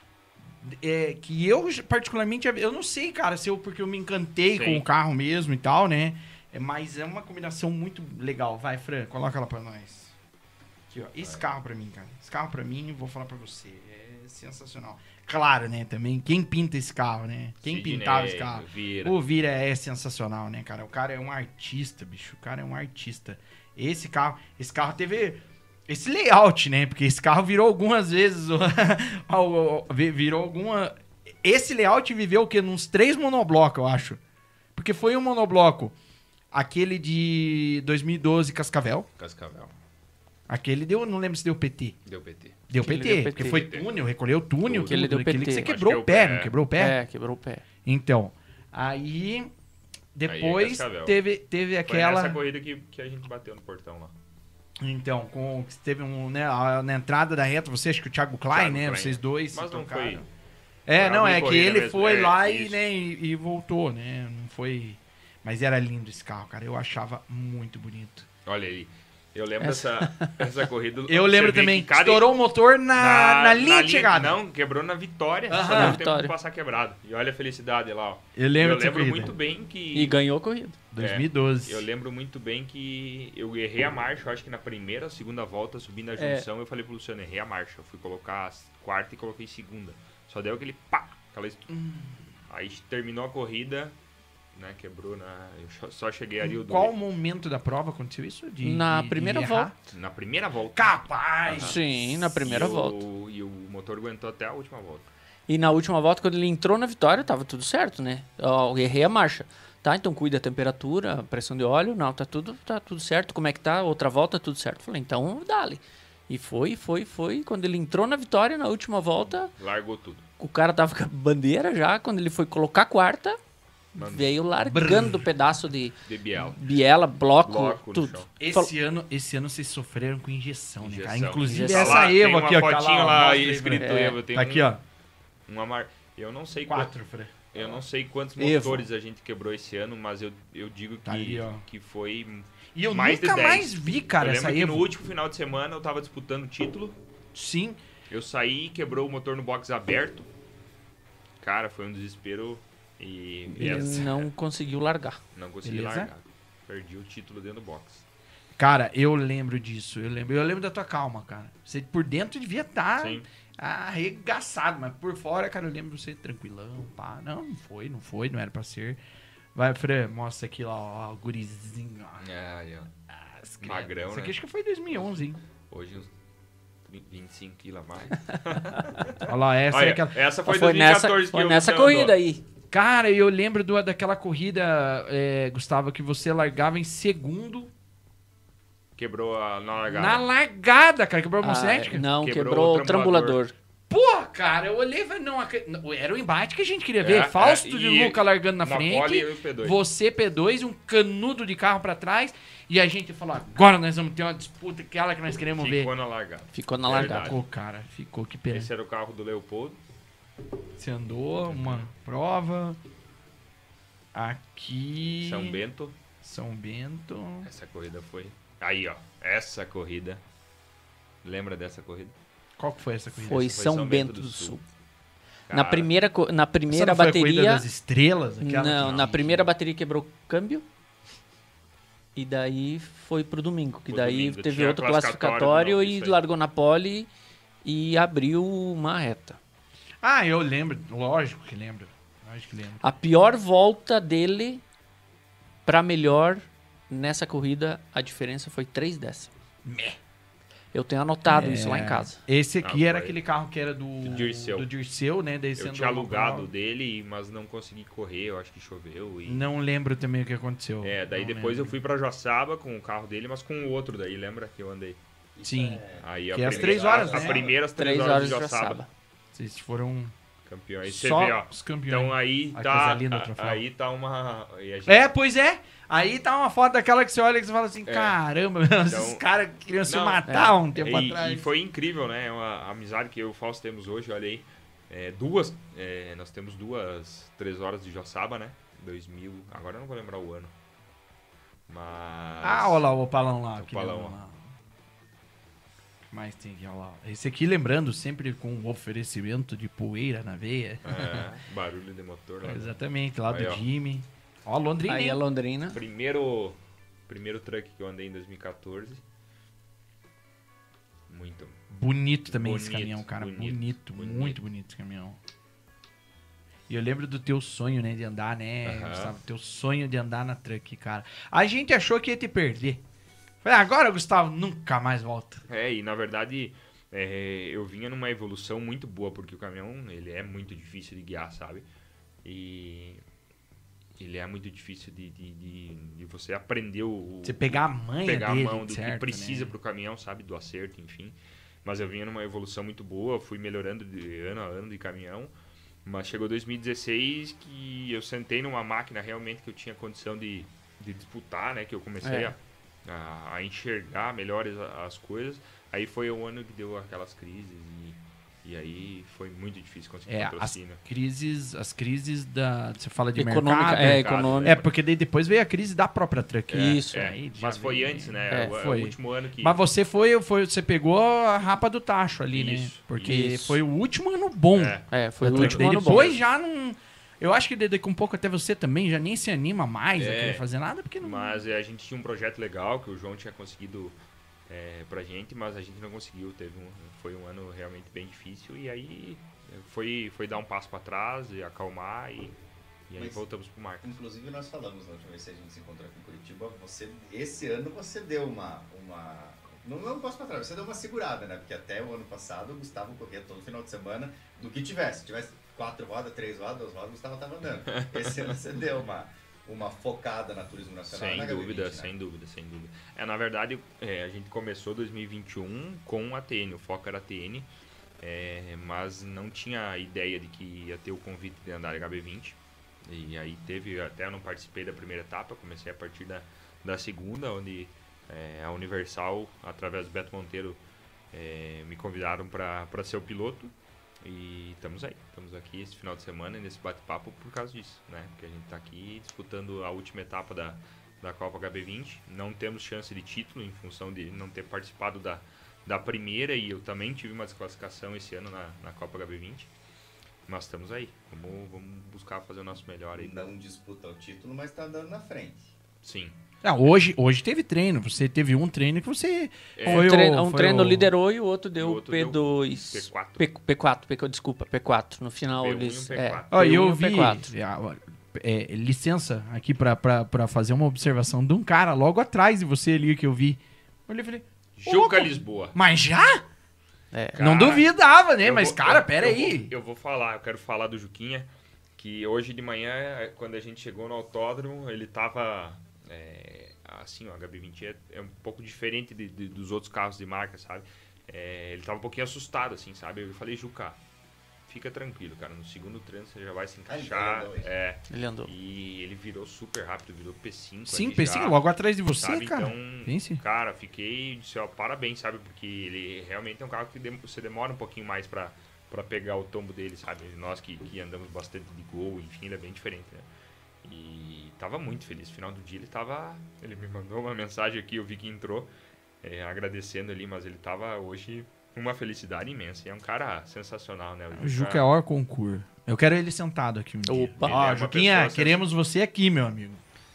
é, que eu, particularmente, eu não sei, cara, se eu, porque eu me encantei Sim. com o carro mesmo e tal, né? É, mas é uma combinação muito legal. Vai, Fran, coloca ela pra nós. Aqui, ó. Esse carro pra mim, cara. Esse carro pra mim, vou falar pra você, é sensacional. Claro, né, também, quem pinta esse carro, né? Quem Sidney, pintava esse carro? Vira. O Vira é sensacional, né, cara? O cara é um artista, bicho. O cara é um artista. Esse carro, esse carro teve esse layout, né? Porque esse carro virou algumas vezes, o- o- o- virou alguma. Esse layout viveu o quê? Nos três monoblocos, eu acho. Porque foi um monobloco, aquele de dois mil e doze Cascavel. Cascavel. Aquele deu, não lembro se deu P T. Deu P T. Deu Aquele P T, deu porque P T. foi túnel, recolheu túnel. Aquele tudo, deu aquele P T. que você Acho quebrou que é o o pé, pé. não quebrou o pé? É, quebrou o pé. Então, aí depois Cascavel. teve, teve Foi aquela. nessa corrida que, que a gente bateu no portão lá. Então, com teve um, né, a- na entrada da reta, você acha que o Thiago Klein, Thiago né, Klein. vocês dois Mas se não tocaram. foi- É, foi não, uma é que corrida ele mesmo, foi é, lá e, isso. né, e, e voltou, né? Não foi. Mas era lindo esse carro, cara. Eu achava muito bonito. Olha aí. Eu lembro essa, essa corrida. Eu você lembro vê também. que cada- Estourou o motor na, na, linha de chegada. Não, quebrou na vitória. Aham. Só Na deu tempo vitória. de passar quebrado. E olha a felicidade lá, ó. Eu lembro Eu dessa lembro corrida. muito bem que... E ganhou a corrida. dois mil e doze. Eu lembro muito bem que eu errei a marcha, eu acho que na primeira ou segunda volta, subindo a junção, eu falei pro Luciano, errei a marcha. Eu fui colocar a quarta e coloquei segunda. Só deu aquele pá, aquela est... Hum. Aí terminou a corrida, né, quebrou na... Eu só- só cheguei ali o Em qual momento da prova aconteceu isso? De, Na de- de primeira errar? volta. Na primeira volta. Capaz! Sim, na primeira e o- volta. E o motor aguentou até a última volta. E na última volta, quando ele entrou na vitória, tava tudo certo, né? Ó, eu errei a marcha. Tá, então cuida a temperatura, a pressão de óleo, não, tá tudo, tá tudo certo. Como é que tá? Outra volta, tudo certo. Falei, então dá-lhe. E foi, foi, foi. Quando ele entrou na vitória, na última volta, Largou tudo. o cara tava com a bandeira já. Quando ele foi colocar a quarta, Mano, veio largando o pedaço de de Biel. biela, bloco, Bloco no tudo. chão. Esse ano, esse ano vocês sofreram com injeção, né, cara? Injeção. Inclusive Injeção. essa Tá lá, Evo tem aqui, uma ó. fotinho lá, lá mostra aí, escrito Fran. Evo. Tem Tá um- aqui, ó. Uma mar... Eu não sei Quatro, Fran. quantos, eu não sei quantos Evo. motores a gente quebrou esse ano, mas eu, eu digo que, Tá ali, ó. que foi E eu mais nunca de dez. mais vi, cara, eu essa lembro que Evo. no último final de semana eu tava disputando o título, Sim. eu saí, quebrou o motor no box aberto. Cara, foi um desespero e Ele essa- não conseguiu largar. não consegui Beleza? largar. Perdi o título dentro do box. Cara, eu lembro disso. Eu lembro, eu lembro da tua calma, cara. Você por dentro devia estar Sim. arregaçado, mas por fora, cara, eu lembro você tranquilão, pá. Não, não foi, não foi, não era pra ser. Vai, Fran, mostra aqui, ó, ó, o gurizinho, ó. É, aí, ó. As Magrão, crianças. Isso aqui né? acho que foi dois mil e onze, hein? Hoje uns vinte e cinco quilos a mais. Olha lá, essa é Olha, aquela... essa foi, Foi nessa, dois mil e quatorze foi que eu nessa você andou. corrida aí. Cara, eu lembro do, daquela corrida, é, Gustavo, que você largava em segundo Quebrou a na largada. na largada, cara. Quebrou a mão Ah, cinética? não, Quebrou quebrou, o o trambulador. Porra, cara, eu olhei e falei, não, acre- não, era o embate que a gente queria ver. É, Fausto é, de e- Luca largando na, na frente, pole, eu e o P dois. você P dois, um canudo de carro pra trás, e a gente falou, agora nós vamos ter uma disputa, aquela que nós queremos Ficou ver. na largada. Ficou na Verdade. largada. Ficou, cara, ficou, que pena. Esse era o carro do Leopoldo. Você andou, uma prova, aqui... São Bento. São Bento... Essa corrida foi. Aí, ó. Essa corrida. Lembra dessa corrida? Qual que foi essa corrida? Foi Essa São, Bento do Sul. Na Cara, primeira, co- na Essa primeira não foi a corrida bateria. das estrelas? Aquela Não, que- na primeira bateria quebrou câmbio. E daí foi pro domingo. Que Pro daí domingo. teve Tinha outro classificatório classificatório do e Isso aí. largou na pole e abriu uma reta. Ah, eu lembro, lógico que lembro. Lógico que lembro. A pior volta dele pra melhor nessa corrida, a diferença foi três décimos. Eu tenho anotado isso lá em casa. Esse aqui Ah, era foi. aquele carro que era do, Do Dirceu. do Dirceu, né? Daí você Eu andou tinha no alugado carro. dele, mas não consegui correr. Eu acho que choveu. E... Não lembro também o que aconteceu. É, daí Não depois lembro. eu fui pra Joaçaba com o carro dele, mas com o outro daí, lembra que eu andei? Sim, Aí a Que é às primeira- três horas, a, a né? primeira às três, Três horas de de Joaçaba. Joaçaba. vocês foram Campeões. Você só vê, ó. os campeões. Então aí A tá. Casalina, o a- troféu. Aí tá uma. e a gente- É, pois é. Aí tá uma foto daquela que você olha e você fala assim, É. caramba, esses Então- caras queriam se Não, matar um tempo E, atrás. e foi incrível, né? É uma amizade que eu e o Fausto temos hoje, olha aí. É, duas. é, nós temos duas, três horas de Joaçaba, né? dois mil. Agora eu não vou lembrar o ano. Mas. Ah, olha lá o opalão lá. O aquele opalão, lá. O que mais tem aqui, olha lá. Esse aqui, lembrando, sempre com um oferecimento de poeira na veia. É, barulho de motor lá. Exatamente, lá Aí, do ó. Jimmy. Ó, Londrina. Aí hein? a Londrina. Primeiro. Primeiro truck que eu andei em dois mil e quatorze. Muito. Bonito também esse Bonito, caminhão, cara. Bonito, bonito, muito bonito. bonito esse caminhão. E eu lembro do teu sonho, né, de andar, né, Aham. Gustavo? Teu sonho de andar na truck, cara. A gente achou que ia te perder. Falei, agora, Gustavo, nunca mais volta. É, e na verdade é, eu vinha numa evolução muito boa, porque o caminhão ele é muito difícil de guiar, sabe? E ele é muito difícil de, de, de, de você aprender o... Você pegar a manha pegar dele, a mão do certo, que precisa né? pro caminhão, sabe? Do acerto, enfim. Mas eu vinha numa evolução muito boa, fui melhorando de ano a ano de caminhão. Mas chegou dois mil e dezesseis que eu sentei numa máquina realmente que eu tinha condição de, de disputar, né? Que eu comecei É. a, a, a enxergar melhores a- as coisas. Aí foi o ano que deu aquelas crises e, E aí foi muito difícil conseguir É, as patrocínio. crises, as crises da... Você fala de Econômica, mercado. é, mercado, econômica. É, porque daí depois veio a crise da própria Truck. É, Isso. é. Aí já Mas foi veio- antes, né? É, o, é foi. o último ano que... Mas você foi, foi, você pegou a rapa do tacho ali, né? Isso, Porque isso. foi o último ano bom. É. É, foi da o Truck. último Daí ano bom. depois já não... Eu acho que daqui a um pouco até você também já nem se anima mais a É. querer fazer nada, porque não... Mas é, a gente tinha um projeto legal que o João tinha conseguido é, pra gente, mas a gente não conseguiu. Teve um, foi um ano realmente bem difícil e aí foi, foi dar um passo pra trás e acalmar e, e aí Mas- voltamos pro marco. Inclusive nós falamos na última vez que a gente se encontrou aqui em Curitiba, você, esse ano você deu uma... uma não, não posso pra trás, você deu uma segurada, né? Porque até o ano passado o Gustavo corria todo final de semana do que tivesse. Se tivesse quatro rodas, três rodas, duas rodas, o Gustavo tava andando. Esse ano você deu uma, uma focada na Turismo Nacional. Sem na dúvida, H B vinte, né? sem dúvida, sem dúvida. É, na verdade, é, a gente começou dois mil e vinte e um com a T N, o foco era a T N, é, mas não tinha ideia de que ia ter o convite de andar H B vinte. E aí teve, até eu não participei da primeira etapa, comecei a partir da, da segunda, onde é, a Universal, através do Beto Monteiro, é, me convidaram para ser o piloto. E estamos aí, estamos aqui esse final de semana nesse bate-papo por causa disso, né? Porque a gente está aqui disputando a última etapa da, da Copa H B vinte. Não temos chance de título em função de não ter participado da, da primeira e eu também tive uma desclassificação esse ano na, na Copa H B vinte. Mas estamos aí, vamos, vamos buscar fazer o nosso melhor aí. Não disputa o título, mas tá andando na frente. Sim. Ah, hoje, hoje teve treino. Você teve um treino que você... É, foi Um treino, o, um foi treino o- liderou e o outro deu o outro P deu dois. P quatro. P, P4, P, desculpa, P quatro. No final P um e um eles. P É, quatro. Ó, e P um eu e um vi... P quatro. ah, ó, é, licença aqui pra, pra, pra fazer uma observação de um cara logo atrás de você ali que eu vi. Eu olhei e falei... "Ô, louco, Juca Lisboa. Mas já? É. Não Cara, duvidava, né? Eu Mas, vou- cara, eu- pera eu aí. vou- Eu vou falar, eu quero falar do Juquinha, que hoje de manhã, quando a gente chegou no autódromo, ele tava, é, assim, o H B vinte é, é um pouco diferente de- de- dos outros carros de marca, sabe? É, ele tava um pouquinho assustado, assim, sabe? Eu falei, Juca, fica tranquilo, cara, no segundo treino você já vai se Ah, ele encaixar. andou hoje. É, Ele andou. e ele virou super rápido, virou P cinco. Sim, ali P já. cinco, logo atrás de você, Sabe? cara. Então, Pense. cara, fiquei, disse, ó, parabéns, sabe? Porque ele realmente é um carro que dem- você demora um pouquinho mais pra, pra pegar o tombo dele, sabe? Nós que, que andamos bastante de Gol, enfim, ele é bem diferente, né? E tava muito feliz. No final do dia ele tava... Ele me mandou uma mensagem aqui, eu vi que entrou, é, agradecendo ali, mas ele tava hoje uma felicidade imensa. E é um cara sensacional, né? O Juca é hora concurso. Eu quero ele sentado aqui um dia. Opa. Ele é Ó, uma Juquinha, pessoa queremos você aqui, meu amigo.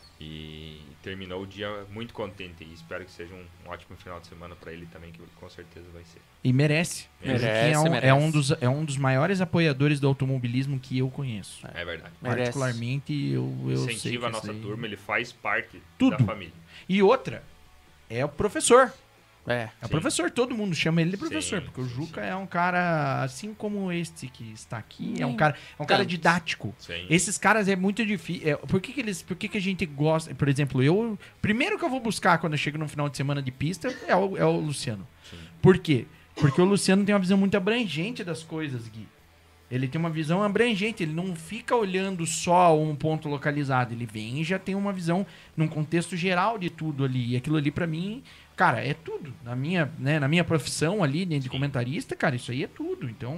E terminou o dia muito contente e espero que seja um, um ótimo final de semana pra ele também, que com certeza vai ser. E merece. O Merece, Juquinha é um, merece. é um dos, é um dos maiores apoiadores do automobilismo que eu conheço. É verdade. Merece. Particularmente, eu, eu sei que Incentiva a isso nossa aí- turma, ele faz parte Tudo. da família. E outra, é o professor. É. É o Sim. professor, todo mundo chama ele de professor, Sim, porque o sim, Juca sim. é um cara, assim como este que está aqui, é um Nem cara, é um cara tanto. didático. Sim. Esses caras é muito difícil. É, por que, que eles, por que, que a gente gosta? Por exemplo, eu primeiro que eu vou buscar quando eu chego no final de semana de pista é o, é o Luciano. Sim. Por quê? Porque o Luciano tem uma visão muito abrangente das coisas, Gui. Ele tem uma visão abrangente, ele não fica olhando só um ponto localizado, ele vem e já tem uma visão num contexto geral de tudo ali. E aquilo ali pra mim, cara, é tudo. Na minha, né, na minha profissão ali, né, de comentarista, cara, isso aí é tudo. Então,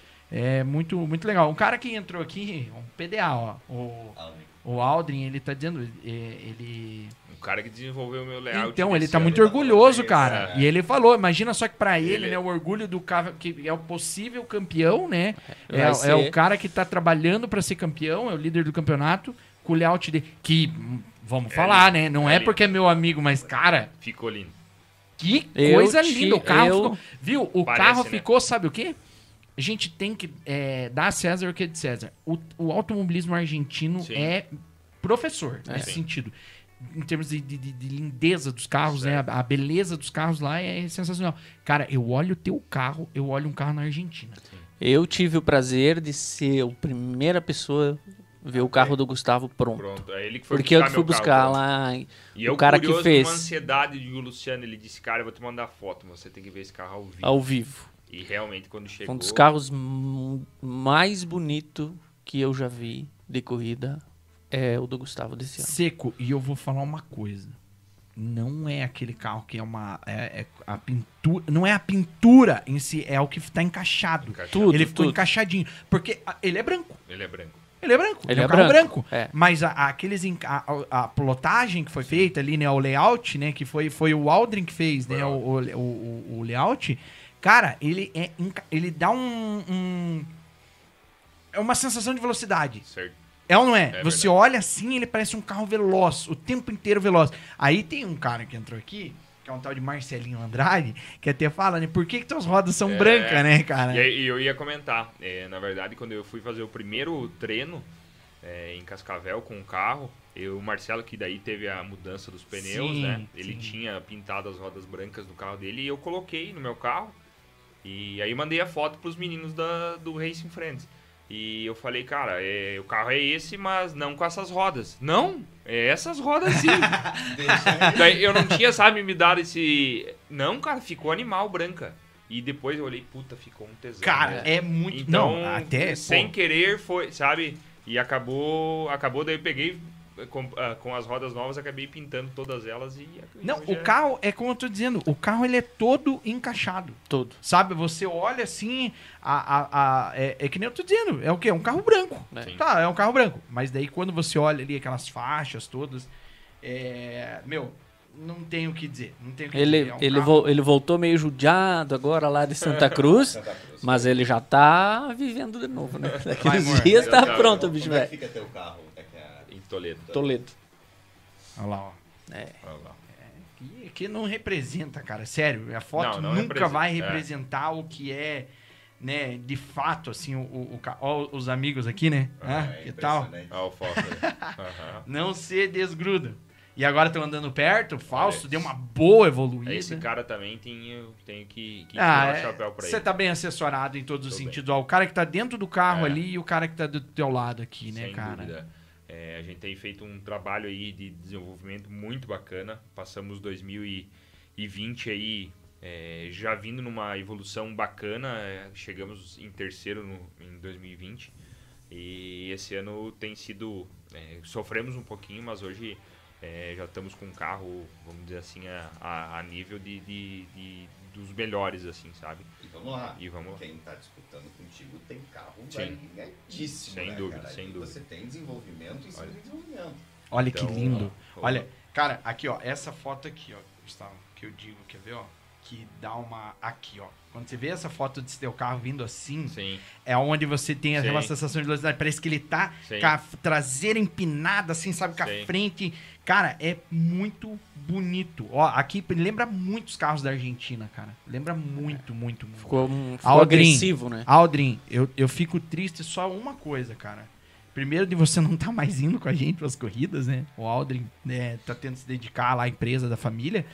é muito, muito legal. Um cara que entrou aqui, um P D A, ó, o, Aldrin. o Aldrin, ele tá dizendo, é, ele... Um cara que desenvolveu o meu layout. Então, ele desse tá ano. muito ele tá orgulhoso, falando cara. isso, é. E ele falou, imagina só que pra ele, Ele- né, o orgulho do cara que é o possível campeão, né? Vai É, ser. é o cara que tá trabalhando pra ser campeão, é o líder do campeonato, com o layout dele. Que, hum, vamos É falar, lindo, né? Não é é lindo. porque é meu amigo, mas, cara, Ficou lindo. que Eu coisa te- linda. O carro eu- ficou. Viu? O Parece, carro né? ficou, sabe o quê? A gente tem que é, dar a César o que é de César. O, o automobilismo argentino Sim. é professor nesse Sim. sentido. Em termos de, de- de- de lindeza dos carros, né? Certo. A, a beleza dos carros lá é sensacional. Cara, eu olho o teu carro, eu olho um carro na Argentina. Eu tive o prazer de ser a primeira pessoa a ver o carro do Gustavo pronto. Pronto. É ele que foi Porque eu buscar que fui meu carro buscar pronto. lá. E o eu, cara que curioso, fez. uma ansiedade de o Luciano, ele disse, cara, eu vou te mandar foto, você tem que ver esse carro ao vivo. Ao vivo. E realmente, quando Foi chegou... um dos carros m- mais bonitos que eu já vi de corrida. É o do Gustavo desse ano. Seco, e eu vou falar uma coisa. não é aquele carro que é uma... É, é a pintura, não é a pintura em si, é o que tá encaixado. Encaixado. Tudo, ele ficou tudo. encaixadinho. Porque a- ele é branco. Ele é branco. Ele é branco. Ele é um é carro branco, branco. é. Mas a, a- aqueles enca- a, a, a plotagem que foi feita ali, né? O layout, né? Que foi, foi o Aldrin que fez, né? O, o, o, o- o layout. Cara, ele é... enca- Ele dá um... um- é uma sensação de velocidade. Certo. É ou não é? É Você verdade. olha assim, ele parece um carro veloz, o tempo inteiro veloz. Aí tem um cara que entrou aqui, que é um tal de Marcelinho Andrade, que até fala, né? Por que que tuas rodas são É, brancas, né, cara? E aí, eu ia comentar, é, na verdade, quando eu fui fazer o primeiro treino é, em Cascavel com o carro, eu, o Marcelo, que daí teve a mudança dos pneus, Sim, né? Ele sim. tinha pintado as rodas brancas do carro dele e eu coloquei no meu carro. E aí mandei a foto pros meninos da, do Racing Friends. E eu falei, cara, é, o carro é esse, mas não com essas rodas. Não, é essas rodas sim. Daí eu não tinha, sabe, me dado esse... Não, cara, ficou animal branca. E depois eu olhei, puta, ficou um tesão. Cara, né? é muito... Então, não, até... sem pô, querer foi, sabe? E acabou, acabou daí eu peguei com, ah, com as rodas novas, acabei pintando todas elas e... Não, hoje o é- carro, é como eu tô dizendo, o carro ele é todo encaixado. Tudo. Sabe, você olha assim, a, a, a- é, é que nem eu tô dizendo, é o quê? É um carro branco. É. Sim. Tá, é um carro branco. Mas daí quando você olha ali aquelas faixas todas, é, meu, não tem o que dizer. Não tem o que Ele, dizer. É um ele, carro- vo- ele voltou meio judiado agora lá de Santa Cruz, Santa Cruz. mas ele já tá vivendo de novo, né? Daqui Vai, uns amor. dias tá Já- pronto, Como bicho, é que velho. fica teu carro? É que é... Em Toledo. Toledo. Olha lá, ó. É. Olha lá. Que, que não representa, cara. Sério, a foto Não, não nunca representa, vai é. representar o que é, né, de fato, assim, o, o, o ca- ó, os amigos aqui, né? Ah, é que tal? impressionante. Olha o Foster. Aham. Não se desgruda. E agora estão andando perto, o Fausto Olha, deu uma boa evoluída. Esse cara também tem, eu tenho que, que Ah, tirar é, o chapéu pra você ele. tá bem assessorado em todos os Tô bem. sentidos. Ó, o cara que tá dentro do carro É. ali e o cara que tá do teu lado aqui, né, Sem cara? dúvida. É, a gente tem feito um trabalho aí de desenvolvimento muito bacana. Passamos dois mil e vinte aí é, já vindo numa evolução bacana. É, chegamos em terceiro no, em dois mil e vinte. E esse ano tem sido... é, sofremos um pouquinho, mas hoje é, já estamos com um carro, vamos dizer assim, a, a, a nível de, de, de- dos melhores, assim, sabe? E vamos lá. E vamos lá. Quem tá disputando contigo tem carro Sim. variadíssimo, Sem né, dúvida, cara? sem E dúvida. Você tem desenvolvimento em cima de desenvolvimento. Olha Então, que lindo. ó, Olha, cara, aqui, ó, essa foto aqui, ó, Gustavo, que eu digo, quer ver, ó? Que dá uma... Aqui, ó. Quando você vê essa foto desse teu carro vindo assim, Sim, é onde você tem aquela Sim. sensação de velocidade. Parece que ele tá Sim. com a traseira empinada, assim, sabe? Com a Sim. frente. Cara, é muito bonito. Ó, aqui lembra muito os carros da Argentina, cara. Lembra muito, muito, muito. Ficou, um, ficou Aldrin. agressivo, né? Aldrin, eu, eu fico triste só uma coisa, cara. Primeiro de você não tá mais indo com a gente pras corridas, né? O Aldrin, né, tá tendo que se dedicar lá à empresa da família.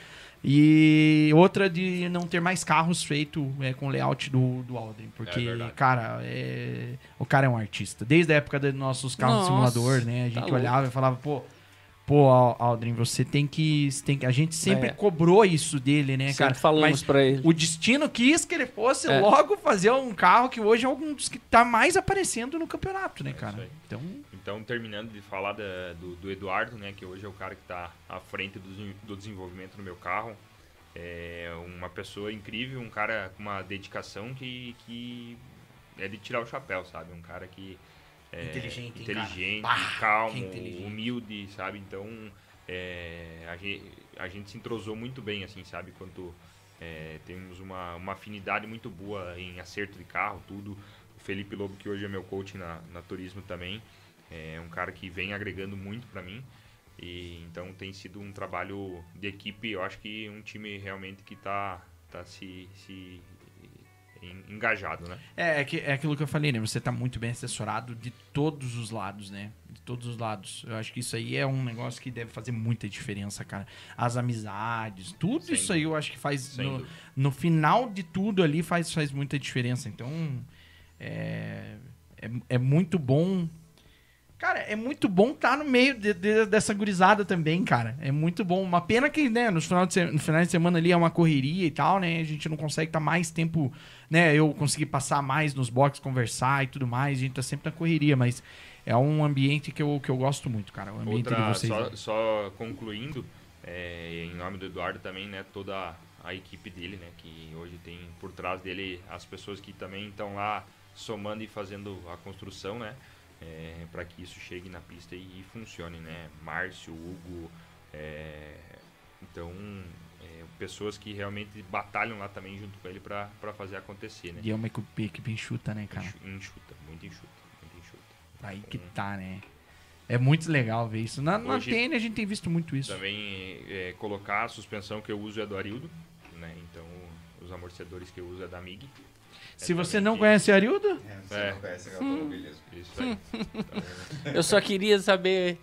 E outra de não ter mais carros feitos é, com layout do, do Aldrin. Porque, É verdade. cara, é... o cara é um artista. Desde a época dos nossos carros de Nossa, simulador, né? A gente tá louco. olhava e falava, pô... Pô, Al- Aldrin, você tem que, você tem que... A gente sempre É. cobrou isso dele, né, cara? Sempre falamos Mas pra ele. o destino quis que ele fosse É. logo fazer um carro que hoje é um dos que tá mais aparecendo no campeonato, né, É isso cara? aí. Então, Então, terminando de falar da- do, do Eduardo, né, que hoje é o cara que está à frente do, desen- do desenvolvimento do meu carro, é uma pessoa incrível, um cara com uma dedicação que, que é de tirar o chapéu, sabe? Um cara que é Inteligente, hein, inteligente, cara? Bah, que calmo, inteligente. humilde, sabe? Então, é, a, gente, a gente se entrosou muito bem, assim, sabe? Quanto é, temos uma, uma afinidade muito boa em acerto de carro, tudo. O Felipe Lobo, que hoje é meu coach na, na Turismo também, é um cara que vem agregando muito para mim. E então tem sido um trabalho de equipe, eu acho que um time realmente que tá, tá se, se en- engajado, né? é, é, que, é aquilo que eu falei, né? Você tá muito bem assessorado de todos os lados, né? De todos os lados. Eu acho que isso aí é um negócio que deve fazer muita diferença, cara. As amizades, tudo Sem isso aí eu acho que faz... Sem No, dúvida. no final de tudo ali faz, faz muita diferença. Então, é, é, é muito bom... Cara, é muito bom estar no meio de- de- dessa gurizada também, cara. É muito bom. Uma pena que, né, nos final de, se- no final de semana ali é uma correria e tal, né? A gente não consegue estar mais tempo, né? Eu consegui passar mais nos boxes, conversar e tudo mais. A gente tá sempre na correria, mas é um ambiente que eu, que eu gosto muito, cara. O ambiente de Outra, vocês. só, só concluindo, É, em nome do Eduardo também, né, toda a, a equipe dele, né, que hoje tem por trás dele as pessoas que também estão lá somando e fazendo a construção, né, é, para que isso chegue na pista e, e funcione, né, Márcio, Hugo, é, então é, pessoas que realmente batalham lá também junto com ele para fazer acontecer, né. E é uma equipe, equipe enxuta, né, cara? Enxuta, muito enxuta, muito enxuta. Aí que tá, né? É muito legal ver isso. Na, na Hoje, T N a gente tem visto muito isso. Também é, colocar a suspensão que eu uso é do Arildo, né? Então os amortecedores que eu uso é da MIG. Se é você não que... conhece o Arildo... É, você É. não conhece o automobilismo. Isso aí. Então, Eu só queria saber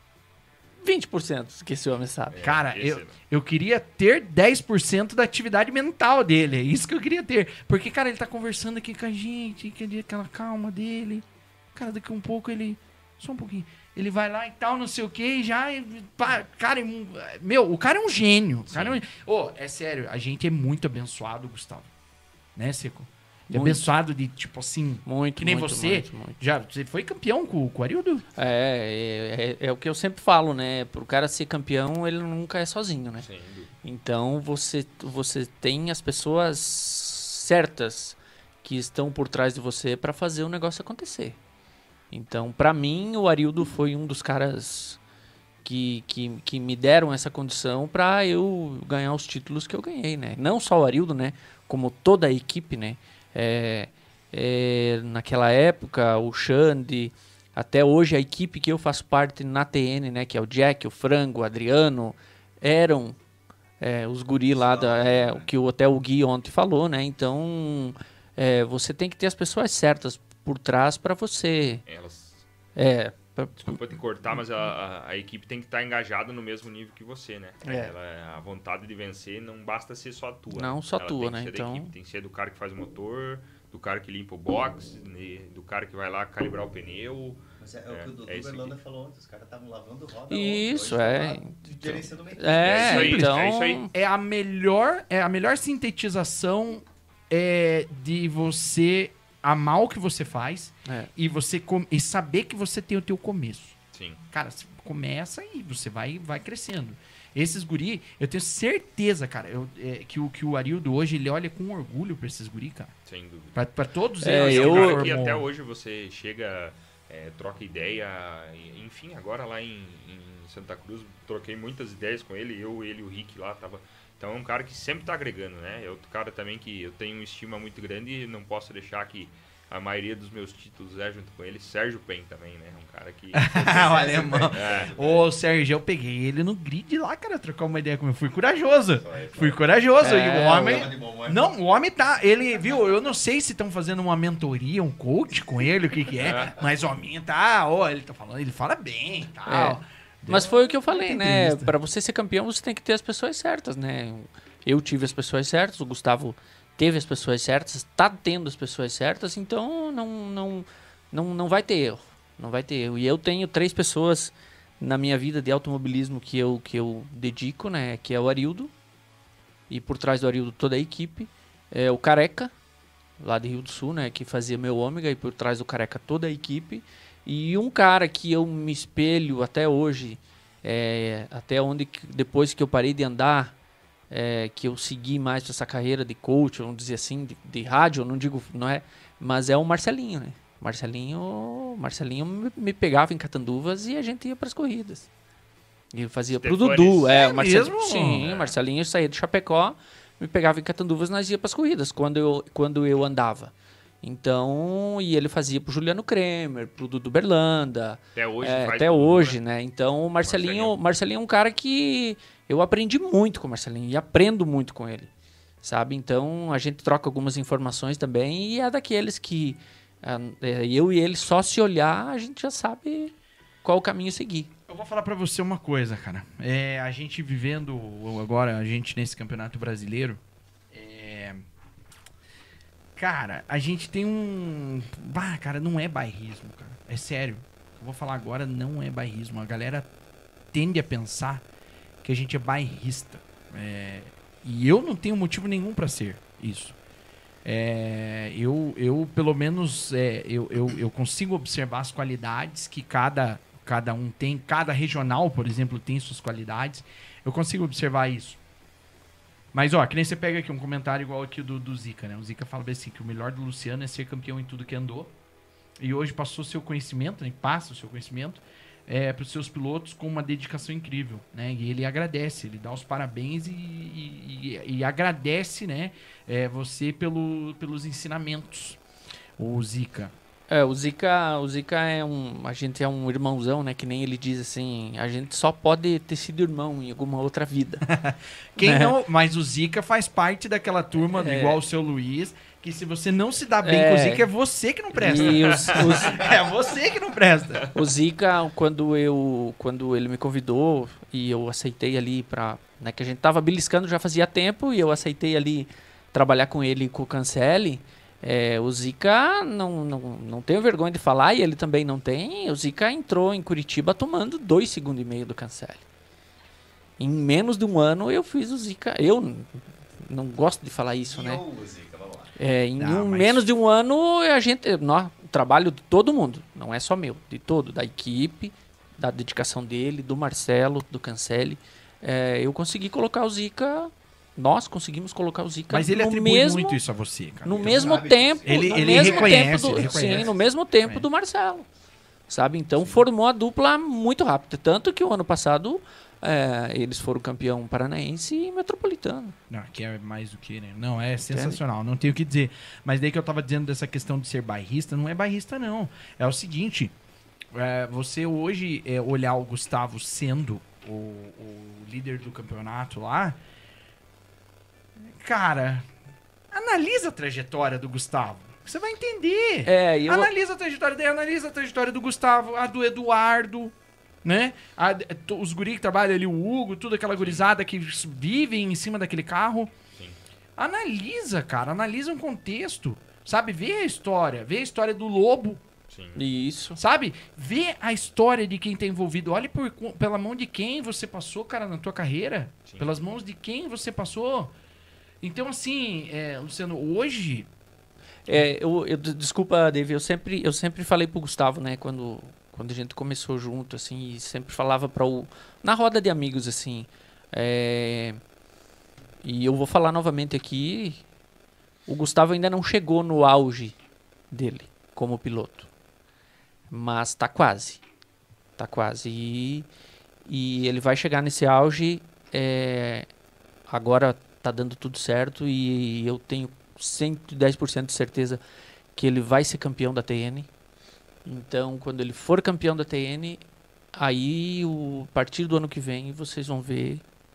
vinte por cento que esse homem sabe. é, Cara, esse eu, não. eu queria ter dez por cento da atividade mental dele. É isso que eu queria ter. Porque, cara, ele tá conversando aqui com a gente, cadê aquela calma dele? Cara, daqui um pouco ele... Só um pouquinho. Ele vai lá e tal, não sei o que, e já... Pá, cara, meu, o cara é um gênio. O cara é, um... oh, é sério, a gente é muito abençoado, Gustavo. Né, Seco? É Muito. abençoado de, tipo assim... Muito, que nem muito, você. muito, muito. Já, você foi campeão com, com o Arildo? É, é, é, é o que eu sempre falo, né? Pro cara ser campeão, ele nunca é sozinho, né? Sem dúvida. Então você, você tem as pessoas certas que estão por trás de você para fazer o negócio acontecer. Então, para mim, o Arildo foi um dos caras que, que, que me deram essa condição para eu ganhar os títulos que eu ganhei, né? Não só o Arildo, né? Como toda a equipe, né? É, é, naquela época, o Xande, até hoje a equipe que eu faço parte na T N, né? Que é o Jack, o Frango, o Adriano, eram é, os guri lá, da, é, o que o, até o Gui ontem falou, né? Então, é, você tem que ter as pessoas certas por trás para você... Elas... É, pra, Desculpa te cortar, mas a, a, a equipe tem que estar engajada no mesmo nível que você, né? É. Ela, a vontade de vencer não basta ser só tua. Não só Ela tua, tem que né? ser da Então- equipe, tem que ser do cara que faz o motor, do cara que limpa o box, né? Do cara que vai lá calibrar o pneu. Mas é, é o É, que o Dudu é isso Berlanda aqui. falou ontem, os caras estavam lavando roda Isso, ontem, hoje é. tá lá gerenciando uma equipe. é, É isso aí, então... é isso aí. É a melhor, é a melhor sintetização é, de você amar o que você faz É. e você com- e saber que você tem o teu começo. Sim. Cara, você começa e você vai, vai crescendo. Esses guri, eu tenho certeza, cara, eu- é, que, o, que o Arildo hoje, ele olha com orgulho pra esses guri, cara. Sem dúvida. Pra, pra todos É, eles. E é eu- um cara que formou. até hoje você chega, é, troca ideia, e- enfim, agora lá em, em Santa Cruz, troquei muitas ideias com ele, eu, ele e o Rick lá, tava... Então é um cara que sempre tá agregando, né? É outro cara também que eu tenho uma estima muito grande e não posso deixar que a maioria dos meus títulos é junto com ele. Sérgio Pen também, né? Um cara que... o alemão. É. Ô, Sérgio, eu peguei ele no grid lá, cara, trocar uma ideia comigo. Fui corajoso. Só é, só Fui é. corajoso. É, e o homem... Chama de bom, é. Não, o homem tá... Ele, viu, eu não sei se estão fazendo uma mentoria, um coach com ele, o que que é. Mas o homem tá... Ó, ele tá falando... Ele fala bem e tal. Mas foi o que eu falei, Muita né? entrevista. Pra você ser campeão, você tem que ter as pessoas certas, né? Eu tive as pessoas certas, o Gustavo teve as pessoas certas, tá tendo as pessoas certas, então não, não, não, não vai ter erro. Não vai ter erro. E eu tenho três pessoas na minha vida de automobilismo que eu, que eu dedico, né? Que é o Arildo, e por trás do Arildo toda a equipe. É o Careca, lá de Rio do Sul, né? Que fazia meu ômega, e por trás do Careca toda a equipe. E um cara que eu me espelho até hoje, é, até onde que- depois que eu parei de andar, é, que eu segui mais essa carreira de coach, vamos dizer assim, de, de rádio, eu não digo, não é, mas é o Marcelinho, né? Marcelinho, Marcelinho me, me pegava em Catanduvas e a gente ia para as corridas. E eu fazia pro Stefanes. Dudu, é, É o Marcelinho, mesmo? sim, É. o Marcelinho saía de Chapecó, me pegava em Catanduvas, nós ia para as corridas quando eu quando eu andava. Então, e ele fazia pro Juliano Kremer, pro Dudu Berlanda, Até hoje é, faz até tudo, hoje, né? né? Então, o Marcelinho, Marcelinho. Marcelinho é um cara que eu aprendi muito com o Marcelinho e aprendo muito com ele, sabe? Então, a gente troca algumas informações também e é daqueles que ah, é, eu e ele só se olhar, a gente já sabe qual o caminho seguir. Eu vou falar pra você uma coisa, cara. É, a gente vivendo agora, a gente nesse campeonato brasileiro, é, cara, a gente tem um... Bah, cara, não é bairrismo, cara. É sério. Eu vou falar agora, não é bairrismo. A galera tende a pensar que a gente é bairrista. É, e eu não tenho motivo nenhum pra ser isso. É, eu, eu, pelo menos, é, eu, eu, eu consigo observar as qualidades que cada, cada um tem, cada regional, por exemplo, tem suas qualidades. Eu consigo observar isso. Mas, ó, que nem você pega aqui um comentário igual aqui do, do Zica, né? O Zica fala bem assim, que o melhor do Luciano é ser campeão em tudo que andou. E hoje passou seu conhecimento, né? Passa o seu conhecimento é, para os seus pilotos com uma dedicação incrível, né? E ele agradece, ele dá os parabéns e, e, e, e agradece, né? É, você pelo, pelos ensinamentos. O Zica. É, o Zica, o Zica é um... A gente é um irmãozão, né? Que nem ele diz assim... A gente só pode ter sido irmão em alguma outra vida. Quem né? não... Mas o Zica faz parte daquela turma, É. igual o seu Luiz, que se você não se dá bem É. com o Zica, é você que não presta. E os, os, É você que não presta. o Zica, quando, eu, quando ele me convidou e eu aceitei ali pra... Né, que a gente tava beliscando já fazia tempo e eu aceitei ali trabalhar com ele e com o Cancelli. É, o Zica, não, não, não tenho vergonha de falar, e ele também não tem. O Zica entrou em Curitiba tomando dois segundos e meio do Cancelli. Em menos de um ano eu fiz o Zica. Eu n- não gosto de falar isso, né? E o Zica, vamos lá. É, em Não, um- mas- menos de um ano a gente. Nós, o trabalho de todo mundo, não é só meu, de todo, da equipe, da dedicação dele, do Marcelo, do Cancelli. É, eu consegui colocar o Zica. Nós conseguimos colocar o Zica Mas ele no atribui mesmo. muito isso a você, cara. No Então, mesmo sabe tempo, disso. Ele- no ele mesmo reconhece, tempo do, ele reconhece. sim, no mesmo tempo É. do Marcelo, sabe? Então formou a dupla muito rápido, tanto que o ano passado é, eles foram campeão paranaense e metropolitano. Não, que é mais do que, né? Não, é sensacional, não tenho o que dizer. Mas daí que eu tava dizendo dessa questão de ser bairrista, não é bairrista, não. É o seguinte, é, você hoje é, olhar o Gustavo sendo o, o líder do campeonato lá, cara, analisa a trajetória do Gustavo. Você vai entender. É, e eu, Analisa a trajetória dele, analisa a trajetória do Gustavo, a do Eduardo, né? A- t- os guri que trabalham ali, o Hugo, tudo aquela gurizada que s- vivem em cima daquele carro. Sim. Analisa, cara, analisa um contexto. Sabe? Vê a história, vê a história do Lobo, Sim. isso. sabe? Vê a história de quem tá envolvido. Olha por, co- pela mão de quem você passou, cara, na tua carreira. Sim. Pelas mãos de quem você passou. Então, assim, é, Luciano, hoje... É, eu, eu- desculpa, Dave, eu sempre, eu sempre falei pro Gustavo, né, quando, quando a gente começou junto, assim, e sempre falava para o na roda de amigos, assim, é, e eu vou falar novamente aqui, o Gustavo ainda não chegou no auge dele como piloto, mas tá quase, tá quase, e, e ele vai chegar nesse auge, é, agora tá dando tudo certo e eu tenho cento e dez por cento de certeza que ele vai ser campeão da T N. Então, quando ele for campeão da T N, aí, o, a partir do ano que vem, vocês vão ver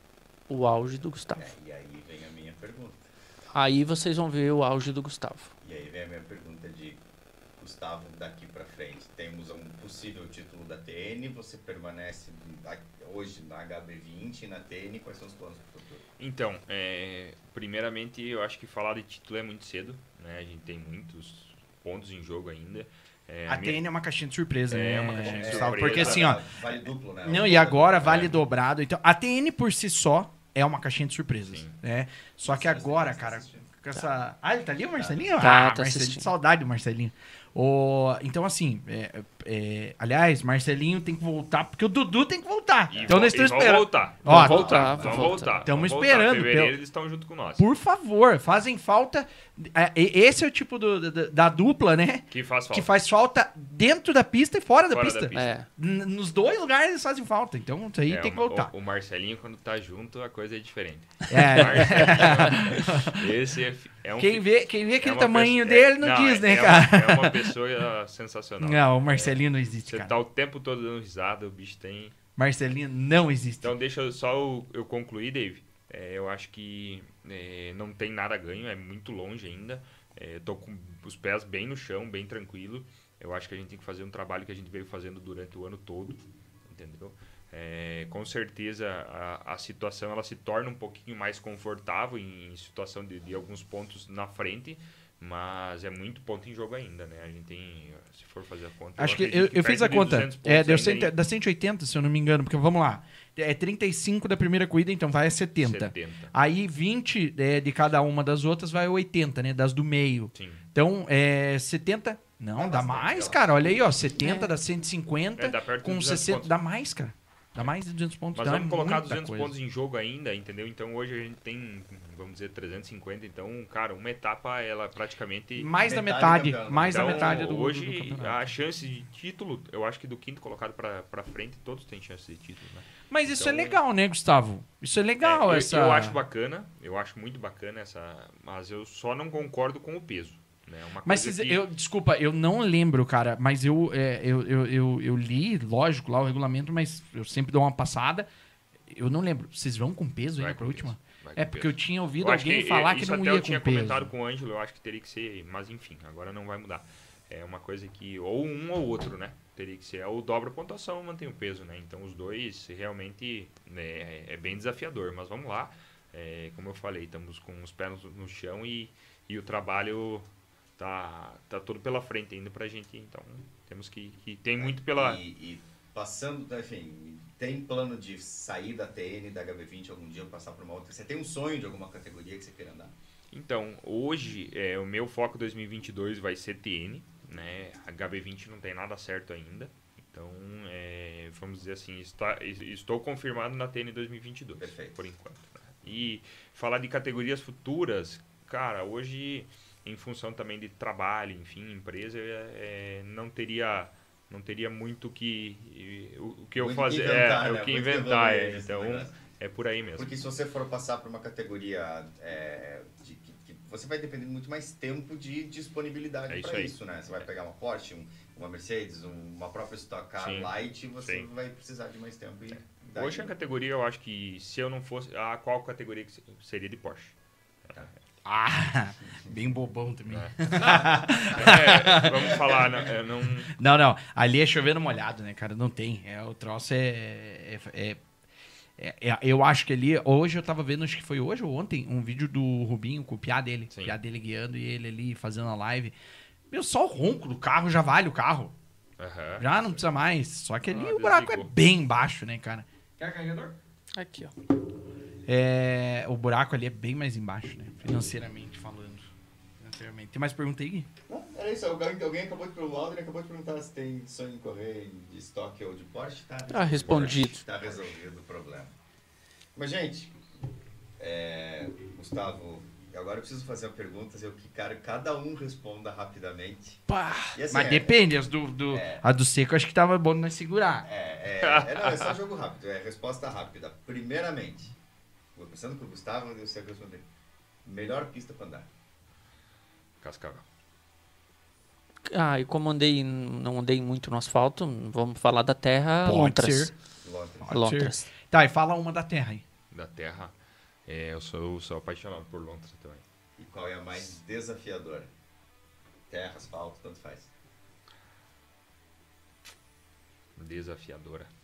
o auge do Gustavo. É, e aí vem a minha pergunta. Aí vocês vão ver o auge do Gustavo. E aí vem a minha pergunta de Gustavo, daqui pra frente, temos um possível título da T N, você permanece a- hoje na H B vinte e na T N, quais são os planos para o futuro? Então, é, primeiramente, eu acho que falar de título é muito cedo, né? A gente tem muitos pontos em jogo ainda. É, A minha- T N é uma caixinha de surpresa, É, né? uma caixinha de Gustavo? surpresa. Porque assim, ó... Vale duplo, né? Não, e agora vale dobrado. Então, a T N por si só é uma caixinha de surpresas, Sim. né? Só que agora, cara, com essa... Ah, ele tá ali, o Marcelinho? Tá, ah, tá Marcelinho, assistindo. saudade do Marcelinho. O... Então, assim, é, é, aliás, Marcelinho tem que voltar, porque o Dudu tem que voltar. E Então, vão- nós e estamos vão esperando. voltar. Ó, Vão voltar. voltar, Vão vão voltar. Tamo vão voltar. esperando, Em fevereiro pelo- eles estão junto com nós. Por favor, fazem falta... é, e- Esse é o tipo do- da, da dupla, né? Que faz falta. Que faz falta dentro da pista e fora, da, Fora pista. da pista. É. N- Nos dois lugares eles fazem falta. Então, isso aí É, tem que o- voltar. O, o Marcelinho, quando tá junto, a coisa é diferente. É. Marcelinho, esse é, fi- é um Quem fi- vê, quem vê é aquele uma tamanho pessoa- é- dele não, não, diz, é- né, é cara? Uma, é uma pessoa sensacional. Não, o Marcelinho não existe, Você cara. tá o tempo todo dando risada, o bicho tem... Marcelinho não existe. Então deixa eu só eu, eu concluir, Dave. É, eu acho que é, não tem nada a ganho, é muito longe ainda. É, tô com os pés bem no chão, bem tranquilo. Eu acho que a gente tem que fazer um trabalho que a gente veio fazendo durante o ano todo, entendeu? É, com certeza a, a situação ela se torna um pouquinho mais confortável em, em situação de, de alguns pontos na frente, mas é muito ponto em jogo ainda, né? A gente tem, se for fazer a conta... Acho que acredito eu, eu fiz perto a de conta. duzentos É, pontos deu ainda cento, em dá cento e oitenta, se eu não me engano, porque vamos lá. É trinta e cinco da primeira corrida, então vai a setenta. setenta. Aí vinte é, de cada uma das outras vai a oitenta, né? Das do meio. Sim. Então, é setenta Não, Dá dá bastante, mais, ela. cara. Olha aí, ó. setenta dá cento e cinquenta. É, dá perto de com duzentos sessenta. pontos. Dá mais, cara. Dá mais de duzentos pontos. Mas então vamos é colocar muita duzentos coisa. pontos em jogo ainda, entendeu? Então hoje a gente tem, vamos dizer, trezentos e cinquenta. Então, cara, uma etapa, ela praticamente... Mais da Metade metade. do campeonato. Mais Então, da metade do, hoje, do campeonato. a chance de título, eu acho que do quinto colocado pra, pra frente, todos têm chance de título, né? Mas isso Então- é legal, né, Gustavo? Isso é legal, É, eu, essa... eu acho bacana, eu acho muito bacana essa... Mas eu só não concordo com o peso, né? Uma Mas coisa vocês- que- eu, desculpa, eu não lembro, cara, mas eu, é, eu, eu, eu, eu li, lógico, lá o regulamento, mas eu sempre dou uma passada. Eu não lembro. Vocês vão com peso Vai ainda pra com última? peso, vai É com porque peso. eu tinha ouvido Eu acho alguém que, falar eh, que isso não até ia eu tinha com peso. comentado com o Ângelo, eu acho que teria que ser, mas enfim, agora não vai mudar. É uma coisa que, ou um ou outro, né? Teria que ser, ou dobra a pontuação ou mantém o peso, né? Então os dois realmente né, é bem desafiador, mas vamos lá. É, como eu falei, estamos com os pés no, no chão e, e o trabalho tá, tá todo pela frente ainda pra gente, então temos que, que tem muito pela... E, e passando, enfim, tem plano de sair da T N, da H B vinte algum dia, passar para uma outra? Você tem um sonho de alguma categoria que você queira andar? Então, hoje, é, o meu foco dois mil e vinte e dois vai ser T N, né? H B vinte não tem nada certo ainda. Então, é, vamos dizer assim, está, estou confirmado na T N dois mil e vinte e dois, Perfeito. por enquanto. Né? E falar de categorias futuras, cara, hoje, em função também de trabalho, enfim, empresa, é, não teria... Não teria muito que o, o que eu Muito fazer, que inventar, é, né? o que Muito inventar, evoluir é, nesse então negócio. é por aí mesmo. Porque se você for passar para uma categoria é, de, que, que você vai depender muito mais tempo de disponibilidade É isso para aí. isso, né? Você vai pegar uma Porsche, um, uma Mercedes, um, uma própria Stock Car Sim, Light, você sim. vai precisar de mais tempo. E daí- Hoje a categoria, eu acho que se eu não fosse, a qual categoria que se- seria de Porsche? Ah, bem bobão também. É, vamos falar, não, eu não Não, não. Ali é chovendo molhado, né, cara? Não tem. É, o troço é, é, é- é- é- Eu acho que ali... Hoje eu tava vendo, acho que foi hoje ou ontem, um vídeo do Rubinho com o piá dele. Sim. O piá dele guiando e ele ali fazendo a live. Meu, só o ronco do carro já vale o carro. Aham. Já não precisa mais. Só que ali Ah, o buraco é desligou. bem baixo, né, cara? Quer carregador? Aqui, ó. É, o buraco ali é bem mais embaixo, né? Financeiramente falando. Financeiramente. Tem mais pergunta aí, Gui? Não, era isso. Alguém, alguém acabou de perguntar, o Aldrin acabou de perguntar se tem sonho em correr de estoque ou de Porsche. Tá, Tá respondido. Está resolvido o problema. Mas, gente, é, Gustavo, agora eu preciso fazer uma pergunta. Eu quero que cada um responda rapidamente. Pá! E assim, Mas é- depende. As do, do- É. A do seco eu acho que tava bom nós segurar. É, é, é, não, é só jogo rápido, é resposta rápida. Primeiramente, vou pensando com o Gustavo, eu sei responder. Melhor pista para andar. Cascavel. Ah, e como andei, não andei muito no asfalto, vamos falar da terra, Pode Lontras. ser. Londres. Pode Lontras. Tá, e fala uma da terra aí. Da terra. É, eu sou, eu sou apaixonado por Londres também. E qual é a mais desafiadora? Terra, asfalto, tanto faz. Desafiadora.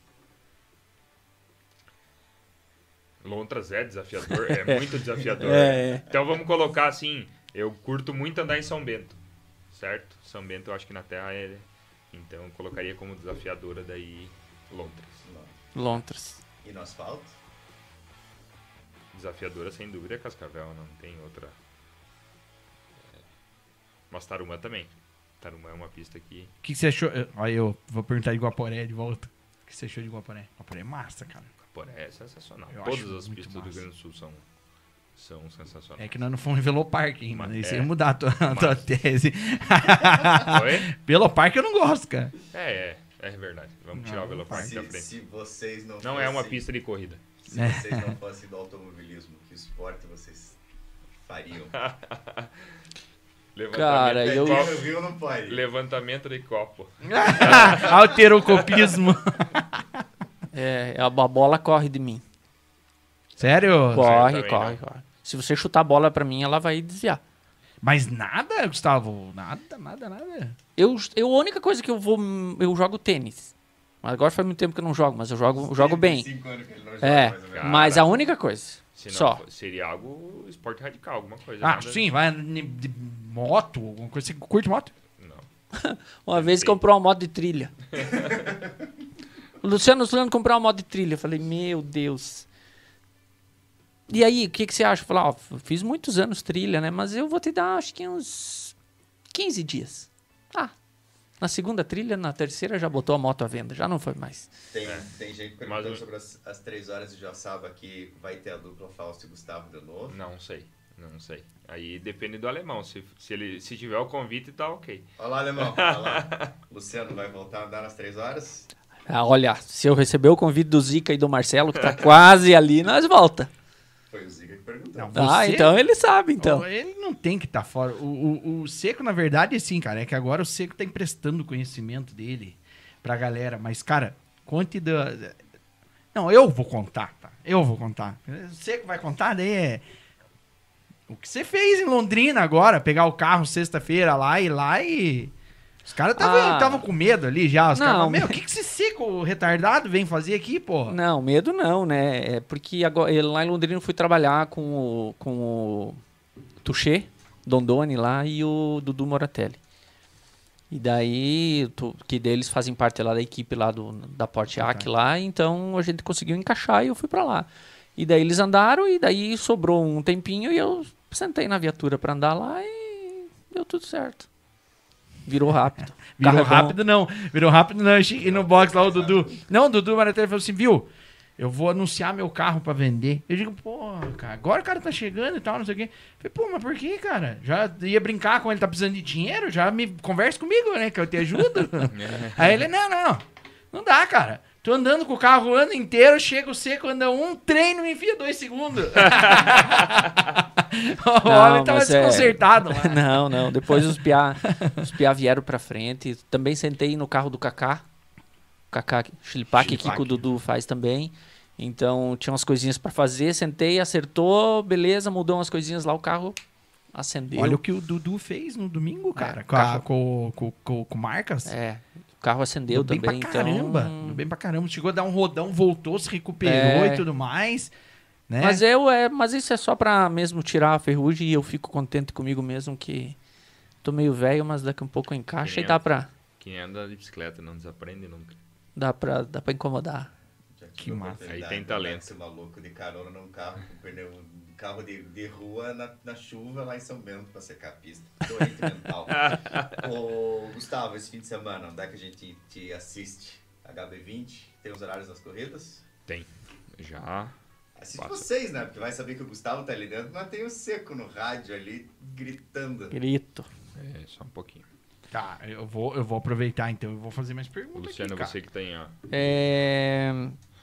Lontras é desafiador, é muito desafiador. É. Então vamos colocar assim, eu curto muito andar em São Bento, certo? São Bento eu acho que na terra é... Então eu colocaria como desafiadora daí Lontras. Não. Lontras. E no asfalto? Desafiadora sem dúvida é Cascavel, não tem outra. É, mas Tarumã também. Tarumã é uma pista que... O que, que você achou? Eu- Aí eu vou perguntar de Guaporé de volta. O que você achou de Guaporé? Guaporé é massa, cara. Porra, é sensacional. Eu Todas acho as muito pistas do Rio massa. Grande do Sul são, são sensacionais. É que nós não fomos em Velopark ainda, Mas- né? Isso é. ia mudar a tua, a tua Mas- tese. Oi? Velopark eu não gosto, cara. É, é, é verdade. Vamos tirar Não, o Velopark da Se, frente. se vocês não Não é uma fossem- pista de corrida. Se vocês não fossem do automobilismo, que esporte vocês fariam? Levantamento Cara, de eu- copo. No Rio não pode. Levantamento de copo. Alterocopismo. É, a bo- bola corre de mim. Sério? Corre, também corre, não. corre. Se você chutar a bola pra mim, ela vai desviar. Mas nada, Gustavo? Nada, nada, nada. Eu, eu, a única coisa que eu vou. Eu jogo tênis. Mas agora faz muito tempo que eu não jogo, mas eu jogo, eu jogo bem. Cinco anos que ele não joga, É, mais ou menos. Cara. mas a única coisa. Se não, Só. fo- seria algo esporte radical, alguma coisa. Ah, nada- sim, vai de de moto, alguma coisa. Você curte moto? Não. Uma vez Sim. comprou uma moto de trilha. O Luciano, o Luciano comprou uma moto de trilha. Eu falei, meu Deus. E aí, o que, que você acha? Eu falei, ó, eu fiz muitos anos trilha, né? Mas eu vou te dar, acho que uns quinze dias. Ah, Na segunda trilha, na terceira já botou a moto à venda, já não foi mais. Tem, É. tem gente perguntando Mas- sobre as, as três horas de Joaçaba aqui. Vai ter a dupla Fausto e Gustavo de novo? Não sei, não sei. Aí depende do alemão. Se, se, ele, se tiver o convite, tá ok. Olha lá, alemão. Olha lá. Luciano vai voltar a andar nas três horas? Ah, olha, se eu receber o convite do Zica e do Marcelo, que tá quase ali, nós volta. Foi o Ziga que perguntou. Não, Ah, Você- então ele sabe, então. Ele não tem que estar fora. O, o, o Seco, na verdade, é assim, cara. É que agora o Seco tá emprestando o conhecimento dele pra galera. Mas, cara, conte da... Não, eu vou contar, tá? Eu vou contar. O Seco vai contar, daí é... O que você fez em Londrina agora, pegar o carro sexta-feira lá e ir lá e... Os caras estavam Ah. com medo ali já. Os caras Não, falaram, meu, o que, que esse Seco retardado vem fazer aqui, porra? Não, medo não, né? É porque agora, ele- lá em Londrina eu fui trabalhar com o, com o Tuxê, Dondoni lá e o Dudu Moratelli. E daí, tu- que daí eles fazem parte lá da equipe lá do, da Portiac lá, então a gente conseguiu encaixar e eu fui pra lá. E daí eles andaram e daí sobrou um tempinho e eu sentei na viatura pra andar lá e deu tudo certo. Virou rápido. Virou Carro é bom. rápido, não. Virou rápido, não. Eu cheguei no box lá, o Dudu. Não, o Dudu Maravilha falou assim, viu? Eu vou anunciar meu carro pra vender. Eu digo, pô, cara, agora o cara tá chegando e tal, não sei o quê. Eu falei, pô, mas por que, cara? Já ia brincar com ele, tá precisando de dinheiro? Já me conversa comigo, né, que eu te ajudo. Aí ele, não, não, não dá, cara. Tô andando com o carro o ano inteiro, chega o Seco, anda um treino, me enfia dois segundos. O homem tava mas é- desconcertado lá. Não, não. Depois os piá, os piá vieram pra frente. Também sentei no carro do Kaká. Kaká Chilipaque, que o Dudu faz também. Então tinha umas coisinhas pra fazer. Sentei, acertou, beleza, mudou umas coisinhas lá, o carro acendeu. Olha o que o Dudu fez no domingo, cara. É, com, a- carro- com, com, com, com marcas. É, o carro acendeu Deu bem também. pra caramba. Então... Deu bem pra caramba. Chegou a dar um rodão, voltou, se recuperou É. e tudo mais. Né? Mas, eu, é, mas isso é só pra mesmo tirar a ferrugem e eu fico contente comigo mesmo que tô meio velho, mas daqui a um pouco encaixa Quem e dá pra, Quem anda de bicicleta não desaprende nunca. dá pra, dá pra incomodar. Já tive Que a massa. oportunidade Aí tem de andar talento. com esse maluco de carona num carro com pneu, um carro de, de rua na, na chuva lá em São Bento pra secar a pista. Doente mental. Ô, Gustavo, esse fim de semana, onde é que a gente te assiste? H B vinte? Tem os horários das corridas? Tem. Já. Assiste Passa. vocês, né? Porque vai saber que o Gustavo tá ali dentro, mas tem o Seco no rádio ali, gritando. Grito. É, só um pouquinho. Tá, eu vou, eu vou aproveitar então. Eu vou fazer mais O perguntas. Luciano, aqui, cara. você que tem, ó. É,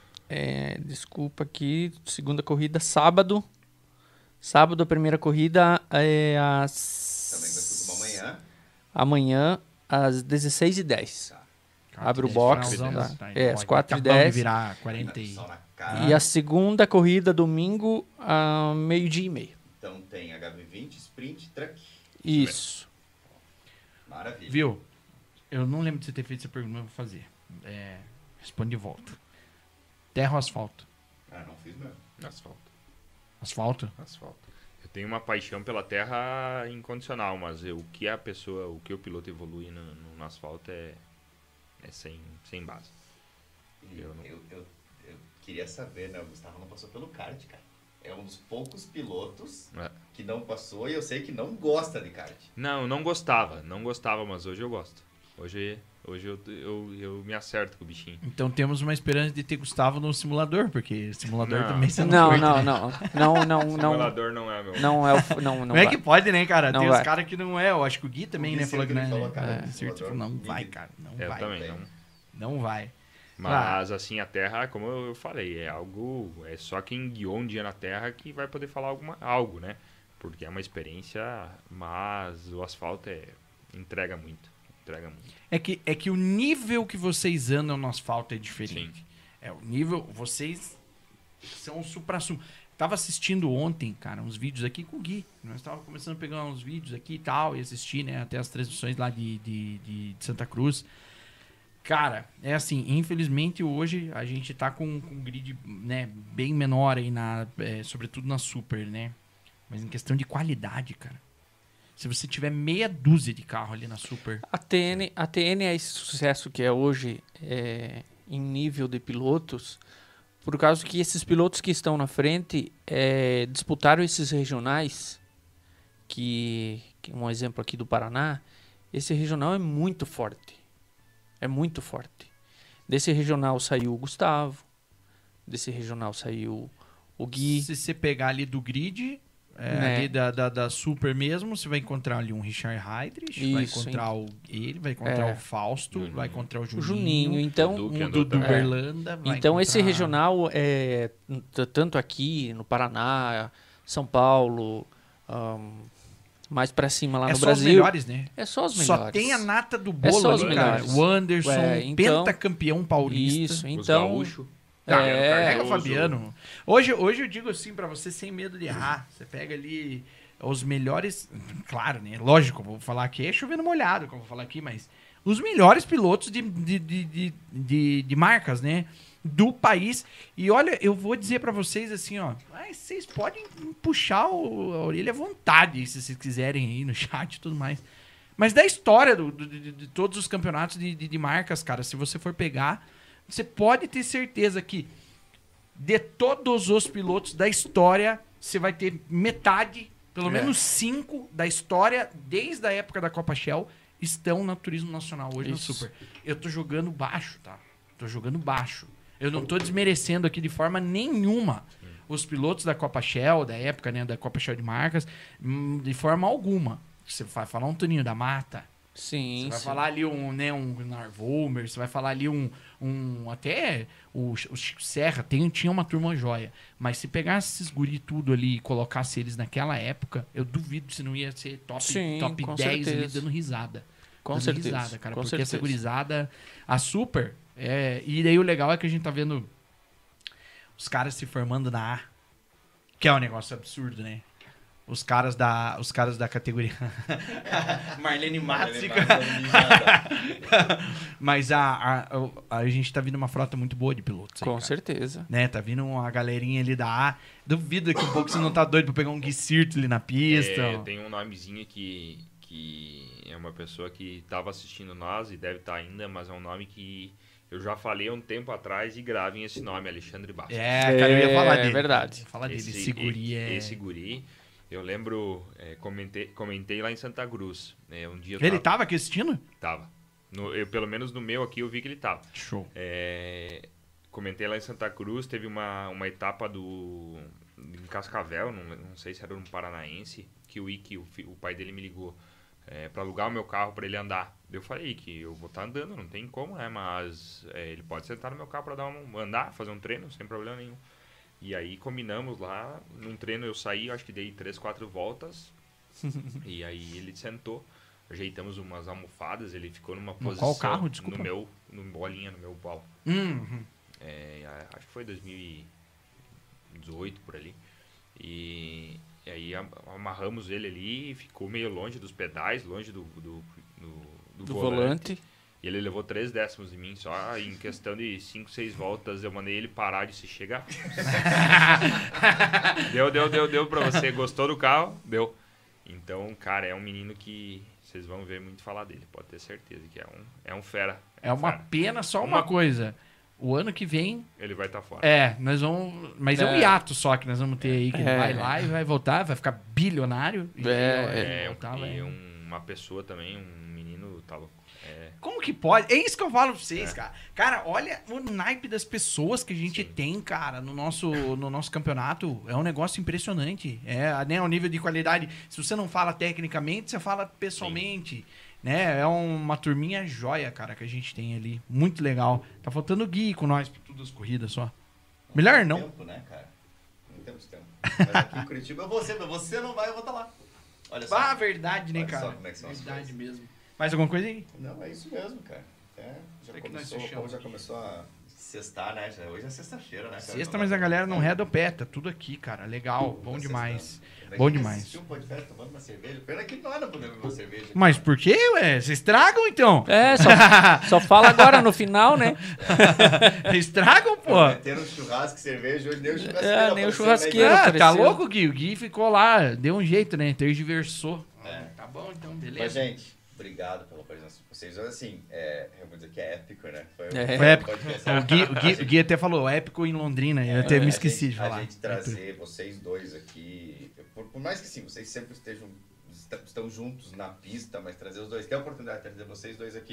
é, desculpa aqui, segunda corrida, sábado. Sábado, a primeira corrida é Também vai às... tudo amanhã. Amanhã, às dezesseis e dez. Abre o box. Finalzão, tá? tá? É, às Ó, quatro e acabamos de dez. virar quarenta e... Sol na cara. E a segunda corrida, domingo, a meio-dia e meio. Então tem H B vinte, Sprint, Truck. Isso. Maravilha. Viu? Eu não lembro de você ter feito essa pergunta, mas eu vou fazer. É, responde de volta. Terra ou asfalto? Ah, não fiz mesmo. Asfalto. Asfalto? Asfalto. Eu tenho uma paixão pela terra incondicional, mas eu- o que a pessoa, o que o piloto evolui no, no- no asfalto é, é sem, sem base. E Eu, Eu não- eu, eu, eu queria saber, né? O Gustavo não passou pelo kart, cara. É um dos poucos pilotos É. que não passou e eu sei que não gosta de kart. Não, eu não gostava, não gostava, mas hoje eu gosto. Hoje, hoje eu, eu, eu me acerto com o bichinho. Então temos uma esperança de ter Gustavo no simulador, porque simulador Não. também você não Não, curte, não, né? não. Não, não, não. Simulador não é meu. Não é o. f- Não, não, Não é vai. que pode, né, cara? Não Tem os vai. caras que não é. Eu acho que o Gui também, O Gui né? Falou que sempre não é. falou, cara, É, que certo, simulador não vive. vai, cara. Não Eu vai. também, bem. não. Não vai. Mas assim, a terra, como eu falei, é algo. É só quem guiou um dia na terra que vai poder falar alguma, algo, né? Porque é uma experiência, mas o asfalto é, entrega muito. Entrega muito. É que, é que o nível que vocês andam no asfalto é diferente. Sim. É, o nível. Vocês são o supra-sumo. Tava assistindo ontem, cara, uns vídeos aqui com o Gui. Nós estávamos começando a pegar uns vídeos aqui e tal, e assistir, né, até as transmissões lá de, de, de, de Santa Cruz. Cara, é assim, infelizmente hoje a gente tá com, com um grid, né, bem menor aí, na, é, sobretudo na Super, né? Mas em questão de qualidade, cara. Se você tiver meia dúzia de carro ali na Super, A T N, a T N é esse sucesso que é hoje é, em nível de pilotos, por causa que esses pilotos que estão na frente é, disputaram esses regionais, que, que um exemplo aqui do Paraná, esse regional é muito forte, É muito forte. Desse regional saiu o Gustavo. Desse regional saiu o Gui. Se você pegar ali do grid, é, Né. ali da, da, da Super mesmo, você vai encontrar ali um Richard Heidrich, vai Isso, encontrar o, ele, vai encontrar É. o Fausto, Juninho. vai encontrar o O Juninho, Juninho. Então, o Duque o andou Dudu também. Berlanda. vai então esse encontrar- regional, é, t- tanto aqui no Paraná, São Paulo, ahn, mais pra cima lá é no só Brasil. os melhores, né? É só os melhores. Só tem a nata do bolo só os ali, cara. melhores. O Anderson, É, então- pentacampeão paulista. Isso, Os então. gaúchos. Ah, É, pega o Fabiano. Hoje, hoje eu digo assim pra você, sem medo de errar. Você pega ali os melhores. Claro, né? Lógico, eu vou falar aqui, é chovendo molhado, que eu vou falar aqui, mas os melhores pilotos de, de, de, de, de- de marcas, né? Do país. E olha, eu vou dizer pra vocês assim, ó. Mas vocês podem puxar o- a orelha à vontade, se vocês quiserem aí no chat e tudo mais. Mas da história do- do- de, de todos os campeonatos de, de, de marcas, cara, se você for pegar, você pode ter certeza que de todos os pilotos da história, você vai ter metade, pelo É. menos cinco da história, desde a época da Copa Shell, estão no Turismo Nacional hoje Isso. no Super. Eu tô jogando baixo, tá? Tô jogando baixo. Eu não tô desmerecendo aqui de forma nenhuma os pilotos da Copa Shell, da época, né, da Copa Shell de marcas, hum, de forma alguma. Você vai falar um Toninho da Mata, Sim, você vai sim. falar ali um, né, um Narvolmer, você vai falar ali um, um até o, o Chico Serra, tem, tinha uma turma joia. Mas se pegasse esses guri tudo ali e colocasse eles naquela época, eu duvido se não ia ser top, Sim, top com dez ali certeza. dando risada. Com dando certeza. risada, cara. com porque certeza. essa gurizada, a Super, é, e daí o legal é que a gente tá vendo os caras se formando na A, que é um negócio absurdo, né? Os caras da, os caras da categoria. Marlene Matos. Ele fica- mata o mijada. Mas a, a, a, a gente tá vindo uma frota muito boa de pilotos. aí, Com cara. certeza. Né? Tá vindo uma galerinha ali da A. Duvido que um pouco você não tá doido pra pegar um Gui Sirto ali na pista. É, tem um nomezinho que, que é uma pessoa que estava assistindo nós e deve estar ainda, mas é um nome que eu já falei há um tempo atrás e gravem esse nome, Alexandre Bastos. É, cara, eu ia falar É dele. verdade. Eu ia falar dele. Esse, Esse guri é... esse guri, eu lembro, é, comentei, comentei lá em Santa Cruz. Né, um dia eu Ele tava, tava aqui assistindo? tava. No, eu, pelo menos no meu aqui eu vi que ele tava. Show. É, comentei lá em Santa Cruz, teve uma, uma etapa do em Cascavel, não, não sei se era no Paranaense, que o Ike, o, fi- o pai dele me ligou é, para alugar o meu carro para ele andar. Eu falei que eu vou estar andando, não tem como, né? Mas é, ele pode sentar no meu carro para dar um, andar, fazer um treino, sem problema nenhum. E aí combinamos lá, num treino eu saí, acho que dei três, quatro voltas, e aí ele sentou. Ajeitamos umas almofadas, ele ficou numa No posição... qual carro? Desculpa. No meu, no bolinha, no meu bal. Uhum. É, a- acho que foi dois mil e dezoito, por ali. E, e aí am- amarramos ele ali, ficou meio longe dos pedais, longe do, do, do, do Do volante. volante. E ele levou três décimos de mim, só em questão de cinco, seis voltas eu mandei ele parar de se chegar. deu, deu, deu, deu pra você. Gostou do carro? Deu. Então, cara, é um menino que vocês vão ver muito falar dele, pode ter certeza que é um, é um fera. É uma Fera. pena só uma, Uma- coisa. O ano que vem, Ele vai estar fora. é, nós vamos... Mas é, um É. hiato só que nós vamos ter aí, que ele É. vai lá e vai voltar, vai ficar bilionário. E É, aí, ó, ele É, voltar, um, vai- e um- uma pessoa também, um menino, tá louco. É, Como que pode? É isso que eu falo pra vocês, cara. Cara, olha o naipe das pessoas que a gente Sim. tem, cara, no nosso, no nosso campeonato. É um negócio impressionante. É, né, o nível de qualidade. Se você não fala tecnicamente, você fala pessoalmente. Né? É uma turminha joia, cara, que a gente tem ali. Muito legal. Tá faltando o Gui com nós pra todas as corridas só. Melhor não. Tempo, né, cara? Não temos tempo. Mas aqui em Curitiba eu vou ser, mas você não vai, eu vou estar lá. Olha só. Ah, verdade, né, Olha só cara? como é que são as Verdade coisas. mesmo. Mais alguma coisa aí? Não, é isso mesmo, cara. É, já É que nós começou, fechamos como já aqui. começou a sextar, né? Já- Hoje é sexta-feira, né? cara? Sexta, Não mas dá a pra- galera não reda o pé. Tá tudo aqui, cara. Legal. Bom Tá demais. sextando. Bom Imagina demais. assistir um podcast tomando uma cerveja. Pena que nós não podemos beber uma cerveja. Mas por quê, ué? Vocês tragam, então? É, só, só fala agora no final, né? Estragam, pô. Meteram um churrasco e cerveja, hoje nem o churrasqueiro É, nem o apareceu, né, churrasqueiro. Igor? Ah, tá apareceu. louco, Gui? O Gui ficou lá, deu um jeito, né? Tergiversou. É. Tá bom, então, Mas, beleza. gente, obrigado pela presença de vocês. Assim, é, eu vou dizer que é épico, né? Foi, É. Foi épico. podcast. O Gui, o Gui- o Gui até falou, épico em Londrina. Eu até É, me a esqueci gente- de falar. A gente trazer vocês dois aqui, por, por mais que sim, vocês sempre estejam, est- estão juntos na pista, mas trazer os dois, ter a oportunidade de trazer vocês dois aqui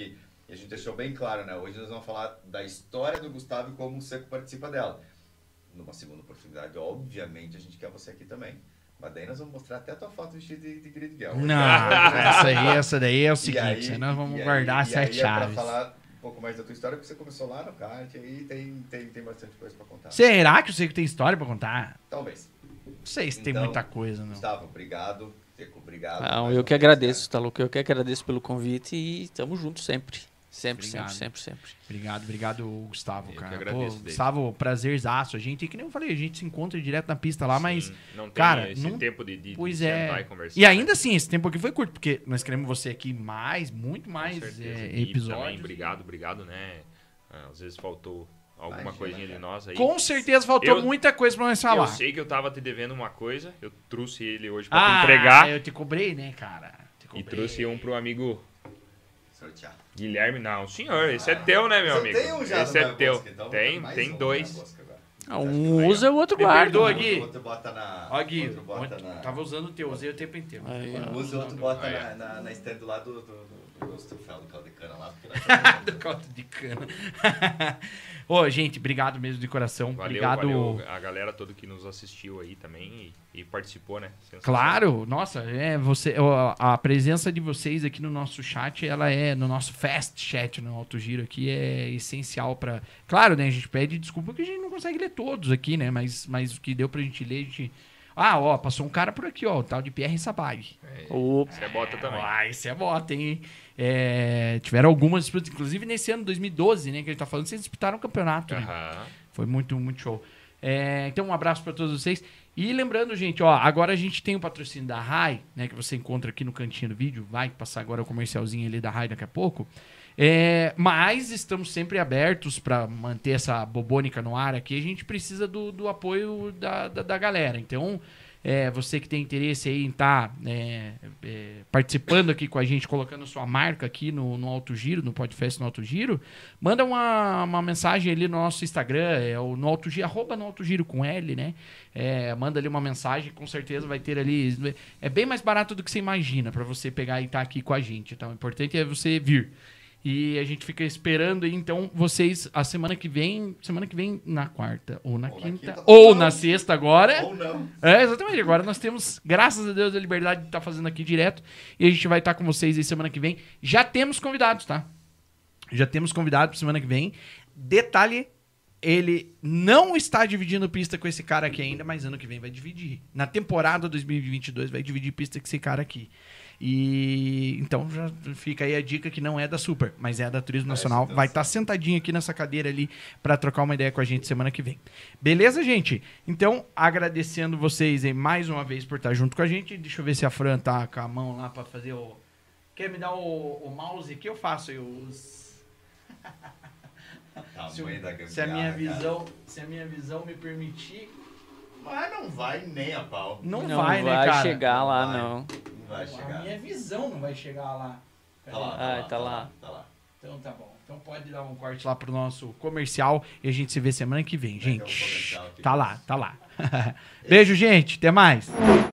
E a gente deixou bem claro, né? Hoje nós vamos falar da história do Gustavo e como o Seco participa dela. Numa segunda oportunidade, obviamente, a gente quer você aqui também. Mas daí nós vamos mostrar até a tua foto vestida de, de Grid Girl. Não, essa aí, essa daí é o seguinte, aí, nós vamos e guardar aí, as sete e aí chaves. É pra falar um pouco mais da tua história, porque você começou lá no kart e aí tem, tem, tem bastante coisa pra contar. Será que eu sei que tem história pra contar? Talvez. Não sei se tem Então, muita coisa, não. Gustavo, obrigado. Seco, obrigado. Não, Mais eu uma que vez, agradeço, cara. tá louco? Eu que agradeço pelo convite e estamos juntos sempre. Sempre, Obrigado. sempre, sempre, sempre. Obrigado, obrigado, Gustavo, Eu que cara. agradeço, Pô, David. Gustavo, prazerzaço. A gente, que nem eu falei, a gente se encontra direto na pista lá, mas, Sim, não tem cara, esse não- tempo de, de, pois de sentar é. e conversar. E ainda assim, esse tempo aqui foi curto, porque nós queremos você aqui mais, muito Com mais certeza. é, E episódios. também, obrigado, obrigado, né? Ah, Às vezes faltou alguma Imagina, coisinha de cara. nós aí. Com certeza faltou Eu- muita coisa pra nós falar. Eu sei que eu tava te devendo uma coisa, eu trouxe ele hoje pra ah, te entregar eu te cobrei, né, cara? Te e cobrei. trouxe um pro amigo Sortear. Guilherme. Não, senhor, esse é teu, né, meu Você amigo? tem um já Esse no é Meia teu. Bosca, então Tem, mais tem um no dois. Meia Bosca agora. Ah, Acho que um vai. usa, o outro Me guarda. perdoa, O Gui. outro- outro bota na... Ó, Gui, outro bota ontem na... tava usando o teu, usei o tempo inteiro. Aí, ó. Um usa, outro bota Aí, na, ó. na, na stand do lado do, do, do, do Osterfeld, do Caldecana lá. Porque nós Do caldo de cana. Ô, gente, obrigado mesmo de coração. Valeu, obrigado. valeu a galera toda que nos assistiu aí também e, e participou, né? Sensacional. Claro, nossa, é você, ó, a presença de vocês aqui no nosso chat, ela é no nosso fast chat no Alto Giro aqui é essencial pra. Claro, né, a gente pede desculpa que a gente não consegue ler todos aqui, né, mas mas o que deu pra gente ler, a gente Ah, ó, passou um cara por aqui, ó, o tal de Pierre Sabag. Opa. Você bota também. Ah, esse é bota, hein? É, tiveram algumas disputas, inclusive nesse ano, dois mil e doze, né, que a gente tá falando, vocês disputaram o campeonato, né? Aham. Foi muito, muito show. É, então, um abraço para todos vocês. E lembrando, gente, ó, agora a gente tem o patrocínio da Rai, né, que você encontra aqui no cantinho do vídeo. Vai passar agora o comercialzinho ali da Rai daqui a pouco. É, mas estamos sempre abertos para manter essa bobônica no ar aqui. A gente precisa do, do apoio da, da, da galera. Então, é, você que tem interesse aí em estar é, é, participando aqui com a gente, colocando sua marca aqui no, no Alto Giro, no Podfest no Alto Giro, manda uma, uma mensagem ali no nosso Instagram, é o no Alto Giro, arroba no Alto Giro com L, né? É, manda ali uma mensagem, com certeza vai ter ali. É bem mais barato do que você imagina para você pegar e estar aqui com a gente. Então, o importante é você vir. E a gente fica esperando aí, então, vocês, a semana que vem, semana que vem na quarta, ou na Ou na quinta, quinta, ou ou na não. sexta agora. Ou não. É, exatamente. Agora nós temos, graças a Deus, a liberdade de estar fazendo aqui direto. E a gente vai estar com vocês aí semana que vem. Já temos convidados, tá? Já temos convidados para semana que vem. Detalhe, ele não está dividindo pista com esse cara aqui ainda, mas ano que vem vai dividir. Na temporada dois mil e vinte e dois vai dividir pista com esse cara aqui. E então já fica aí a dica que não é da Super, mas é da Turismo Nacional. Deus Vai do estar sentadinho aqui nessa cadeira ali para trocar uma ideia com a gente semana que vem. Beleza, gente? Então, agradecendo vocês aí mais uma vez por estar junto com a gente. Deixa eu ver se a Fran tá com a mão lá para fazer o... Quer me dar o, o mouse que eu faço? Eu uso... Se, Tamanho da eu- se a minha gambiarra, visão, se a minha visão me permitir, cara. Mas não vai nem a pau. não, Não vai, vai, né, cara? chegar Não lá, vai. não. Não vai A chegar. minha visão não vai chegar lá. Tá lá, Ah, tá lá. Tá lá. Então tá bom. Então pode dar um corte lá pro nosso comercial e a gente se vê semana que vem, Vai ter um gente. comercial aqui. Tá lá, tá lá. Beijo, gente. Até mais.